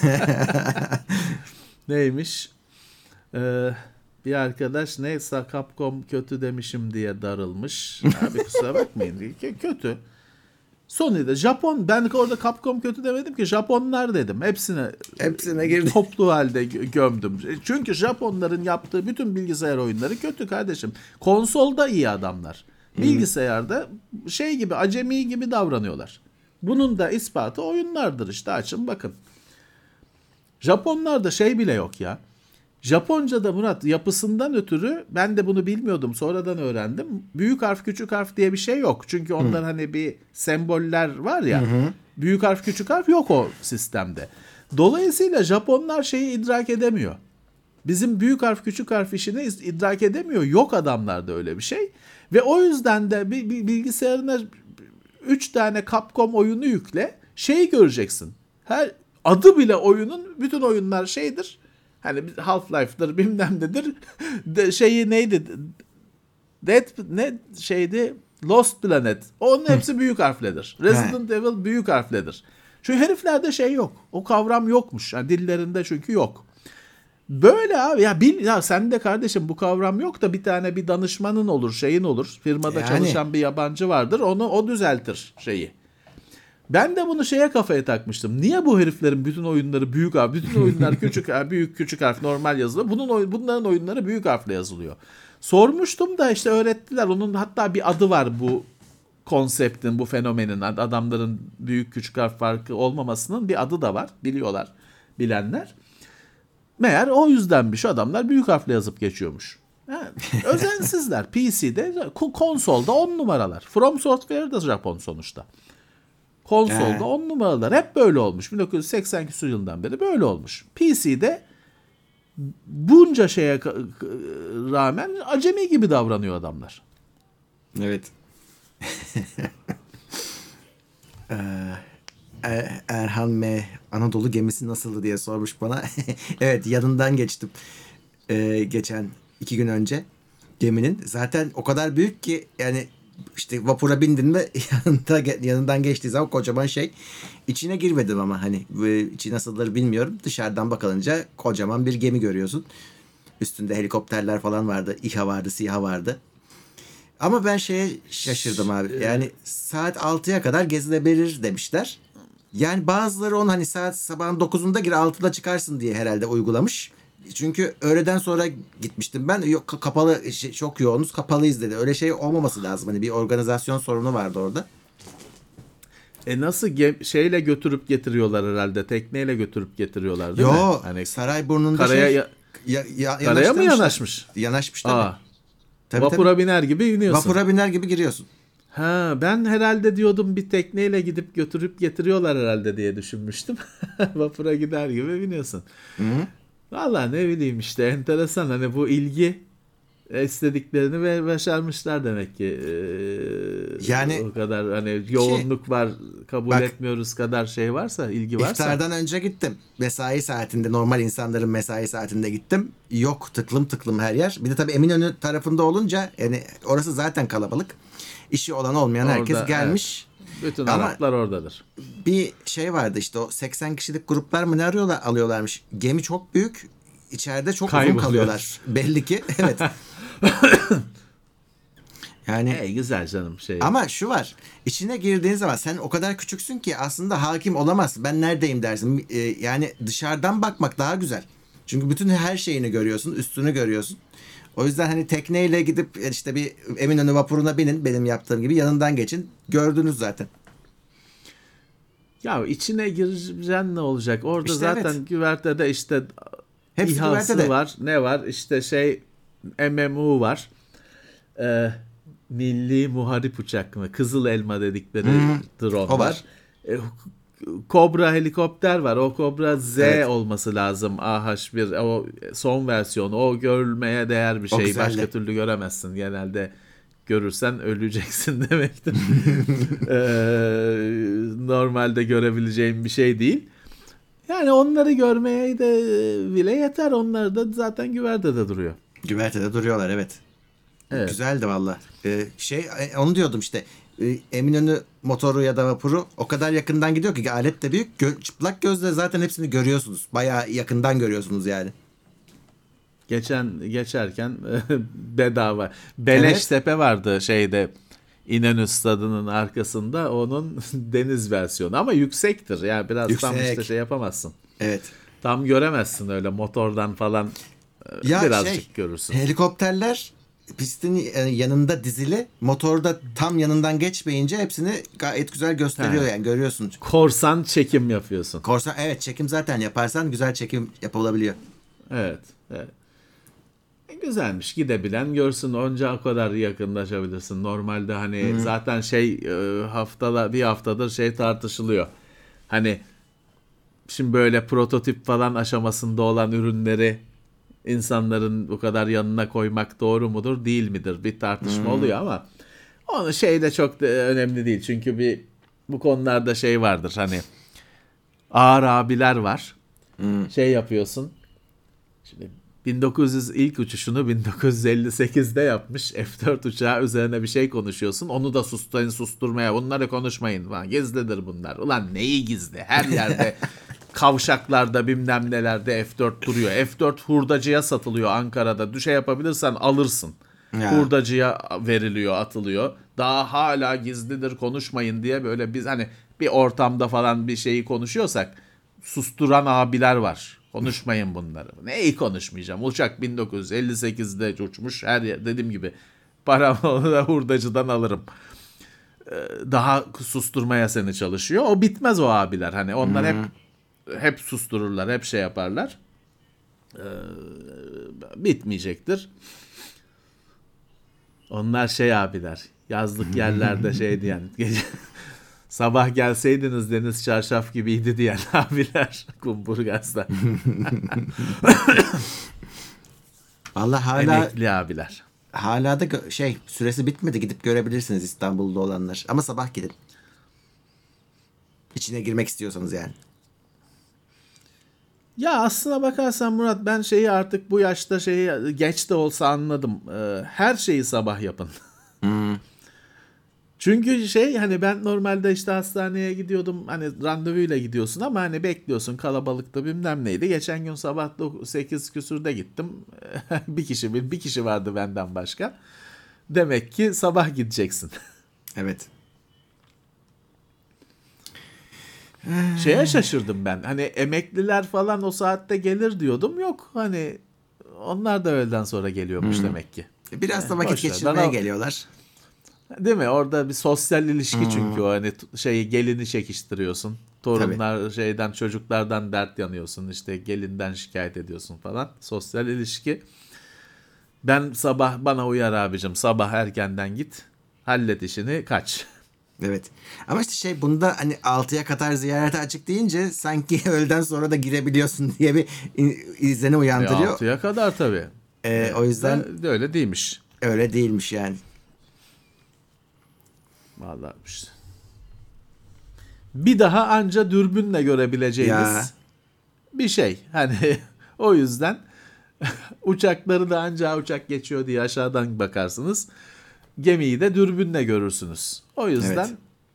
Neymiş? Bir arkadaş neyse Capcom kötü demişim diye darılmış. Abi kusura bakmayın. Kötü. Sony'de Japon, ben orada Capcom kötü demedim ki, Japonlar dedim. Hepsine girdim. Toplu halde gömdüm. Çünkü Japonların yaptığı bütün bilgisayar oyunları kötü kardeşim. Konsolda iyi adamlar. Bilgisayarda şey gibi, acemi gibi davranıyorlar. Bunun da ispatı oyunlardır işte, açın bakın. Japonlarda şey bile yok ya. Japonca'da Murat, yapısından ötürü, ben de bunu bilmiyordum, sonradan öğrendim. Büyük harf küçük harf diye bir şey yok. Çünkü onlar hani bir semboller var ya. Büyük harf küçük harf yok o sistemde. Dolayısıyla Japonlar şeyi idrak edemiyor. Bizim büyük harf küçük harf işini idrak edemiyor. Yok adamlarda öyle bir şey. Ve o yüzden de bir bilgisayarına 3 tane Capcom oyunu yükle, şey göreceksin. Her adı bile oyunun, bütün oyunlar şeydir. Hani Half-Life'dır, bilmem nedir. Şeyi neydi? Lost Planet. Onun hepsi büyük harfledir. Resident Evil büyük harfledir. Çünkü heriflerde şey yok. O kavram yokmuş. Yani dillerinde çünkü yok. Böyle abi ya sen de kardeşim bu kavram yok da bir tane bir danışmanın olur, şeyin olur. Firmada Yani. çalışan bir yabancı vardır. O düzeltir şeyi. Ben de bunu şeye kafaya takmıştım. Niye bu heriflerin bütün oyunları büyük harf, bütün oyunlar küçük büyük küçük harf normal yazılıyor. Bunların oyunları büyük harfle yazılıyor. Sormuştum da işte öğrettiler. Onun hatta bir adı var bu konseptin, bu fenomenin, adamların büyük küçük harf farkı olmamasının bir adı da var. Biliyorlar bilenler. Meğer o yüzdenmiş, adamlar büyük harfle yazıp geçiyormuş. Ha, özensizler. PC'de, konsolda 10 numaralar. From Software da Japon sonuçta. Konsolda 10 numaralar. Hep böyle olmuş. 1980 küsur yılından beri böyle olmuş. PC'de bunca şeye rağmen acemi gibi davranıyor adamlar. Evet. Erhan M. Anadolu gemisi nasıldı diye sormuş bana. Evet, yanından geçtim. Geçen 2 gün önce geminin. Zaten o kadar büyük ki yani işte vapura bindin mi yanından geçtiği zaman kocaman şey. İçine girmedim ama hani içi nasıldır bilmiyorum. Dışarıdan bakılınca kocaman bir gemi görüyorsun. Üstünde helikopterler falan vardı. İHA vardı, SİHA vardı. Ama ben şeye şaşırdım abi. Yani saat 6'ya kadar gezilebilir demişler. Yani bazıları onu hani saat sabahın 9'unda gir 6'da çıkarsın diye herhalde uygulamış. Çünkü öğleden sonra gitmiştim ben. Yok, kapalı, çok yoğunuz, kapalıyız dedi. Öyle şey olmaması lazım. Hani bir organizasyon sorunu vardı orada. Nasıl şeyle götürüp getiriyorlar herhalde. Tekneyle götürüp getiriyorlar değil mi? Hani Sarayburnu'nda karaya karaya mı yanaşmış? Yanaşmış tabii. Tabii, vapura biner gibi iniyorsun. Vapura biner gibi giriyorsun. Ha, ben herhalde diyordum bir tekneyle gidip götürüp getiriyorlar herhalde diye düşünmüştüm. Vapura gider gibi biniyorsun. Hı-hı. Vallahi ne bileyim işte enteresan, hani bu ilgi istediklerini ve başarmışlar demek ki. Yani o kadar hani yoğunluk var, kabul bak, etmiyoruz kadar şey varsa, ilgi varsa. İftardan önce gittim. Mesai saatinde, normal insanların mesai saatinde gittim. Yok, tıklım her yer. Bir de tabii Eminönü tarafında olunca yani orası zaten kalabalık. İşi olan olmayan Orada, herkes gelmiş. Evet. Bütün Araplar oradadır. Bir şey vardı işte, o 80 kişilik gruplar mı ne alıyorlarmış. Gemi çok büyük. İçeride çok uzun kalıyorlar. Belli ki. Evet. Yani güzel canım şey. Ama şu var. İçine girdiğin zaman sen o kadar küçüksün ki aslında hakim olamazsın. Ben neredeyim dersin. Yani dışarıdan bakmak daha güzel. Çünkü bütün her şeyini görüyorsun, üstünü görüyorsun. O yüzden hani tekneyle gidip işte bir Eminönü vapuruna binin, benim yaptığım gibi yanından geçin. Gördünüz zaten. Ya içine gireceksin, ne olacak? Orada İşte zaten evet. Güverte'de işte hepsi İHA'sı güvertede var. Ne var? İşte MMU var. Milli Muharip Uçak mı? Kızıl Elma dedikleri drone o var. Kobra helikopter var. O Kobra Z Evet. olması lazım. AH-1 o son versiyonu. O görülmeye değer bir şey. Başka türlü göremezsin. Genelde görürsen öleceksin demektir. Normalde görebileceğin bir şey değil. Yani onları görmeye de bile yeter. Onlar da zaten güvertede duruyor. Güvertede duruyorlar, evet. Evet. Güzeldi valla. Onu diyordum işte. Eminönü motoru ya da vapuru o kadar yakından gidiyor ki, alet de büyük. Çıplak gözle zaten hepsini görüyorsunuz. Bayağı yakından görüyorsunuz yani. Geçerken bedava. Beleştepe vardı şeyde, İnönü Stadı'nın arkasında, onun deniz versiyonu ama yüksektir. Yani biraz tam işte şey yapamazsın. Evet. Tam göremezsin öyle motordan falan, birazcık görürsün. Helikopterler pistin yanında dizili, motorda tam yanından geçmeyince hepsini gayet güzel gösteriyor yani, görüyorsun. Korsan çekim yapıyorsun. Korsan, evet, çekim zaten yaparsan güzel çekim yapılabiliyor. Evet. Güzelmiş, gidebilen görsün, onca o kadar yakınlaşabilirsin. Normalde hani zaten bir haftadır şey tartışılıyor. Hani şimdi böyle prototip falan aşamasında olan ürünleri insanların bu kadar yanına koymak doğru mudur değil midir? Bir tartışma oluyor ama onu de çok da önemli değil. Çünkü bu konularda şey vardır, hani ağır abiler var. Yapıyorsun. Şimdi 1900 ilk uçuşunu 1958'de yapmış F-4 uçağı üzerine bir şey konuşuyorsun. Onu da susturmaya, bunları konuşmayın falan. Gizlidir bunlar. Ulan neyi gizli? Her yerde kavşaklarda bilmem nelerde F4 duruyor. F4 hurdacıya satılıyor Ankara'da. Düşe yapabilirsen alırsın. Ya. Hurdacıya veriliyor, atılıyor. Daha hala gizlidir, konuşmayın diye böyle biz hani bir ortamda falan bir şeyi konuşuyorsak susturan abiler var. Konuşmayın bunları. Neyi konuşmayacağım? Uçak 1958'de uçmuş. Her yer dediğim gibi paramı da hurdacıdan alırım. Daha susturmaya seni çalışıyor. O bitmez o abiler. Hani onlar hep sustururlar, hep şey yaparlar. Bitmeyecektir. Onlar şey abiler. Yazlık yerlerde şey diyen gece sabah gelseydiniz deniz çarşaf gibiydi diyen abiler Kumburgaz'da. Vallahi hala Emekli abiler. hala da süresi bitmedi, gidip görebilirsiniz İstanbul'da olanlar. Ama sabah gidin. İçine girmek istiyorsanız yani. Ya aslına bakarsan Murat ben şeyi artık bu yaşta şeyi geç de olsa anladım. Her şeyi sabah yapın. Çünkü hani ben normalde işte hastaneye gidiyordum hani randevuyla gidiyorsun ama hani bekliyorsun kalabalıkta bilmem neydi. Geçen gün sabah 8 küsürde gittim. bir kişi vardı benden başka. Demek ki sabah gideceksin. Evet. Şeye şaşırdım ben. Hani emekliler falan o saatte gelir diyordum. Yok hani onlar da öğleden sonra geliyormuş demek ki. Biraz da vakit boş ver. geçirmeye geliyorlar. Değil mi? Orada bir sosyal ilişki çünkü o hani şeyi gelini çekiştiriyorsun. Torunlar şeyden çocuklardan dert yanıyorsun. İşte gelinden şikayet ediyorsun falan. Sosyal ilişki. Ben sabah bana uyar abicim. Sabah erkenden git. Hallet işini kaç. Evet. Ama işte bunda hani 6'ya kadar ziyarete açık deyince sanki öğleden sonra da girebiliyorsun diye bir izlenim uyandırıyor. 6'ya kadar tabii. O yüzden de öyle değilmiş. öyle değilmiş yani. Vallahi işte. Bir daha anca dürbünle görebileceğiniz bir şey. Hani o yüzden uçakları da anca uçak geçiyor diye aşağıdan bakarsınız. Gemiyi de dürbünle görürsünüz. O yüzden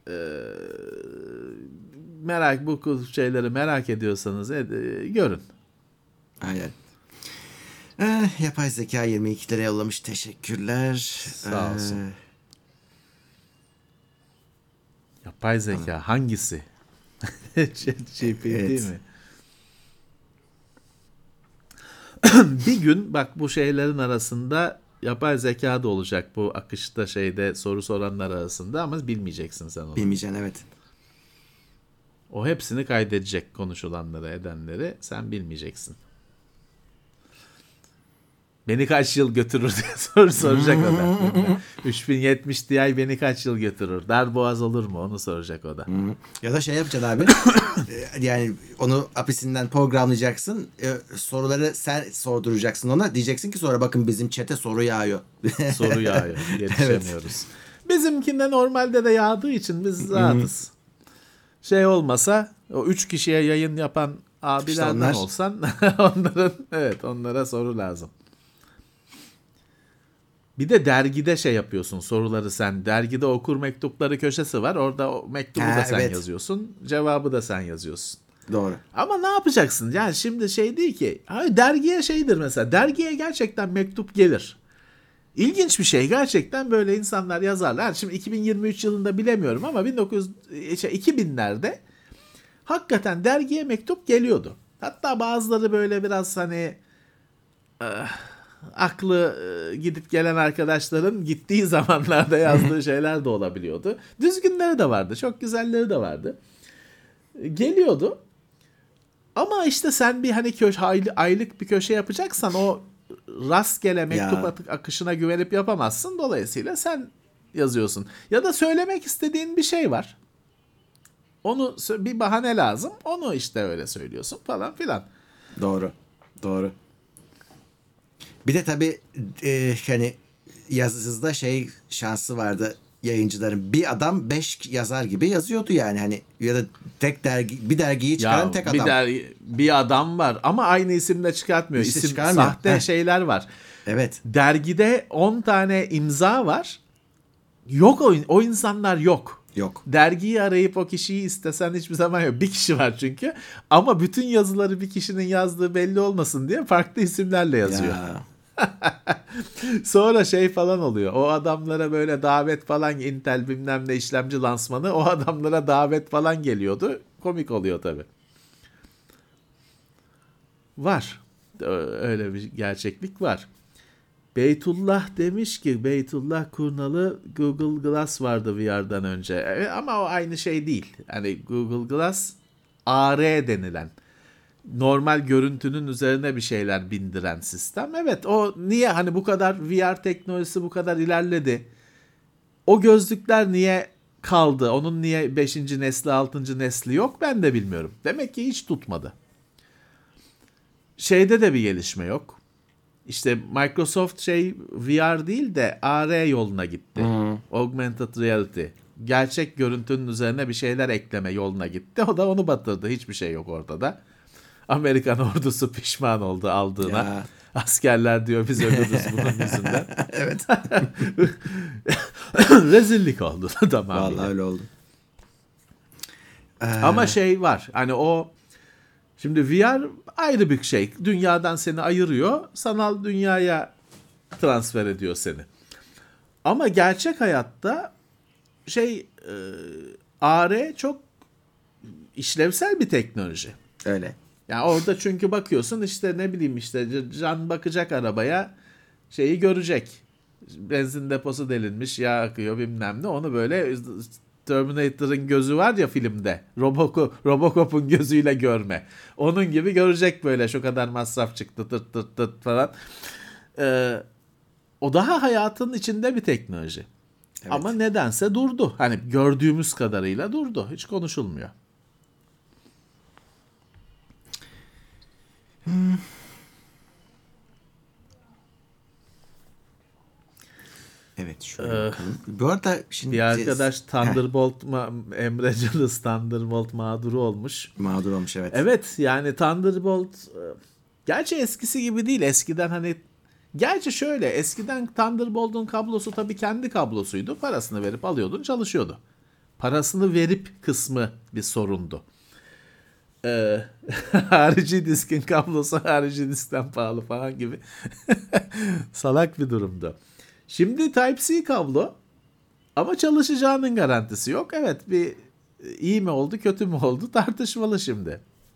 bu şeyleri merak ediyorsanız görün. Aynen. Yapay zeka 22 liraya yollamış. Teşekkürler. Sağ olsun. Yapay zeka hangisi? ChatGPT mi? Bir gün bak bu şeylerin arasında yapay zeka da olacak bu akışta soru soranlar arasında ama bilmeyeceksin sen onu. Bilmeyeceksin evet. O hepsini kaydedecek konuşulanları edenleri sen bilmeyeceksin. Beni kaç yıl götürür diye soracak o da. 3070 Ti beni kaç yıl götürür? Darboğaz olur mu? Onu soracak o da. Ya da yapacaksın abi. Yani onu API'sinden programlayacaksın. Soruları sen sorduracaksın ona. Diyeceksin ki sonra bakın bizim chat'e soru yağıyor. Soru yağıyor. Yetişemiyoruz. Bizimkinde normalde de yağdığı için biz rahatız. Olmasa o 3 kişiye yayın yapan abilerden olsan onlara soru lazım. Bir de dergide yapıyorsun soruları sen. Dergide okur mektupları köşesi var. Orada o mektubu da sen yazıyorsun. Cevabı da sen yazıyorsun. Doğru. Ama ne yapacaksın? Yani şimdi değil ki. Abi dergiye mesela. Dergiye gerçekten mektup gelir. İlginç bir şey. Gerçekten böyle insanlar yazarlar. Yani şimdi 2023 yılında bilemiyorum ama 2000'lerde hakikaten dergiye mektup geliyordu. Hatta bazıları böyle biraz aklı gidip gelen arkadaşların gittiği zamanlarda yazdığı şeyler de olabiliyordu. Düzgünleri de vardı. Çok güzelleri de vardı. Geliyordu. Ama işte sen bir aylık bir köşe yapacaksan o rastgele mektup akışına güvenip yapamazsın. Dolayısıyla sen yazıyorsun. Ya da söylemek istediğin bir şey var. Onu bir bahane lazım. Onu öyle söylüyorsun falan filan. Doğru. Bir de tabii hani yazısızda şansı vardı yayıncıların. Bir adam 5 yazar gibi yazıyordu yani hani ya da bir dergiyi çıkaran tek adam. Bir adam var ama aynı isimle çıkartmıyor. İşte İsim sahte şeyler var. Evet. Dergide 10 tane imza var. Yok o insanlar yok. Yok. Dergiyi arayıp o kişiyi istesen hiçbir zaman yok. Bir kişi var çünkü. Ama bütün yazıları bir kişinin yazdığı belli olmasın diye farklı isimlerle yazıyor. Ya. Sonra şey falan oluyor. O adamlara böyle davet falan, Intel bilmem ne işlemci lansmanı, o adamlara davet falan geliyordu. Komik oluyor tabii. Var. Öyle bir gerçeklik var. Beytullah demiş ki, Beytullah Kurnalı, Google Glass vardı VR'dan önce. Ama o aynı şey değil. Hani Google Glass AR denilen, normal görüntünün üzerine bir şeyler bindiren sistem. Evet, o niye hani bu kadar VR teknolojisi bu kadar ilerledi? O gözlükler niye kaldı? Onun niye 5. nesli 6. nesli yok? Ben de bilmiyorum. Demek ki hiç tutmadı. Şeyde de bir gelişme yok. İşte Microsoft VR değil de AR yoluna gitti. Augmented Reality. Gerçek görüntünün üzerine bir şeyler ekleme yoluna gitti. O da onu batırdı. Hiçbir şey yok ortada. Amerikan ordusu pişman oldu aldığına. Ya. Askerler diyor biz ölürüz bunun yüzünden. Evet. Rezillik oldu tamamıyla. Vallahi öyle oldu. Ama şey var. Hani o şimdi VR ayrı bir şey. Dünyadan seni ayırıyor. Sanal dünyaya transfer ediyor seni. Ama gerçek hayatta AR çok işlevsel bir teknoloji. Öyle. Yani orada çünkü bakıyorsun işte ne bileyim işte Can bakacak arabaya, şeyi görecek. Benzin deposu delinmiş, yağ akıyor bilmem ne. Onu böyle Terminator'ın gözü var ya filmde. Robocop'un gözüyle görme. Onun gibi görecek böyle, şu kadar masraf çıktı tırt tırt tırt falan. O daha hayatın içinde bir teknoloji. Evet. Ama nedense durdu. Hani gördüğümüz kadarıyla durdu. Hiç konuşulmuyor. Evet, şöyle bakalım. Bu arada şimdi Bir arkadaş Thunderbolt Emre Cılız Thunderbolt mağduru olmuş. mağdur olmuş, evet. Evet, yani Thunderbolt gerçi eskisi gibi değil. Eskiden hani gerçi şöyle, eskiden Thunderbolt'un kablosu tabii kendi kablosuydu. Parasını verip alıyordun, çalışıyordu. Parasını verip kısmı bir sorundu. Harici diskin kablosu harici diskten pahalı falan gibi salak bir durumdu. Şimdi Type-C kablo ama çalışacağının garantisi yok. Evet, bir iyi mi oldu kötü mü oldu tartışmalı şimdi.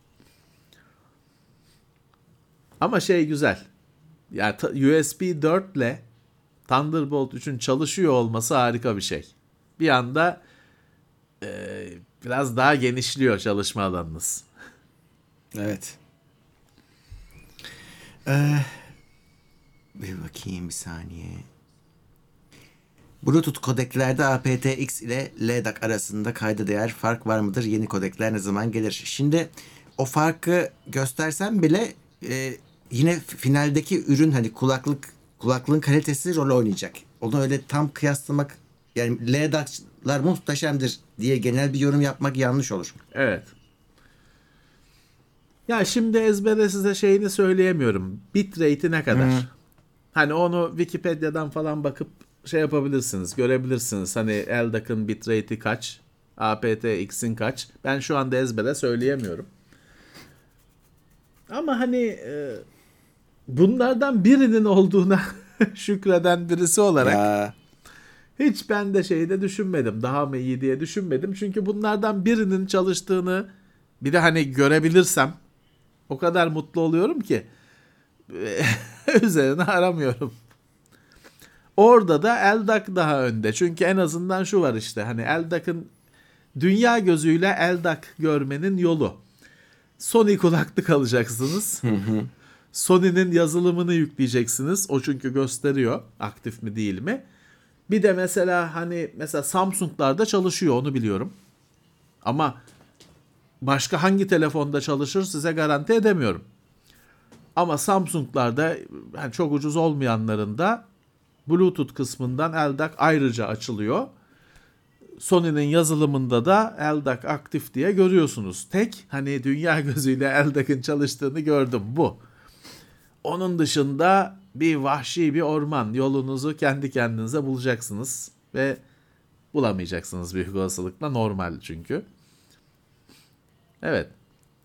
Ama şey güzel. Yani USB 4 ile Thunderbolt 3'ün çalışıyor olması harika bir şey. Bir anda biraz daha genişliyor çalışma alanınız. Evet. Bir bakayım bir saniye. Bluetooth kodeklerde aptX ile LDAC arasında kayda değer fark var mıdır? Yeni kodekler ne zaman gelir? Şimdi o farkı göstersem bile yine finaldeki ürün, hani kulaklığın kalitesi rol oynayacak. Onu öyle tam kıyaslamak, yani LDAC'lar muhteşemdir diye genel bir yorum yapmak yanlış olur. Evet. Ya şimdi ezbere size şeyini söyleyemiyorum. Bitrate'i ne kadar? Hani onu Wikipedia'dan falan bakıp şey yapabilirsiniz, görebilirsiniz. Hani LDAC'ın bitrate'i kaç, aptX'in kaç. Ben şu anda ezbere söyleyemiyorum. Ama hani bunlardan birinin olduğuna şükreden birisi olarak Ya. hiç ben de şeyde düşünmedim. Daha mı iyi diye düşünmedim. Çünkü bunlardan birinin çalıştığını bir de hani görebilirsem o kadar mutlu oluyorum ki üzerine aramıyorum. Orada da LDAC daha önde. Çünkü en azından şu var işte. Hani LDAC'ın dünya gözüyle LDAC görmenin yolu. Sony kulaklık alacaksınız. Sony'nin yazılımını yükleyeceksiniz. O çünkü gösteriyor aktif mi değil mi. Bir de mesela Samsung'larda çalışıyor, onu biliyorum. Ama başka hangi telefonda çalışır size garanti edemiyorum. Ama Samsung'larda yani çok ucuz olmayanlarında Bluetooth kısmından LDAC ayrıca açılıyor. Sony'nin yazılımında da LDAC aktif diye görüyorsunuz. Tek hani dünya gözüyle LDAC'ın çalıştığını gördüm bu. Onun dışında bir vahşi bir orman, yolunuzu kendi kendinize bulacaksınız ve bulamayacaksınız büyük olasılıkla, normal çünkü. Evet.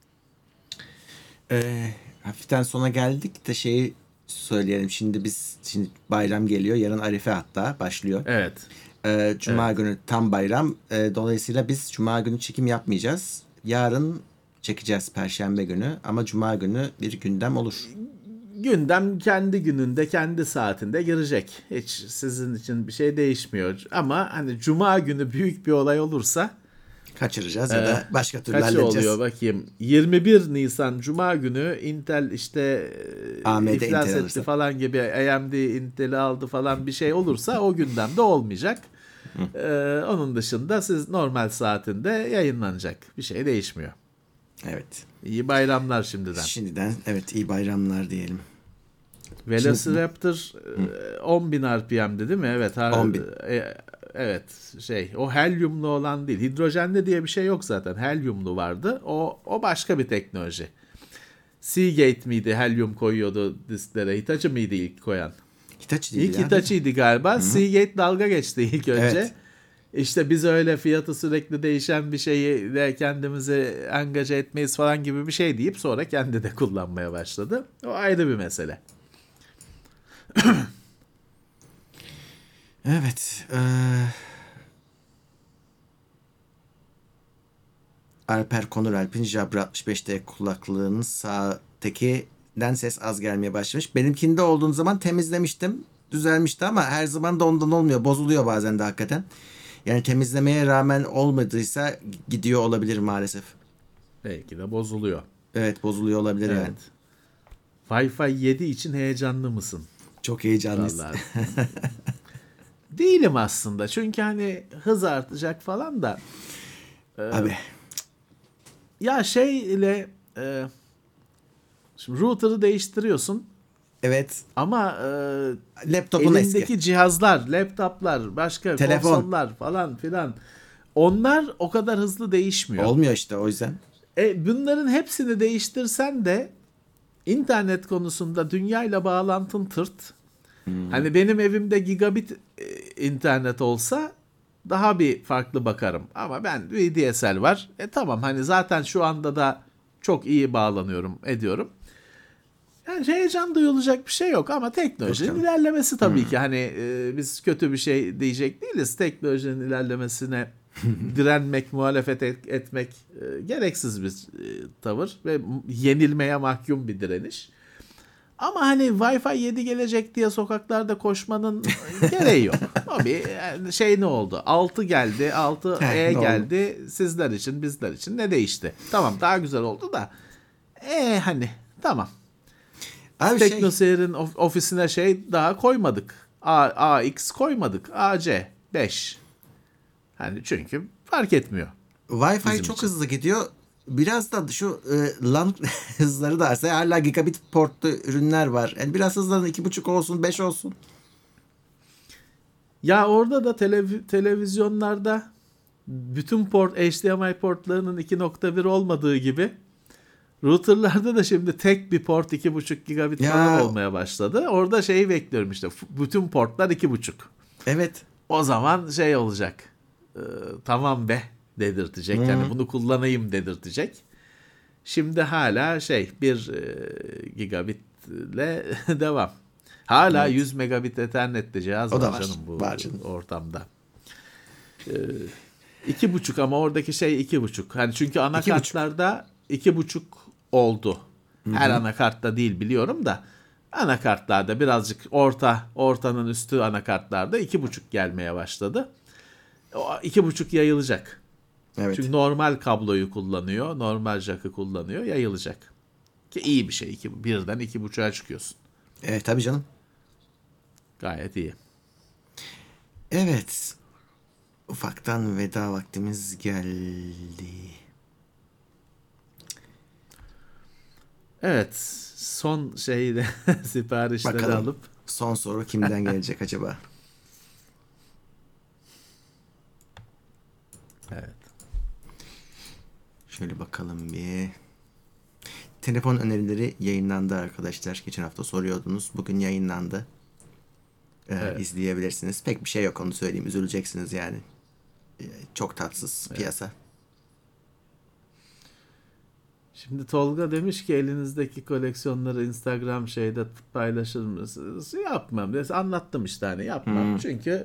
Hafiften sona geldik de şeyi söyleyelim. Şimdi bayram geliyor. Yarın Arife hatta başlıyor. Evet. Cuma günü tam bayram. Dolayısıyla biz Cuma günü çekim yapmayacağız. Yarın çekeceğiz Perşembe günü. Ama Cuma günü bir gündem olur. Gündem kendi gününde, kendi saatinde girecek. Hiç sizin için bir şey değişmiyor. Ama hani Cuma günü büyük bir olay olursa Kaçıracağız ya da başka türlü kaçı halledeceğiz. oluyor bakayım. 21 Nisan Cuma günü Intel işte AMD iflas Intel etti alırsa. falan gibi, AMD Intel'i aldı falan bir şey olursa o gündemde olmayacak. Onun dışında siz normal saatinde yayınlanacak. Bir şey değişmiyor. Evet. İyi bayramlar şimdiden. Şimdiden evet, iyi bayramlar diyelim. Velociraptor 10.000 RPM'di değil mi? Evet. 10.000. Evet, o helyumlu olan değil. Hidrojenli diye bir şey yok zaten. Helyumlu vardı. O başka bir teknoloji. Seagate miydi? Helyum koyuyordu disklere. Hitachi miydi ilk koyan? Hitachi değil İlk ya. Hitachi'ydi galiba. Hı-hı. Seagate dalga geçti ilk önce. Evet. İşte biz öyle fiyatı sürekli değişen bir şeyi de kendimizi angaje etmeyiz falan gibi bir şey deyip sonra kendi de kullanmaya başladı. O ayrı bir mesele. Evet. Alper Konuralp'in Jabra 65'te kulaklığının sağ tekinden ses az gelmeye başlamış. Benimkinde olduğun zaman temizlemiştim. Düzelmişti ama her zaman da ondan olmuyor. Bozuluyor bazen de hakikaten. Yani temizlemeye rağmen olmadıysa gidiyor olabilir maalesef. Belki de bozuluyor. Evet, bozuluyor olabilir yani. Wi-Fi 7 için heyecanlı mısın? Çok heyecanlıyız. Değilim aslında. Çünkü hani hız artacak falan da. Abi. Ya şimdi router'ı değiştiriyorsun. Evet. Ama laptopun elindeki eski. cihazlar, laptoplar, başka telefon, konsollar falan filan, onlar o kadar hızlı değişmiyor. Olmuyor işte, o yüzden. Bunların hepsini değiştirsen de internet konusunda dünyayla bağlantın tırt. Hani benim evimde gigabit internet olsa daha bir farklı bakarım. Ama ben VDSL var. Tamam, hani zaten şu anda da çok iyi bağlanıyorum, ediyorum. Yani heyecan duyulacak bir şey yok ama teknolojinin ilerlemesi tabii ki. Hani biz kötü bir şey diyecek değiliz. Teknolojinin ilerlemesine direnmek, muhalefet etmek gereksiz bir tavır ve yenilmeye mahkum bir direniş. Ama hani Wi-Fi 7 gelecek diye sokaklarda koşmanın gereği yok. O bir şey, ne oldu? 6 geldi, 6E geldi. Sizler için, bizler için ne değişti? Tamam, daha güzel oldu da. Hani tamam. Abi TeknoSeyir'in ofisine daha koymadık. AX koymadık. AC 5. Hani çünkü fark etmiyor. Wi-Fi çok hızlı gidiyor. Biraz da şu LAN hızları da artsa, hala gigabit portlu ürünler var. Yani biraz hızlanın, 2.5 olsun, 5 olsun. Ya orada da televizyonlarda bütün HDMI portlarının 2.1 olmadığı gibi routerlarda da şimdi tek bir port 2.5 gigabit falan olmaya başladı. Orada bekliyorum işte. Bütün portlar 2.5. Evet. O zaman olacak. Tamam be dedirtecek. Yani bunu kullanayım dedirtecek. Şimdi hala 1 gigabitle devam. Hala 100 megabit Ethernet'te cihaz var canım bu ortamda. 2.5 ama oradaki 2.5. Hani çünkü anakartlarda 2.5 oldu. Her anakartta değil biliyorum da, anakartlarda birazcık ortanın üstü anakartlarda 2.5 gelmeye başladı. O 2.5 yayılacak. Evet. Çünkü normal kabloyu kullanıyor, normal jack'ı kullanıyor, yayılacak. Ki iyi bir şey. Birden 2.5'a çıkıyorsun. Evet tabii canım. Gayet iyi. Evet. Ufaktan veda vaktimiz geldi. Evet. Son siparişleri bakalım, alıp. Son soru kimden gelecek acaba? Evet. Şöyle bakalım bir. Telefon önerileri yayınlandı arkadaşlar. Geçen hafta soruyordunuz. Bugün yayınlandı. Evet. İzleyebilirsiniz. Pek bir şey yok, onu söyleyeyim. Üzüleceksiniz yani. çok tatsız piyasa. Şimdi Tolga demiş ki elinizdeki koleksiyonları Instagram şeyde paylaşır mısınız? Yapmam. Anlattım işte hani yapmam. Çünkü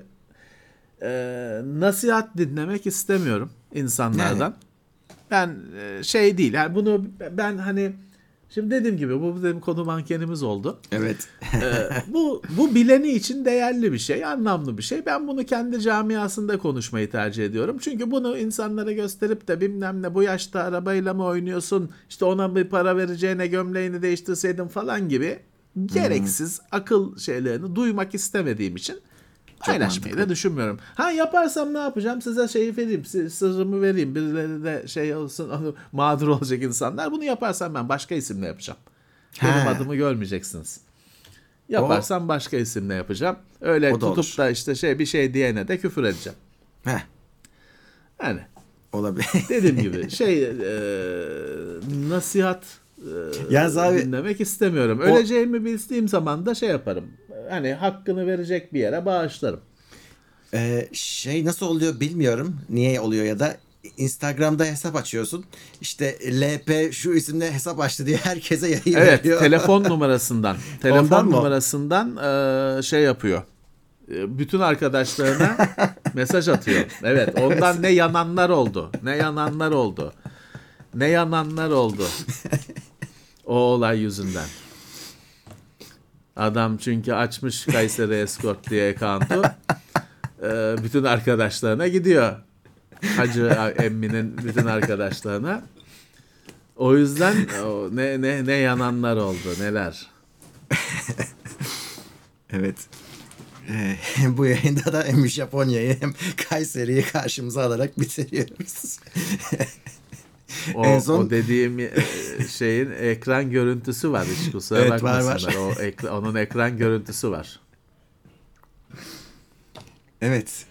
nasihat dinlemek istemiyorum insanlardan. Ben şey değil. Yani bunu ben hani şimdi dediğim gibi bu benim konu mankenimiz oldu. Evet. Bu bileni için değerli bir şey, anlamlı bir şey. Ben bunu kendi camiasında konuşmayı tercih ediyorum. Çünkü bunu insanlara gösterip de bilmem ne bu yaşta arabayla mı oynuyorsun, işte ona bir para vereceğine gömleğini değiştirseydin falan gibi gereksiz akıl şeylerini duymak istemediğim için paylaşmayı da düşünmüyorum. Ha yaparsam ne yapacağım? Size şeyi vereyim, sırrımı vereyim. Birileri de şey olsun, mağdur olacak insanlar. Bunu yaparsam ben başka isimle yapacağım. Benim adımı görmeyeceksiniz. Yaparsam başka isimle yapacağım. Öyle tutup olur. Da işte bir şey diyene de küfür edeceğim. Yani olabilir. Dediğim gibi nasihat dinlemek istemiyorum. Öleceğimi bildiğim zaman da yaparım. Hani hakkını verecek bir yere bağışlarım. Nasıl oluyor bilmiyorum. Niye oluyor ya da Instagram'da hesap açıyorsun. İşte LP şu isimle hesap açtı diye herkese yayın veriyor. Evet, telefon numarasından. Telefon numarasından yapıyor. Bütün arkadaşlarına mesaj atıyor. Evet, ondan ne yananlar oldu. O olay yüzünden. Adam çünkü açmış Kayseri Escort diye account'u. Bütün arkadaşlarına gidiyor. Hacı emminin bütün arkadaşlarına. O yüzden ne yananlar oldu, neler. Evet. Bu yayında da hem Japonya'yı hem Kayseri'yi karşımıza alarak bitiriyoruz. O dediğim şeyin ekran görüntüsü var, hiç kusura bakmasınlar. Var. Onun ekran görüntüsü var. Evet.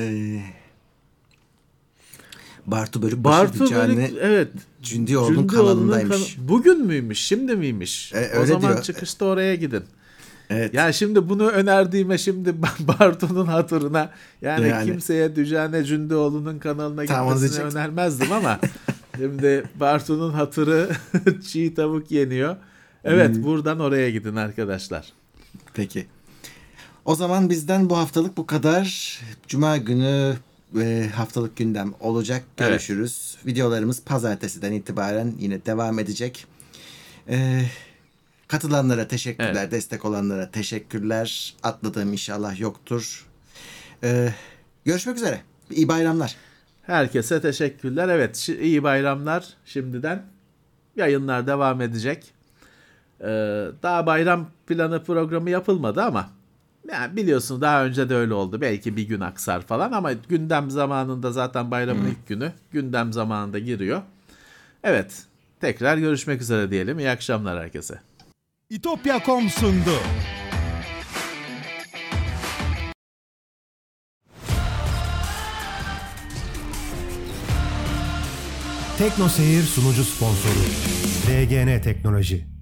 Bartu Bölük evet. Cündioğlu'nun kanalındaymış. Bugün müymüş, şimdi miymiş? O zaman diyor. Çıkışta oraya gidin. Evet. Ya şimdi bunu önerdiğime şimdi Bartu'nun hatırına yani kimseye Düjane Cündioğlu'nun kanalına gitmesini önermezdim ama şimdi Bartu'nun hatırı çiğ tavuk yeniyor. Evet, buradan oraya gidin arkadaşlar. Peki. O zaman bizden bu haftalık bu kadar. Cuma günü haftalık gündem olacak. Görüşürüz. Evet. Videolarımız pazartesiden itibaren yine devam edecek. Katılanlara teşekkürler. Evet. Destek olanlara teşekkürler. Atladığım inşallah yoktur. Görüşmek üzere. İyi bayramlar. Herkese teşekkürler. Evet, iyi bayramlar şimdiden. Yayınlar devam edecek. Daha bayram planı programı yapılmadı ama yani biliyorsun daha önce de öyle oldu. Belki bir gün aksar falan ama gündem zamanında zaten bayramın ilk günü gündem zamanında giriyor. Evet, tekrar görüşmek üzere diyelim. İyi akşamlar herkese. İtopya.com sundu. Tekno Seyir sunucu sponsoru DGN Teknoloji.